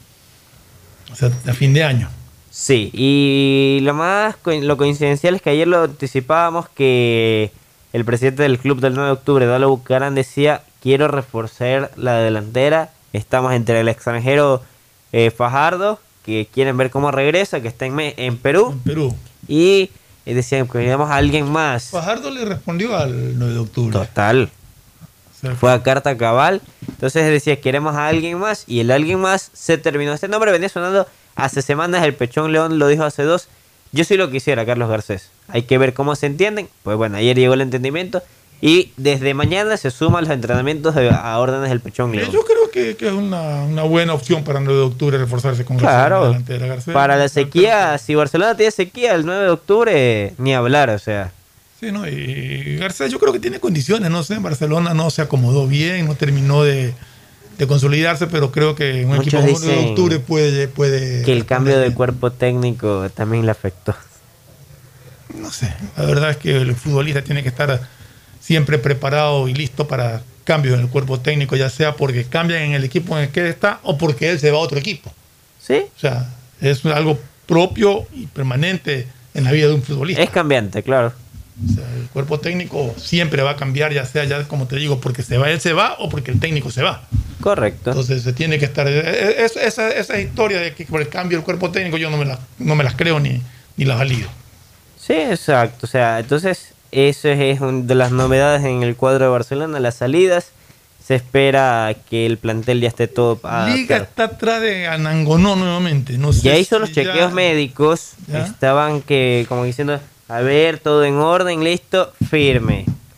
a fin de año. Sí, y lo coincidencial es que ayer lo anticipábamos que el presidente del club del 9 de octubre, Dalo Bucarán, decía, quiero reforzar la delantera. Estamos entre el extranjero Fajardo, que quieren ver cómo regresa, que está en Perú. En Perú. Y decían que queríamos a alguien más. Fajardo le respondió al 9 de octubre. Total. Fue a carta cabal. Entonces decía, queremos a alguien más. Y el alguien más se terminó. Este nombre venía sonando hace semanas. El Pechón León lo dijo hace 2. Yo sí lo quisiera, Carlos Garcés. Hay que ver cómo se entienden. Pues bueno, ayer llegó el entendimiento. Y desde mañana se suman los entrenamientos a órdenes del Pechón León. Yo creo que es una buena opción para el 9 de octubre reforzarse con claro, Garcés. Para la sequía, si Barcelona tiene sequía el 9 de octubre, ni hablar, o sea. Sí, ¿no? Y Garcés yo creo que tiene condiciones, no sé, en Barcelona no se acomodó bien, no terminó de consolidarse, pero creo que un equipo como el 9 de octubre puede que el cambio de cuerpo técnico también le afectó. No sé, la verdad es que el futbolista tiene que estar siempre preparado y listo para cambios en el cuerpo técnico, ya sea porque cambian en el equipo en el que él está o porque él se va a otro equipo. Sí. O sea, es algo propio y permanente en la vida de un futbolista. Es cambiante, claro. O sea, el cuerpo técnico siempre va a cambiar, ya sea, ya como te digo, porque él se va o porque el técnico se va. Correcto. Entonces se tiene que estar... Esa historia de que por el cambio del cuerpo técnico yo no me las creo ni las valido. Sí, exacto. O sea, entonces eso es una de las novedades en el cuadro de Barcelona, las salidas. Se espera que el plantel ya esté todo... Liga está atrás de Anangonó nuevamente. No sé ya hizo si los chequeos médicos. ¿Ya? Estaban como diciendo... A ver, todo en orden, listo, firme.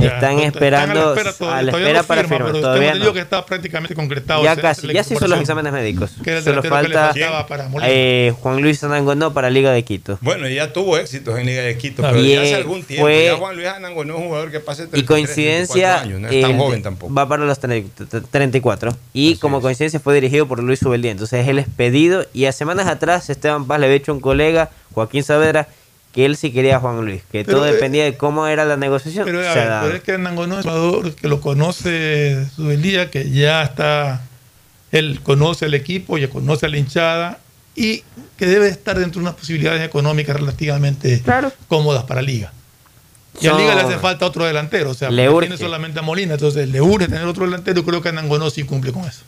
Están esperando a la espera para firmar. Todavía no. Que está prácticamente concretado. Ya casi, ya se hizo los exámenes médicos. Solo falta Juan Luis Anangonó para Liga de Quito. Bueno, ya tuvo éxitos en Liga de Quito, pero ya hace algún tiempo. Ya Juan Luis Anangonó es un jugador que pase 33, y coincidencia, 34 años, no es tan joven tampoco. Va para los 34. Y como coincidencia fue dirigido por Luis Ubeldía. Entonces él es pedido. Y a semanas atrás Esteban Paz le había hecho un colega, Joaquín Saavedra, que él sí quería a Juan Luis, que todo dependía de cómo era la negociación. Pero es que Anangonó es un jugador que lo conoce Ubeldía, que ya está, él conoce el equipo, ya conoce a la hinchada y que debe estar dentro de unas posibilidades económicas relativamente cómodas para Liga. Y a Liga le hace falta otro delantero, o sea, tiene solamente a Molina, entonces le urge tener otro delantero y creo que Anangonó sí cumple con eso.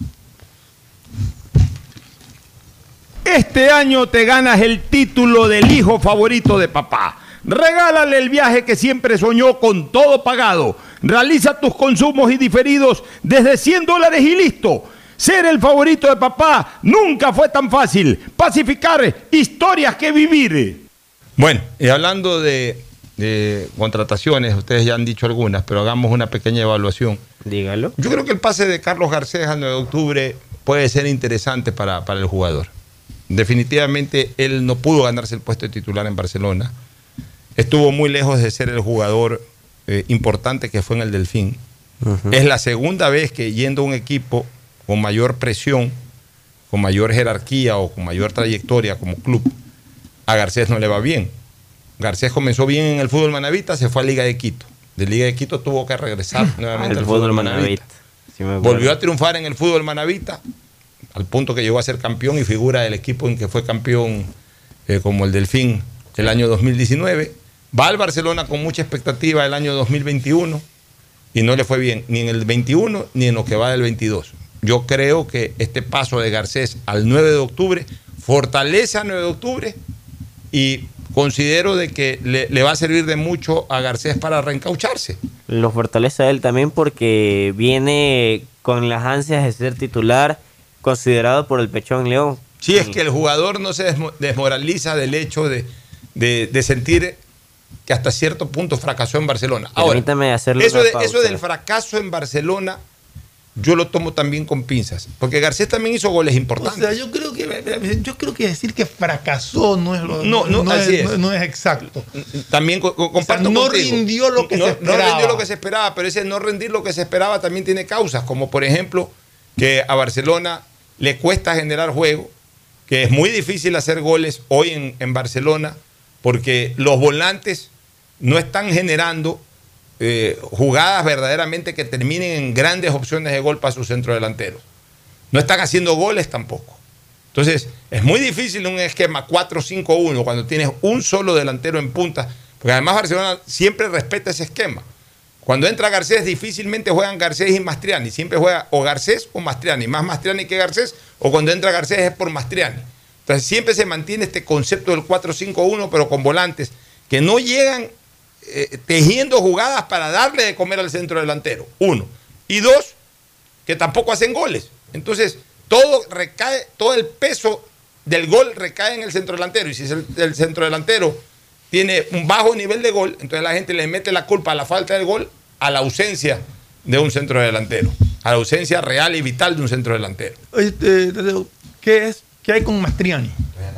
Este año te ganas el título del hijo favorito de papá. Regálale el viaje que siempre soñó con todo pagado. Realiza tus consumos y diferidos desde $100 y listo. Ser el favorito de papá nunca fue tan fácil. Pacificar, historias que vivir. Bueno, y hablando de contrataciones, ustedes ya han dicho algunas, pero hagamos una pequeña evaluación. Dígalo. Yo creo que el pase de Carlos Garcés al 9 de octubre puede ser interesante para el jugador. Definitivamente él no pudo ganarse el puesto de titular en Barcelona. Estuvo muy lejos de ser el jugador importante que fue en el Delfín. Es la segunda vez que yendo a un equipo con mayor presión, con mayor jerarquía o con mayor trayectoria como club, a Garcés no le va bien. Garcés comenzó bien en el fútbol manabita, se fue a Liga de Quito. De Liga de Quito tuvo que regresar nuevamente al fútbol manabita. Sí, volvió a triunfar en el fútbol manabita, al punto que llegó a ser campeón y figura del equipo en que fue campeón como el Delfín el año 2019. Va al Barcelona con mucha expectativa el año 2021 y no le fue bien ni en el 21 ni en lo que va del 22. Yo creo que este paso de Garcés al 9 de octubre fortalece al 9 de octubre y considero de que le va a servir de mucho a Garcés para reencaucharse. Lo fortalece a él también porque viene con las ansias de ser titular, considerado por el Pechón León. Sí, es que el jugador no se desmoraliza del hecho de sentir que hasta cierto punto fracasó en Barcelona. Ahora, permítame hacerle eso del fracaso en Barcelona, yo lo tomo también con pinzas, porque Garcés también hizo goles importantes. O sea, yo creo que decir que fracasó no es exacto. También comparto no rindió lo que se esperaba. No rindió lo que se esperaba, pero ese no rendir lo que se esperaba también tiene causas, como por ejemplo que a Barcelona le cuesta generar juego, que es muy difícil hacer goles hoy en Barcelona, porque los volantes no están generando jugadas verdaderamente que terminen en grandes opciones de gol para sus centrodelanteros. No están haciendo goles tampoco. Entonces, es muy difícil un esquema 4-5-1 cuando tienes un solo delantero en punta, porque además Barcelona siempre respeta ese esquema. Cuando entra Garcés, difícilmente juegan Garcés y Mastriani. Siempre juega o Garcés o Mastriani. Más Mastriani que Garcés, o cuando entra Garcés es por Mastriani. Entonces siempre se mantiene este concepto del 4-5-1, pero con volantes que no llegan tejiendo jugadas para darle de comer al centro delantero. Uno. Y dos, que tampoco hacen goles. Entonces, todo el peso del gol recae en el centro delantero. Y si el centro delantero tiene un bajo nivel de gol, entonces la gente le mete la culpa a la falta del gol, a la ausencia de un centro delantero, a la ausencia real y vital de un centro delantero. ¿Qué hay con Mastriani?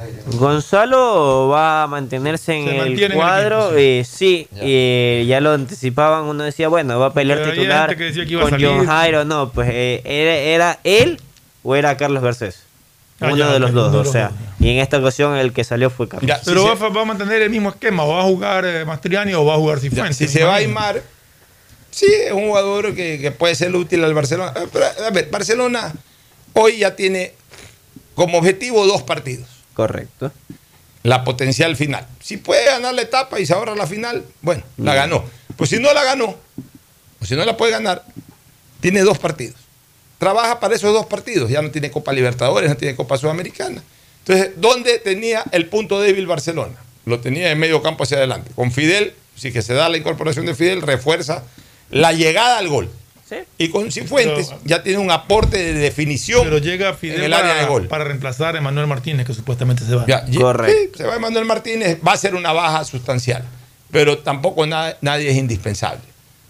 Gonzalo va a mantenerse en el cuadro, sí, ya lo anticipaban, uno decía, bueno, va a pelear pero titular con John Jairo, no, pues era él o era Carlos Garcés. Uno de los dos, o sea, y en esta ocasión el que salió fue Carlos. Ya, pero va a mantener el mismo esquema, o va a jugar Mastriani o va a jugar Cifuentes. Si se va a Aimar, sí, es un jugador que puede ser útil al Barcelona. Pero, a ver, Barcelona hoy ya tiene como objetivo 2 partidos. Correcto. La potencial final. Si puede ganar la etapa y se ahorra la final, bueno, la ganó. Pues si no la ganó, o si no la puede ganar, tiene 2 partidos. Trabaja para esos 2 partidos. Ya no tiene Copa Libertadores, no tiene Copa Sudamericana. Entonces, ¿dónde tenía el punto débil Barcelona? Lo tenía en medio campo hacia adelante. Con Fidel, si que se da la incorporación de Fidel, refuerza la llegada al gol. ¿Sí? Y con Cifuentes ya tiene un aporte de definición. Pero llega Fidel en el área de gol para reemplazar a Emmanuel Martínez, que supuestamente se va. Correcto. Sí, se va Emmanuel Martínez, va a ser una baja sustancial, pero tampoco nadie es indispensable.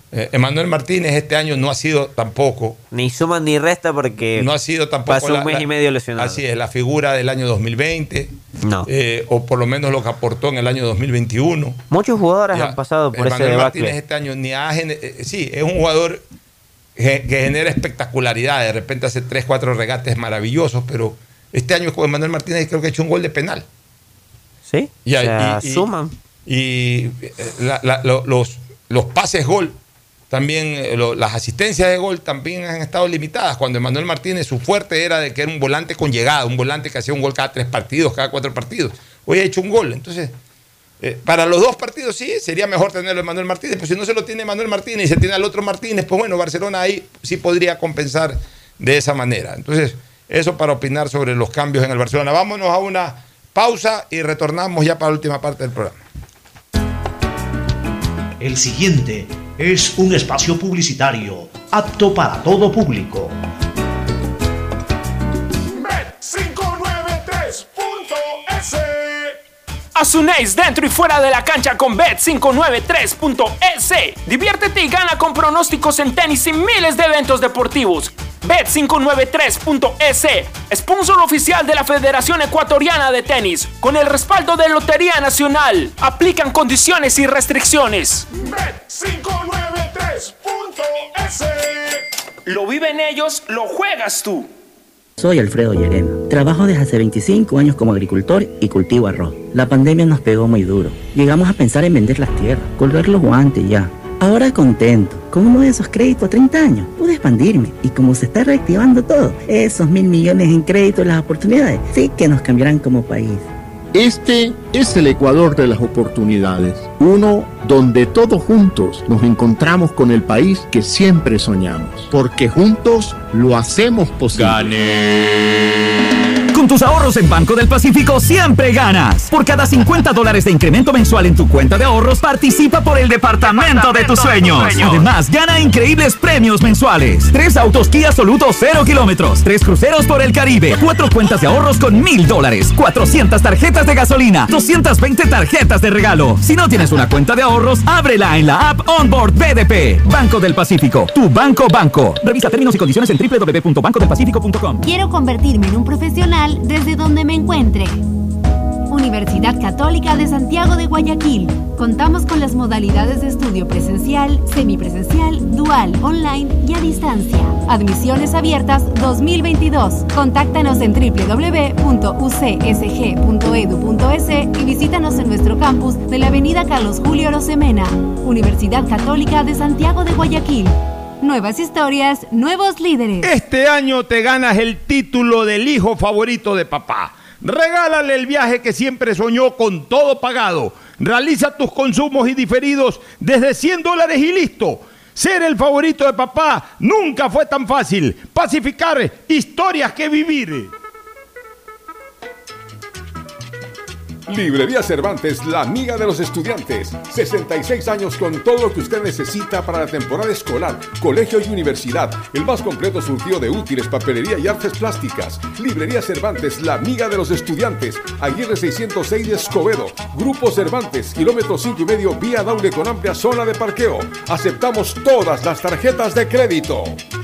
Emmanuel Martínez este año no ha sido tampoco. Ni suma ni resta porque no ha sido tampoco pasó un mes y medio lesionado. Así es, la figura del año 2020. No. O por lo menos lo que aportó en el año 2021. Muchos jugadores han pasado por ese Emmanuel debacle. Martínez este año sí, es un jugador que genera espectacularidad. De repente hace 3-4 regates maravillosos, pero este año con Emmanuel Martínez creo que ha hecho un gol de penal. Sí, suman. Y los pases gol también, las asistencias de gol también han estado limitadas. Cuando Emmanuel Martínez, su fuerte era de que era un volante con llegada, un volante que hacía un gol cada 3 partidos, cada 4 partidos. Hoy ha hecho un gol. Entonces, para los 2 partidos sí, sería mejor tenerlo Emmanuel Martínez, pero si no se lo tiene Emmanuel Martínez y se tiene al otro Martínez, pues bueno, Barcelona ahí sí podría compensar de esa manera. Entonces, eso para opinar sobre los cambios en el Barcelona. Vámonos a una pausa y retornamos ya para la última parte del programa. El siguiente es un espacio publicitario apto para todo público. Bet593.es. Asunéis dentro y fuera de la cancha con Bet593.es. Diviértete y gana con pronósticos en tenis y miles de eventos deportivos. Bet593.es, sponsor oficial de la Federación Ecuatoriana de Tenis, con el respaldo de Lotería Nacional. Aplican condiciones y restricciones. Bet593.es. Lo viven ellos, lo juegas tú. Soy Alfredo Llerena. Trabajo desde hace 25 años como agricultor y cultivo arroz. La pandemia nos pegó muy duro. Llegamos a pensar en vender las tierras, colgar los guantes y ya. Ahora contento, con uno de esos créditos a 30 años, pude expandirme y como se está reactivando todo, esos 1.000 millones en créditos, las oportunidades, sí que nos cambiarán como país. Este es el Ecuador de las oportunidades, uno donde todos juntos nos encontramos con el país que siempre soñamos, porque juntos lo hacemos posible. Con tus ahorros en Banco del Pacífico siempre ganas. Por cada $50 de incremento mensual en tu cuenta de ahorros, participa por el departamento de tus sueños. Además, gana increíbles premios mensuales. 3 autos Kia Soluto 0 kilómetros, 3 cruceros por el Caribe, 4 cuentas de ahorros con $1,000, 400 tarjetas de gasolina, 220 tarjetas de regalo. Si no tienes una cuenta de ahorros, ábrela en la app Onboard BDP. Banco del Pacífico, tu banco. Revisa términos y condiciones en www.bancodelpacifico.com. Quiero convertirme en un profesional desde donde me encuentre. Universidad Católica de Santiago de Guayaquil. Contamos con las modalidades de estudio presencial, semipresencial, dual, online y a distancia. Admisiones abiertas 2022. Contáctanos en www.ucsg.edu.es y visítanos en nuestro campus de la avenida Carlos Julio Rosemena. Universidad Católica de Santiago de Guayaquil. Nuevas historias, nuevos líderes. Este año te ganas el título del hijo favorito de papá. Regálale el viaje que siempre soñó con todo pagado. Realiza tus consumos y diferidos desde $100 y listo. Ser el favorito de papá nunca fue tan fácil. Pacificar, historias que vivir. Librería Cervantes, la amiga de los estudiantes. 66 años con todo lo que usted necesita para la temporada escolar, colegio y universidad. El más completo surtido de útiles, papelería y artes plásticas. Librería Cervantes, la amiga de los estudiantes. Aguirre 606 de Escobedo. Grupo Cervantes, kilómetro 5,5, vía Daule con amplia zona de parqueo. Aceptamos todas las tarjetas de crédito.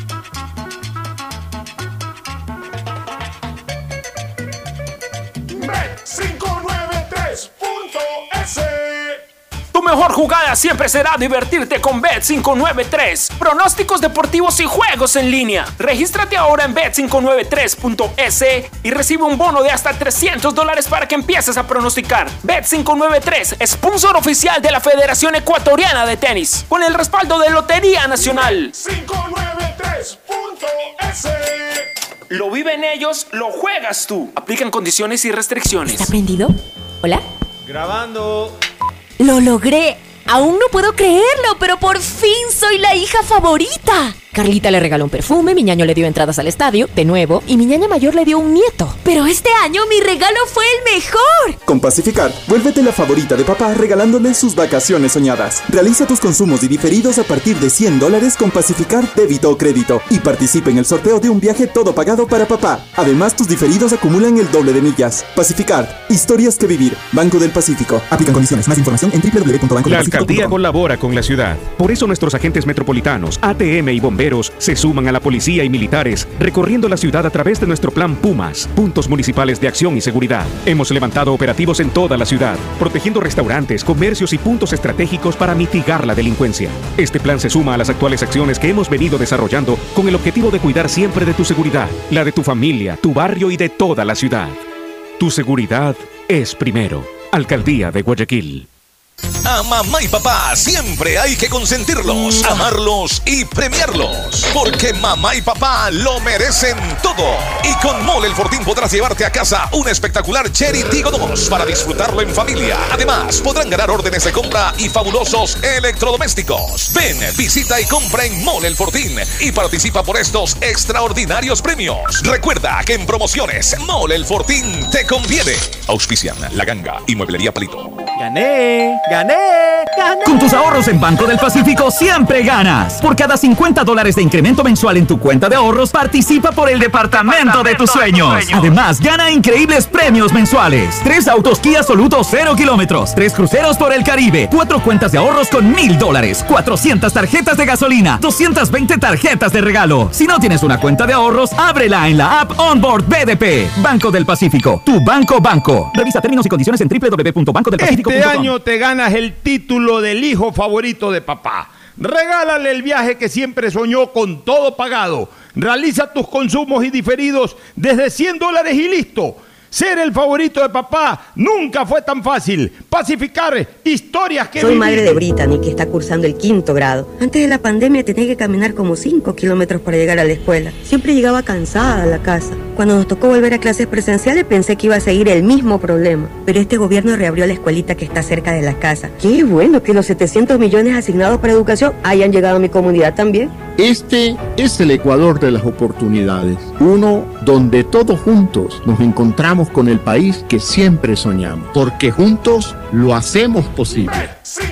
Tu mejor jugada siempre será divertirte con Bet593. Pronósticos deportivos y juegos en línea. Regístrate ahora en Bet593.es y recibe un bono de hasta $300 para que empieces a pronosticar. Bet593, sponsor oficial de la Federación Ecuatoriana de Tenis, con el respaldo de Lotería Nacional. Bet593.es. Lo viven ellos, lo juegas tú. Aplican condiciones y restricciones. ¿Está prendido? ¿Hola? Grabando. ¡Lo logré! Aún no puedo creerlo, pero por fin soy la hija favorita. Carlita le regaló un perfume, mi ñaño le dio entradas al estadio, de nuevo, y mi ñaña mayor le dio un nieto. Pero este año mi regalo fue el mejor. Con Pacificar, vuélvete la favorita de papá regalándole sus vacaciones soñadas. Realiza tus consumos y diferidos a partir de $100 con Pacificar débito o crédito y participa en el sorteo de un viaje todo pagado para papá. Además, tus diferidos acumulan el doble de millas. Pacificar, historias que vivir. Banco del Pacífico. Aplican condiciones. Más información en www.bancodelpacifico.com. La alcaldía colabora con la ciudad. Por eso nuestros agentes metropolitanos, ATM y bomberos se suman a la policía y militares, recorriendo la ciudad a través de nuestro plan Pumas, puntos municipales de acción y seguridad. Hemos levantado operativos en toda la ciudad, protegiendo restaurantes, comercios y puntos estratégicos para mitigar la delincuencia. Este plan se suma a las actuales acciones que hemos venido desarrollando con el objetivo de cuidar siempre de tu seguridad, la de tu familia, tu barrio y de toda la ciudad. Tu seguridad es primero. Alcaldía de Guayaquil. A mamá y papá siempre hay que consentirlos, amarlos y premiarlos, porque mamá y papá lo merecen todo. Y con Mole El Fortín podrás llevarte a casa un espectacular Cherry Tiggo 2 para disfrutarlo en familia. Además, podrán ganar órdenes de compra y fabulosos electrodomésticos. Ven, visita y compra en Mole El Fortín y participa por estos extraordinarios premios. Recuerda que en promociones Mole El Fortín te conviene. Auspician La Ganga y Mueblería Palito. ¡Gané! Con tus ahorros en Banco del Pacífico siempre ganas. Por cada $50 de incremento mensual en tu cuenta de ahorros, participa por el departamento de tus sueños. Además, gana increíbles premios mensuales. 3 autos Kia Soluto 0 kilómetros, 3 cruceros por el Caribe, 4 cuentas de ahorros con $1,000, 400 tarjetas de gasolina, 220 tarjetas de regalo. Si no tienes una cuenta de ahorros, ábrela en la app Onboard BDP. Banco del Pacífico, tu banco. Revisa términos y condiciones en www.bancodelpacifico.com. Este año te ganas el título del hijo favorito de papá. Regálale el viaje que siempre soñó con todo pagado. Realiza tus consumos y diferidos desde $100 y listo. Ser el favorito de papá nunca fue tan fácil. Pacificar, historias que Soy vivir. madre de Brittany, que está cursando el 5º grado. Antes de la pandemia tenía que caminar como 5 kilómetros para llegar a la escuela. Siempre llegaba cansada a la casa. Cuando nos tocó volver a clases presenciales pensé que iba a seguir el mismo problema. Pero este gobierno reabrió la escuelita que está cerca de la casa. Qué bueno que los 700 millones asignados para educación hayan llegado a mi comunidad también. Este es el Ecuador de las oportunidades. Uno donde todos juntos nos encontramos con el país que siempre soñamos. Porque juntos lo hacemos posible.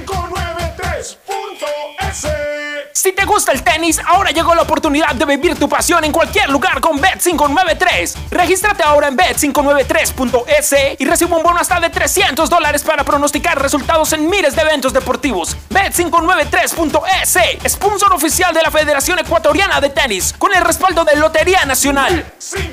593.es. Si te gusta el tenis, ahora llegó la oportunidad de vivir tu pasión en cualquier lugar con Bet593. Regístrate ahora en Bet593.es y recibe un bono hasta de $300 para pronosticar resultados en miles de eventos deportivos. Bet593.es, sponsor oficial de la Federación Ecuatoriana de Tenis, con el respaldo de Lotería Nacional.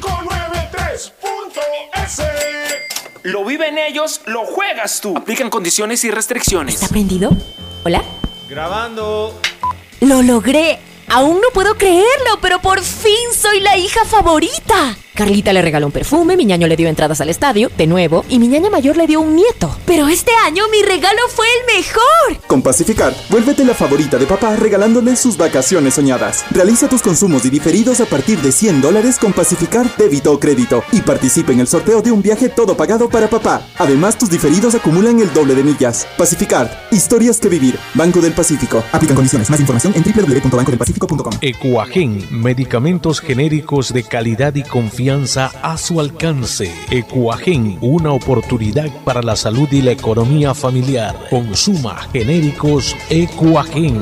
Bet593.es. Lo viven ellos, lo juegas tú. Aplican condiciones y restricciones. ¿Está prendido? ¿Hola? Grabando. ¡Lo logré! Aún no puedo creerlo, pero por fin soy la hija favorita. Carlita le regaló un perfume, mi ñaño le dio entradas al estadio, de nuevo, y mi ñaña mayor le dio un nieto. Pero este año mi regalo fue el mejor. Con Pacificar, vuélvete la favorita de papá regalándole sus vacaciones soñadas. Realiza tus consumos y diferidos a partir de $100 con Pacificar débito o crédito y participa en el sorteo de un viaje todo pagado para papá. Además, tus diferidos acumulan el doble de millas. Pacificar, historias que vivir. Banco del Pacífico. Aplican condiciones. Más información en www.bancodelpacifico.com. Ecuagen, medicamentos genéricos de calidad y confianza a su alcance. Ecuagen, una oportunidad para la salud y la economía familiar. Consuma genéricos Ecuagen.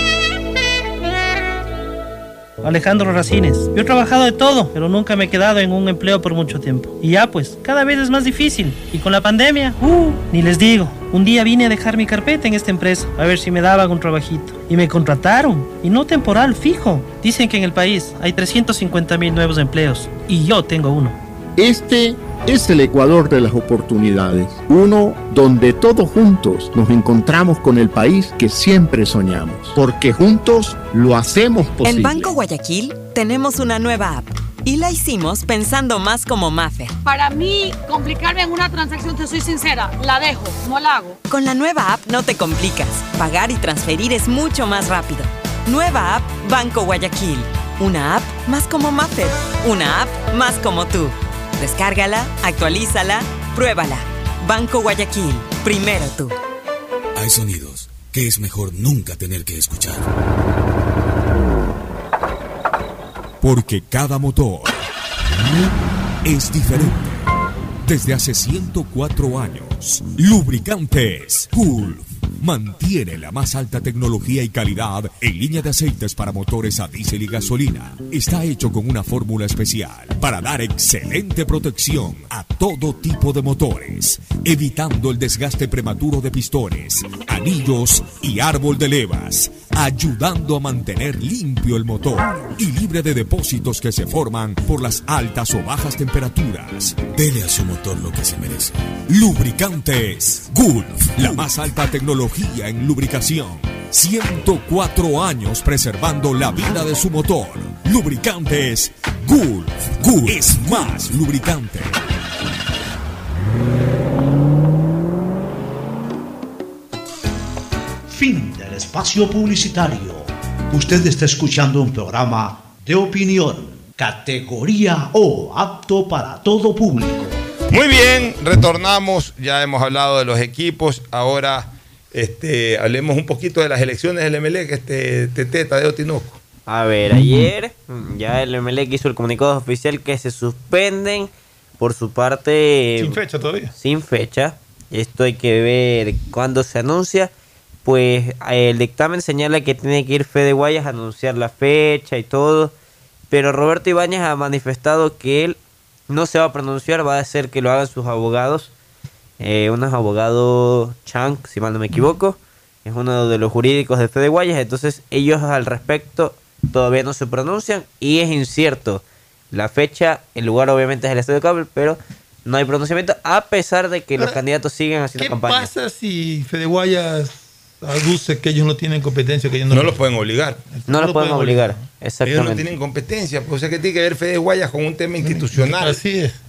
Alejandro Racines. Yo he trabajado de todo, pero nunca me he quedado en un empleo por mucho tiempo. Y ya pues, cada vez es más difícil. Y con la pandemia, ni les digo. Un día vine a dejar mi carpeta en esta empresa, a ver si me daban un trabajito. Y me contrataron, y no temporal, fijo. Dicen que en el país hay 350,000 nuevos empleos, y yo tengo uno. Este es el Ecuador de las oportunidades. Uno donde todos juntos nos encontramos con el país que siempre soñamos. Porque juntos lo hacemos posible. En Banco Guayaquil tenemos una nueva app. Y la hicimos pensando más como Maffer. Para mí, complicarme en una transacción, te soy sincera, la dejo, no la hago. Con la nueva app no te complicas. Pagar y transferir es mucho más rápido. Nueva app Banco Guayaquil. Una app más como Maffer. Una app más como tú. Descárgala, actualízala, pruébala. Banco Guayaquil. Primero tú. Hay sonidos que es mejor nunca tener que escuchar. Porque cada motor es diferente. Desde hace 104 años, Lubricantes Gulf mantiene la más alta tecnología y calidad en línea de aceites para motores a diésel y gasolina. Está hecho con una fórmula especial para dar excelente protección a todo tipo de motores, evitando el desgaste prematuro de pistones, anillos y árbol de levas, ayudando a mantener limpio el motor y libre de depósitos que se forman por las altas o bajas temperaturas. Dele a su motor lo que se merece. Lubricantes Gulf, la más alta tecnología en lubricación. 104 años preservando la vida de su motor. Lubricantes Gulf. Gulf es más lubricante. Fin del espacio publicitario. Usted está escuchando un programa de opinión, categoría O, apto para todo público. Muy bien, retornamos. Ya hemos hablado de los equipos. Ahora hablemos un poquito de las elecciones del Emelec, Tadeo Tinoco. A ver, ayer ya el Emelec hizo el comunicado oficial que se suspenden por su parte. Sin fecha todavía. Sin fecha. Esto hay que ver cuándo se anuncia. Pues el dictamen señala que tiene que ir Fede Guayas a anunciar la fecha y todo. Pero Roberto Ibáñez ha manifestado que él no se va a pronunciar, va a hacer que lo hagan sus abogados. Unos abogados Chang, si mal no me equivoco, es uno de los jurídicos de Fede Guayas. Entonces ellos al respecto todavía no se pronuncian y es incierto la fecha. El lugar obviamente es el Estadio Cable, pero no hay pronunciamiento a pesar de que los candidatos siguen haciendo campaña. ¿Qué pasa si Fede Guayas aduce que ellos no tienen competencia? Que ellos no los pueden obligar. No los pueden obligar, exactamente. Ellos no tienen competencia, pues, o sea que tiene que ver Fede Guayas con un tema institucional. Así es.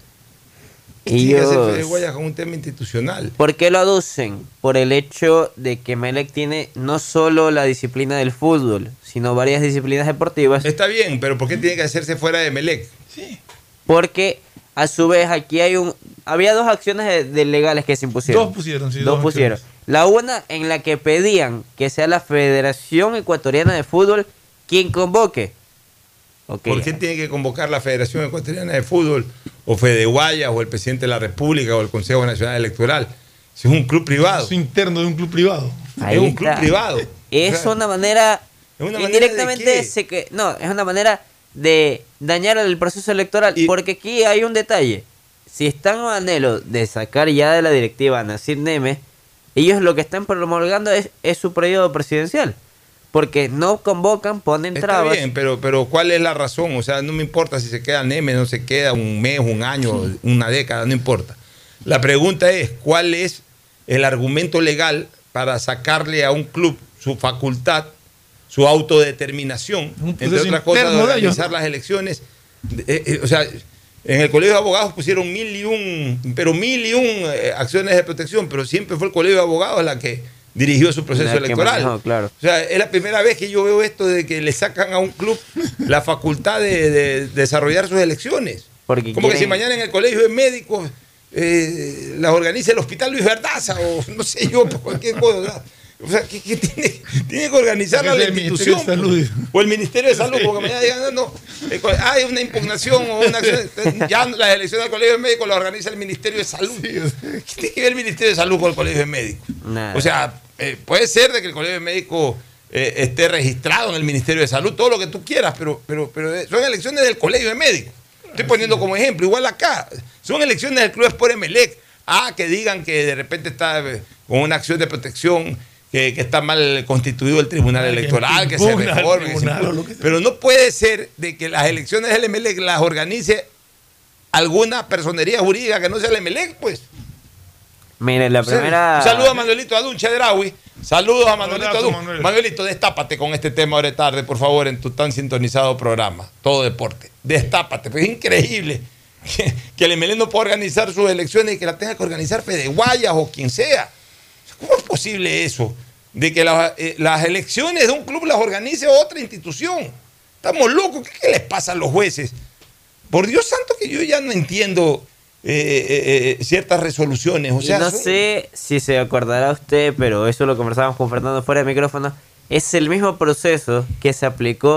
Tiene que hacer Fede Guayas con un tema institucional. ¿Por qué lo aducen? Por el hecho de que Emelec tiene no solo la disciplina del fútbol, sino varias disciplinas deportivas. Está bien, pero ¿por qué tiene que hacerse fuera de Emelec? Sí. Porque a su vez aquí había dos acciones de legales que se impusieron. Dos pusieron, sí. Dos pusieron. La una en la que pedían que sea la Federación Ecuatoriana de Fútbol quien convoque. Okay. ¿Por qué tiene que convocar la Federación Ecuatoriana de Fútbol o Fede Guayas o el presidente de la República o el Consejo Nacional Electoral? Si es un club privado. Es interno de un club privado. Ahí es un está. club privado. Es una manera. Indirectamente es una manera de dañar el proceso electoral. Porque aquí hay un detalle. Si están a anhelo de sacar ya de la directiva a Nasir Nemes, ellos lo que están promulgando es su periodo presidencial. Porque no convocan, ponen trabas. Está bien, pero ¿cuál es la razón? O sea, no me importa si se queda Nemes, no se queda un mes, un año, una década, no importa. La pregunta es, ¿cuál es el argumento legal para sacarle a un club su facultad, su autodeterminación, entre otras cosas, de organizar las elecciones? O sea, en el Colegio de Abogados pusieron 1001 acciones de protección, pero siempre fue el Colegio de Abogados la que dirigió su proceso electoral. Manejó, claro. O sea, es la primera vez que yo veo esto de que le sacan a un club la facultad de desarrollar sus elecciones. Porque como que si mañana en el Colegio de Médicos las organiza el Hospital Luis Verdaza o no sé yo, por cualquier cosa. O sea, que tiene que organizarla la institución o el Ministerio de Salud, porque mañana digan, hay una impugnación o una acción, ya las elecciones del Colegio de Médicos las organiza el Ministerio de Salud. ¿Qué tiene que ver el Ministerio de Salud con el Colegio de Médicos? Nada. O sea, puede ser de que el Colegio de Médicos esté registrado en el Ministerio de Salud, todo lo que tú quieras, pero son elecciones del Colegio de Médicos. Estoy poniendo como ejemplo, igual acá, son elecciones del Club Sport Emelec. Que digan que de repente está con una acción de protección, que está mal constituido el Tribunal Electoral, que se reforme. Pero no puede ser de que las elecciones del Emelec las organice alguna personería jurídica que no sea el Emelec, pues. Mire, la primera... Saludos a Manuelito Adún Chedraui. Saludos a Manuelito Adún. Manuelito, destápate con este tema ahora de tarde, por favor, en tu tan sintonizado programa. Todo deporte. Destápate. Pues es increíble que el Emelec no pueda organizar sus elecciones y que la tenga que organizar Fede Guayas o quien sea. ¿Cómo es posible eso? De que las elecciones de un club las organice otra institución. Estamos locos. ¿Qué les pasa a los jueces? Por Dios santo que yo ya no entiendo ciertas resoluciones. O sea, no sé si se acordará usted, pero eso lo conversábamos con Fernando fuera de micrófono. Es el mismo proceso que se aplicó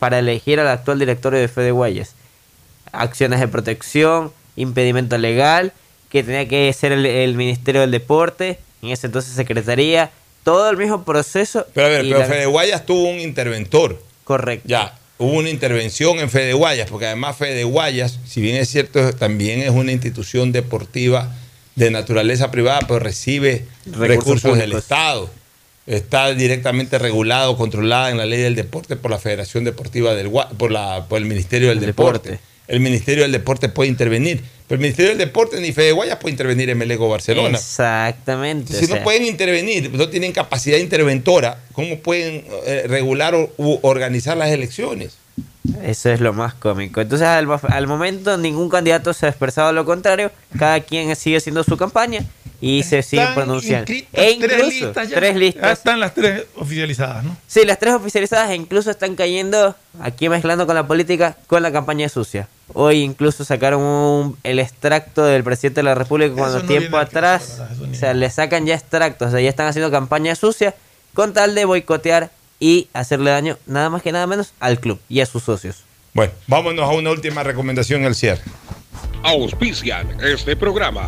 para elegir al actual directorio de Fede Guayas. Acciones de protección, impedimento legal, que tenía que ser el Ministerio del Deporte, en ese entonces Secretaría, todo el mismo proceso. Pero a ver, Fede Guayas tuvo un interventor. Correcto. Ya, hubo una intervención en Fede Guayas, porque además Fede Guayas, si bien es cierto, también es una institución deportiva de naturaleza privada, pero recibe recursos del Estado. Está directamente regulado, controlada en la ley del deporte por la Federación Deportiva por el Ministerio del Deporte. El Ministerio del Deporte puede intervenir, pero el Ministerio del Deporte ni Fede Guayas puede intervenir en Melego Barcelona. Exactamente. Si no pueden intervenir, no tienen capacidad interventora, ¿cómo pueden regular u organizar las elecciones? Eso es lo más cómico. Entonces, al momento, ningún candidato se ha expresado lo contrario. Cada quien sigue haciendo su campaña y se sigue pronunciando. E incluso, tres listas. Ya están las 3 oficializadas, ¿no? Sí, las 3 oficializadas, e incluso están cayendo, aquí mezclando con la política, con la campaña sucia. Hoy incluso sacaron el extracto del presidente de la República cuando tiempo atrás, o sea, le sacan ya extractos, o sea, ya están haciendo campaña sucia con tal de boicotear y hacerle daño nada más que nada menos al club y a sus socios. Bueno, vámonos a una última recomendación al cierre. Auspician este programa.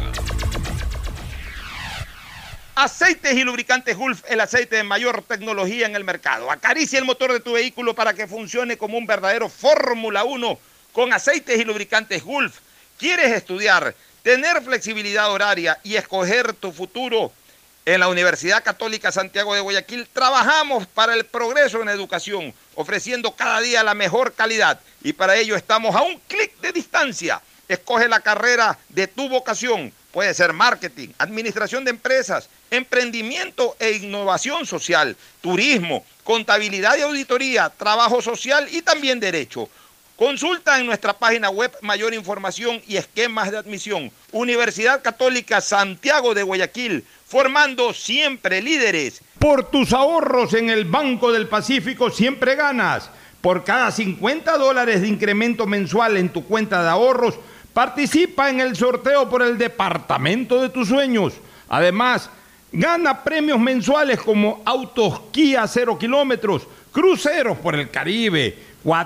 Aceites y lubricantes Gulf, el aceite de mayor tecnología en el mercado. Acaricia el motor de tu vehículo para que funcione como un verdadero Fórmula 1 con aceites y lubricantes Gulf. ¿Quieres estudiar, tener flexibilidad horaria y escoger tu futuro? En la Universidad Católica Santiago de Guayaquil trabajamos para el progreso en educación, ofreciendo cada día la mejor calidad. Y para ello estamos a un clic de distancia. Escoge la carrera de tu vocación. Puede ser marketing, administración de empresas, emprendimiento e innovación social, turismo, contabilidad y auditoría, trabajo social y también derecho. Consulta en nuestra página web mayor información y esquemas de admisión. Universidad Católica Santiago de Guayaquil, formando siempre líderes. Por tus ahorros en el Banco del Pacífico siempre ganas. Por cada $50 de incremento mensual en tu cuenta de ahorros, participa en el sorteo por el departamento de tus sueños. Además, gana premios mensuales como autos Kia 0 kilómetros, cruceros por el Caribe,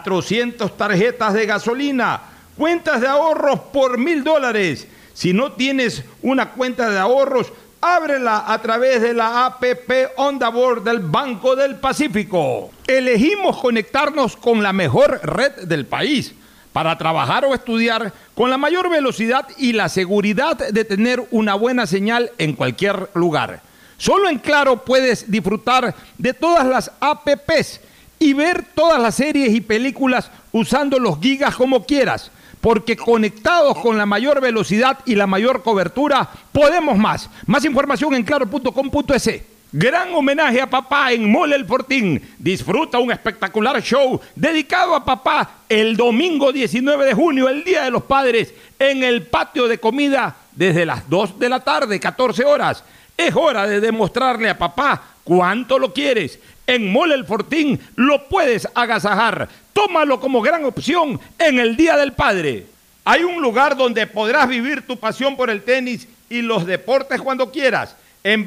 400 tarjetas de gasolina, cuentas de ahorros por $1,000. Si no tienes una cuenta de ahorros, ábrela a través de la APP Onda Board del Banco del Pacífico. Elegimos conectarnos con la mejor red del país para trabajar o estudiar con la mayor velocidad y la seguridad de tener una buena señal en cualquier lugar. Solo en Claro puedes disfrutar de todas las APPs y ver todas las series y películas usando los gigas como quieras, porque conectados con la mayor velocidad y la mayor cobertura, podemos más. Más información en claro.com.es. Gran homenaje a papá en Mole El Fortín. Disfruta un espectacular show dedicado a papá el domingo 19 de junio, el Día de los Padres, en el patio de comida desde las 2 de la tarde, 14 horas. Es hora de demostrarle a papá cuánto lo quieres. En Mole El Fortín lo puedes agasajar. Tómalo como gran opción en el Día del Padre. Hay un lugar donde podrás vivir tu pasión por el tenis y los deportes cuando quieras. En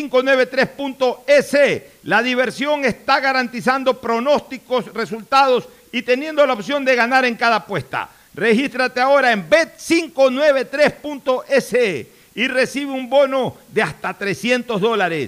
Bet593.es, la diversión está garantizando pronósticos, resultados y teniendo la opción de ganar en cada apuesta. Regístrate ahora en Bet593.es y recibe un bono de hasta $300.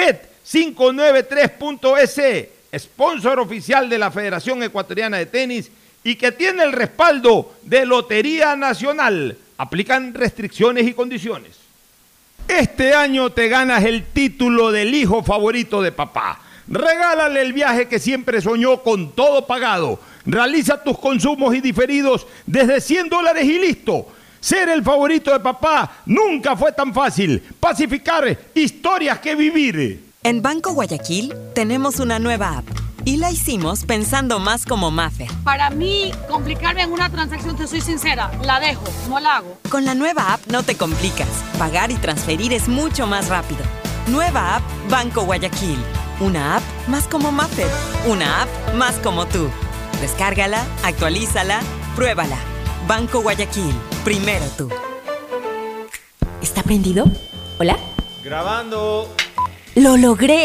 Bet593.es, sponsor oficial de la Federación Ecuatoriana de Tenis y que tiene el respaldo de Lotería Nacional. Aplican restricciones y condiciones. Este año te ganas el título del hijo favorito de papá. Regálale el viaje que siempre soñó con todo pagado. Realiza tus consumos y diferidos desde $100 y listo. Ser el favorito de papá nunca fue tan fácil. Pacificar, historias que vivir. En Banco Guayaquil tenemos una nueva app y la hicimos pensando más como Maffer. Para mí, complicarme en una transacción, te soy sincera, la dejo, no la hago. Con la nueva app no te complicas. Pagar y transferir es mucho más rápido. Nueva app Banco Guayaquil. Una app más como Maffer. Una app más como tú. Descárgala, actualízala, pruébala. Banco Guayaquil. Primero tú. ¿Está prendido? ¿Hola? Grabando. ¡Lo logré!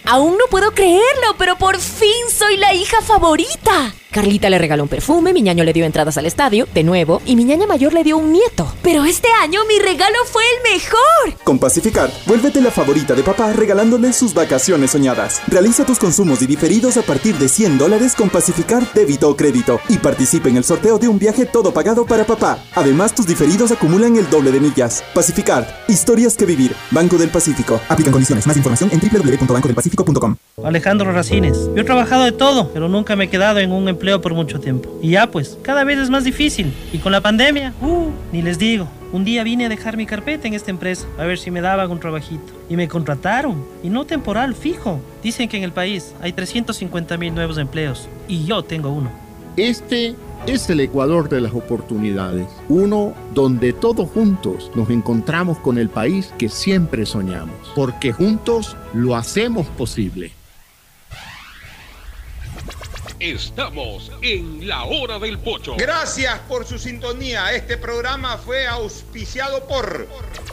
Aún no puedo creerlo, pero por fin soy la hija favorita. Carlita le regaló un perfume, mi ñaño le dio entradas al estadio, de nuevo, y mi ñaña mayor le dio un nieto. Pero este año mi regalo fue el mejor. Con Pacificar, vuélvete la favorita de papá regalándole sus vacaciones soñadas. Realiza tus consumos y diferidos a partir de $100 con Pacificar débito o crédito y participa en el sorteo de un viaje todo pagado para papá. Además, tus diferidos acumulan el doble de millas. Pacificar, historias que vivir. Banco del Pacífico. Aplican condiciones. Más información en www.bancodelpacifico.com. Alejandro Racines. Yo he trabajado de todo, pero nunca me he quedado en un empleo por mucho tiempo. Y ya pues, cada vez es más difícil. Y con la pandemia, ni les digo. Un día vine a dejar mi carpeta en esta empresa, a ver si me daban un trabajito. Y me contrataron, y no temporal, fijo. Dicen que en el país hay 350,000 nuevos empleos, y yo tengo uno. Este es el Ecuador de las oportunidades. Uno donde todos juntos nos encontramos con el país que siempre soñamos. Porque juntos lo hacemos posible. Estamos en la hora del pocho. Gracias por su sintonía. Este programa fue auspiciado por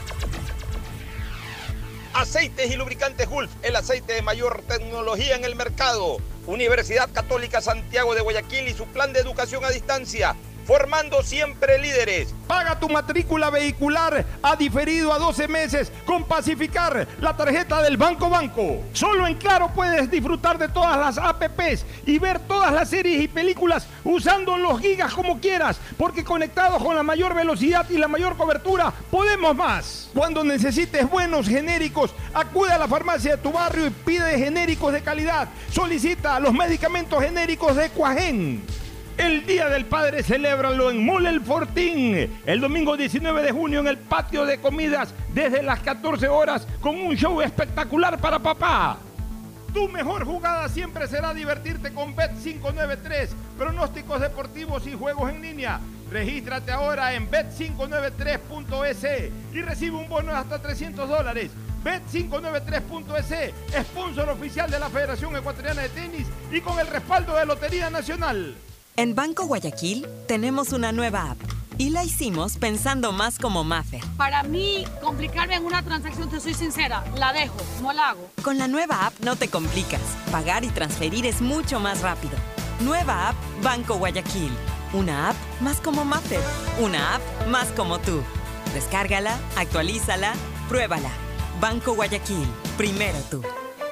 Aceites y Lubricantes Gulf, el aceite de mayor tecnología en el mercado. Universidad Católica Santiago de Guayaquil y su plan de educación a distancia, formando siempre líderes. Paga tu matrícula vehicular a diferido a 12 meses con Pacificar, la tarjeta del Banco. Solo en Claro puedes disfrutar de todas las apps y ver todas las series y películas usando los gigas como quieras, porque conectados con la mayor velocidad y la mayor cobertura, podemos más. Cuando necesites buenos genéricos, acude a la farmacia de tu barrio y pide genéricos de calidad. Solicita los medicamentos genéricos de Cuajén. El Día del Padre celébralo en Mole El Fortín, el domingo 19 de junio en el patio de comidas desde las 14 horas con un show espectacular para papá. Tu mejor jugada siempre será divertirte con Bet593, pronósticos deportivos y juegos en línea. Regístrate ahora en bet593.es y recibe un bono de hasta $300. Bet593.es, sponsor oficial de la Federación Ecuatoriana de Tenis y con el respaldo de Lotería Nacional. En Banco Guayaquil tenemos una nueva app y la hicimos pensando más como Maffer. Para mí, complicarme en una transacción, te soy sincera, la dejo, no la hago. Con la nueva app no te complicas. Pagar y transferir es mucho más rápido. Nueva app Banco Guayaquil. Una app más como Maffer. Una app más como tú. Descárgala, actualízala, pruébala. Banco Guayaquil. Primero tú.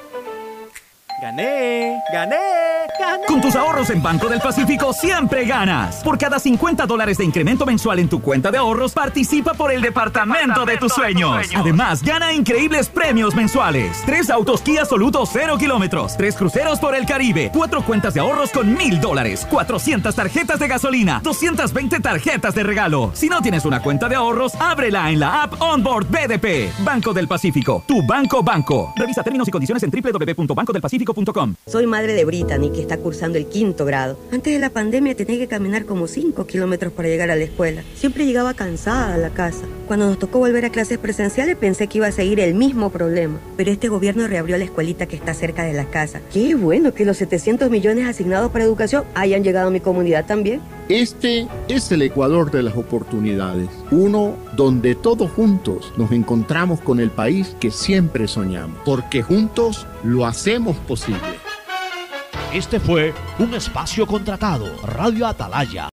¡Gané! Con tus ahorros en Banco del Pacífico siempre ganas. Por cada $50 de incremento mensual en tu cuenta de ahorros, participa por el departamento de tus sueños. Además, gana increíbles premios mensuales. 3 autos Kia Soluto 0 kilómetros, 3 cruceros por el Caribe, 4 cuentas de ahorros con $1,000, 400 tarjetas de gasolina, 220 tarjetas de regalo. Si no tienes una cuenta de ahorros, ábrela en la app Onboard BDP. Banco del Pacífico, tu banco. Revisa términos y condiciones en www.bancodelpacifico.com. Soy madre de Brittany, que está cursando el 5º grado. Antes de la pandemia tenía que caminar como 5 kilómetros para llegar a la escuela. Siempre llegaba cansada a la casa. Cuando nos tocó volver a clases presenciales pensé que iba a seguir el mismo problema. Pero este gobierno reabrió la escuelita que está cerca de la casa. Qué bueno que los 700 millones asignados para educación hayan llegado a mi comunidad también. Este es el Ecuador de las oportunidades. Uno donde todos juntos nos encontramos con el país que siempre soñamos. Porque juntos lo hacemos posible. Este fue un espacio contratado. Radio Atalaya.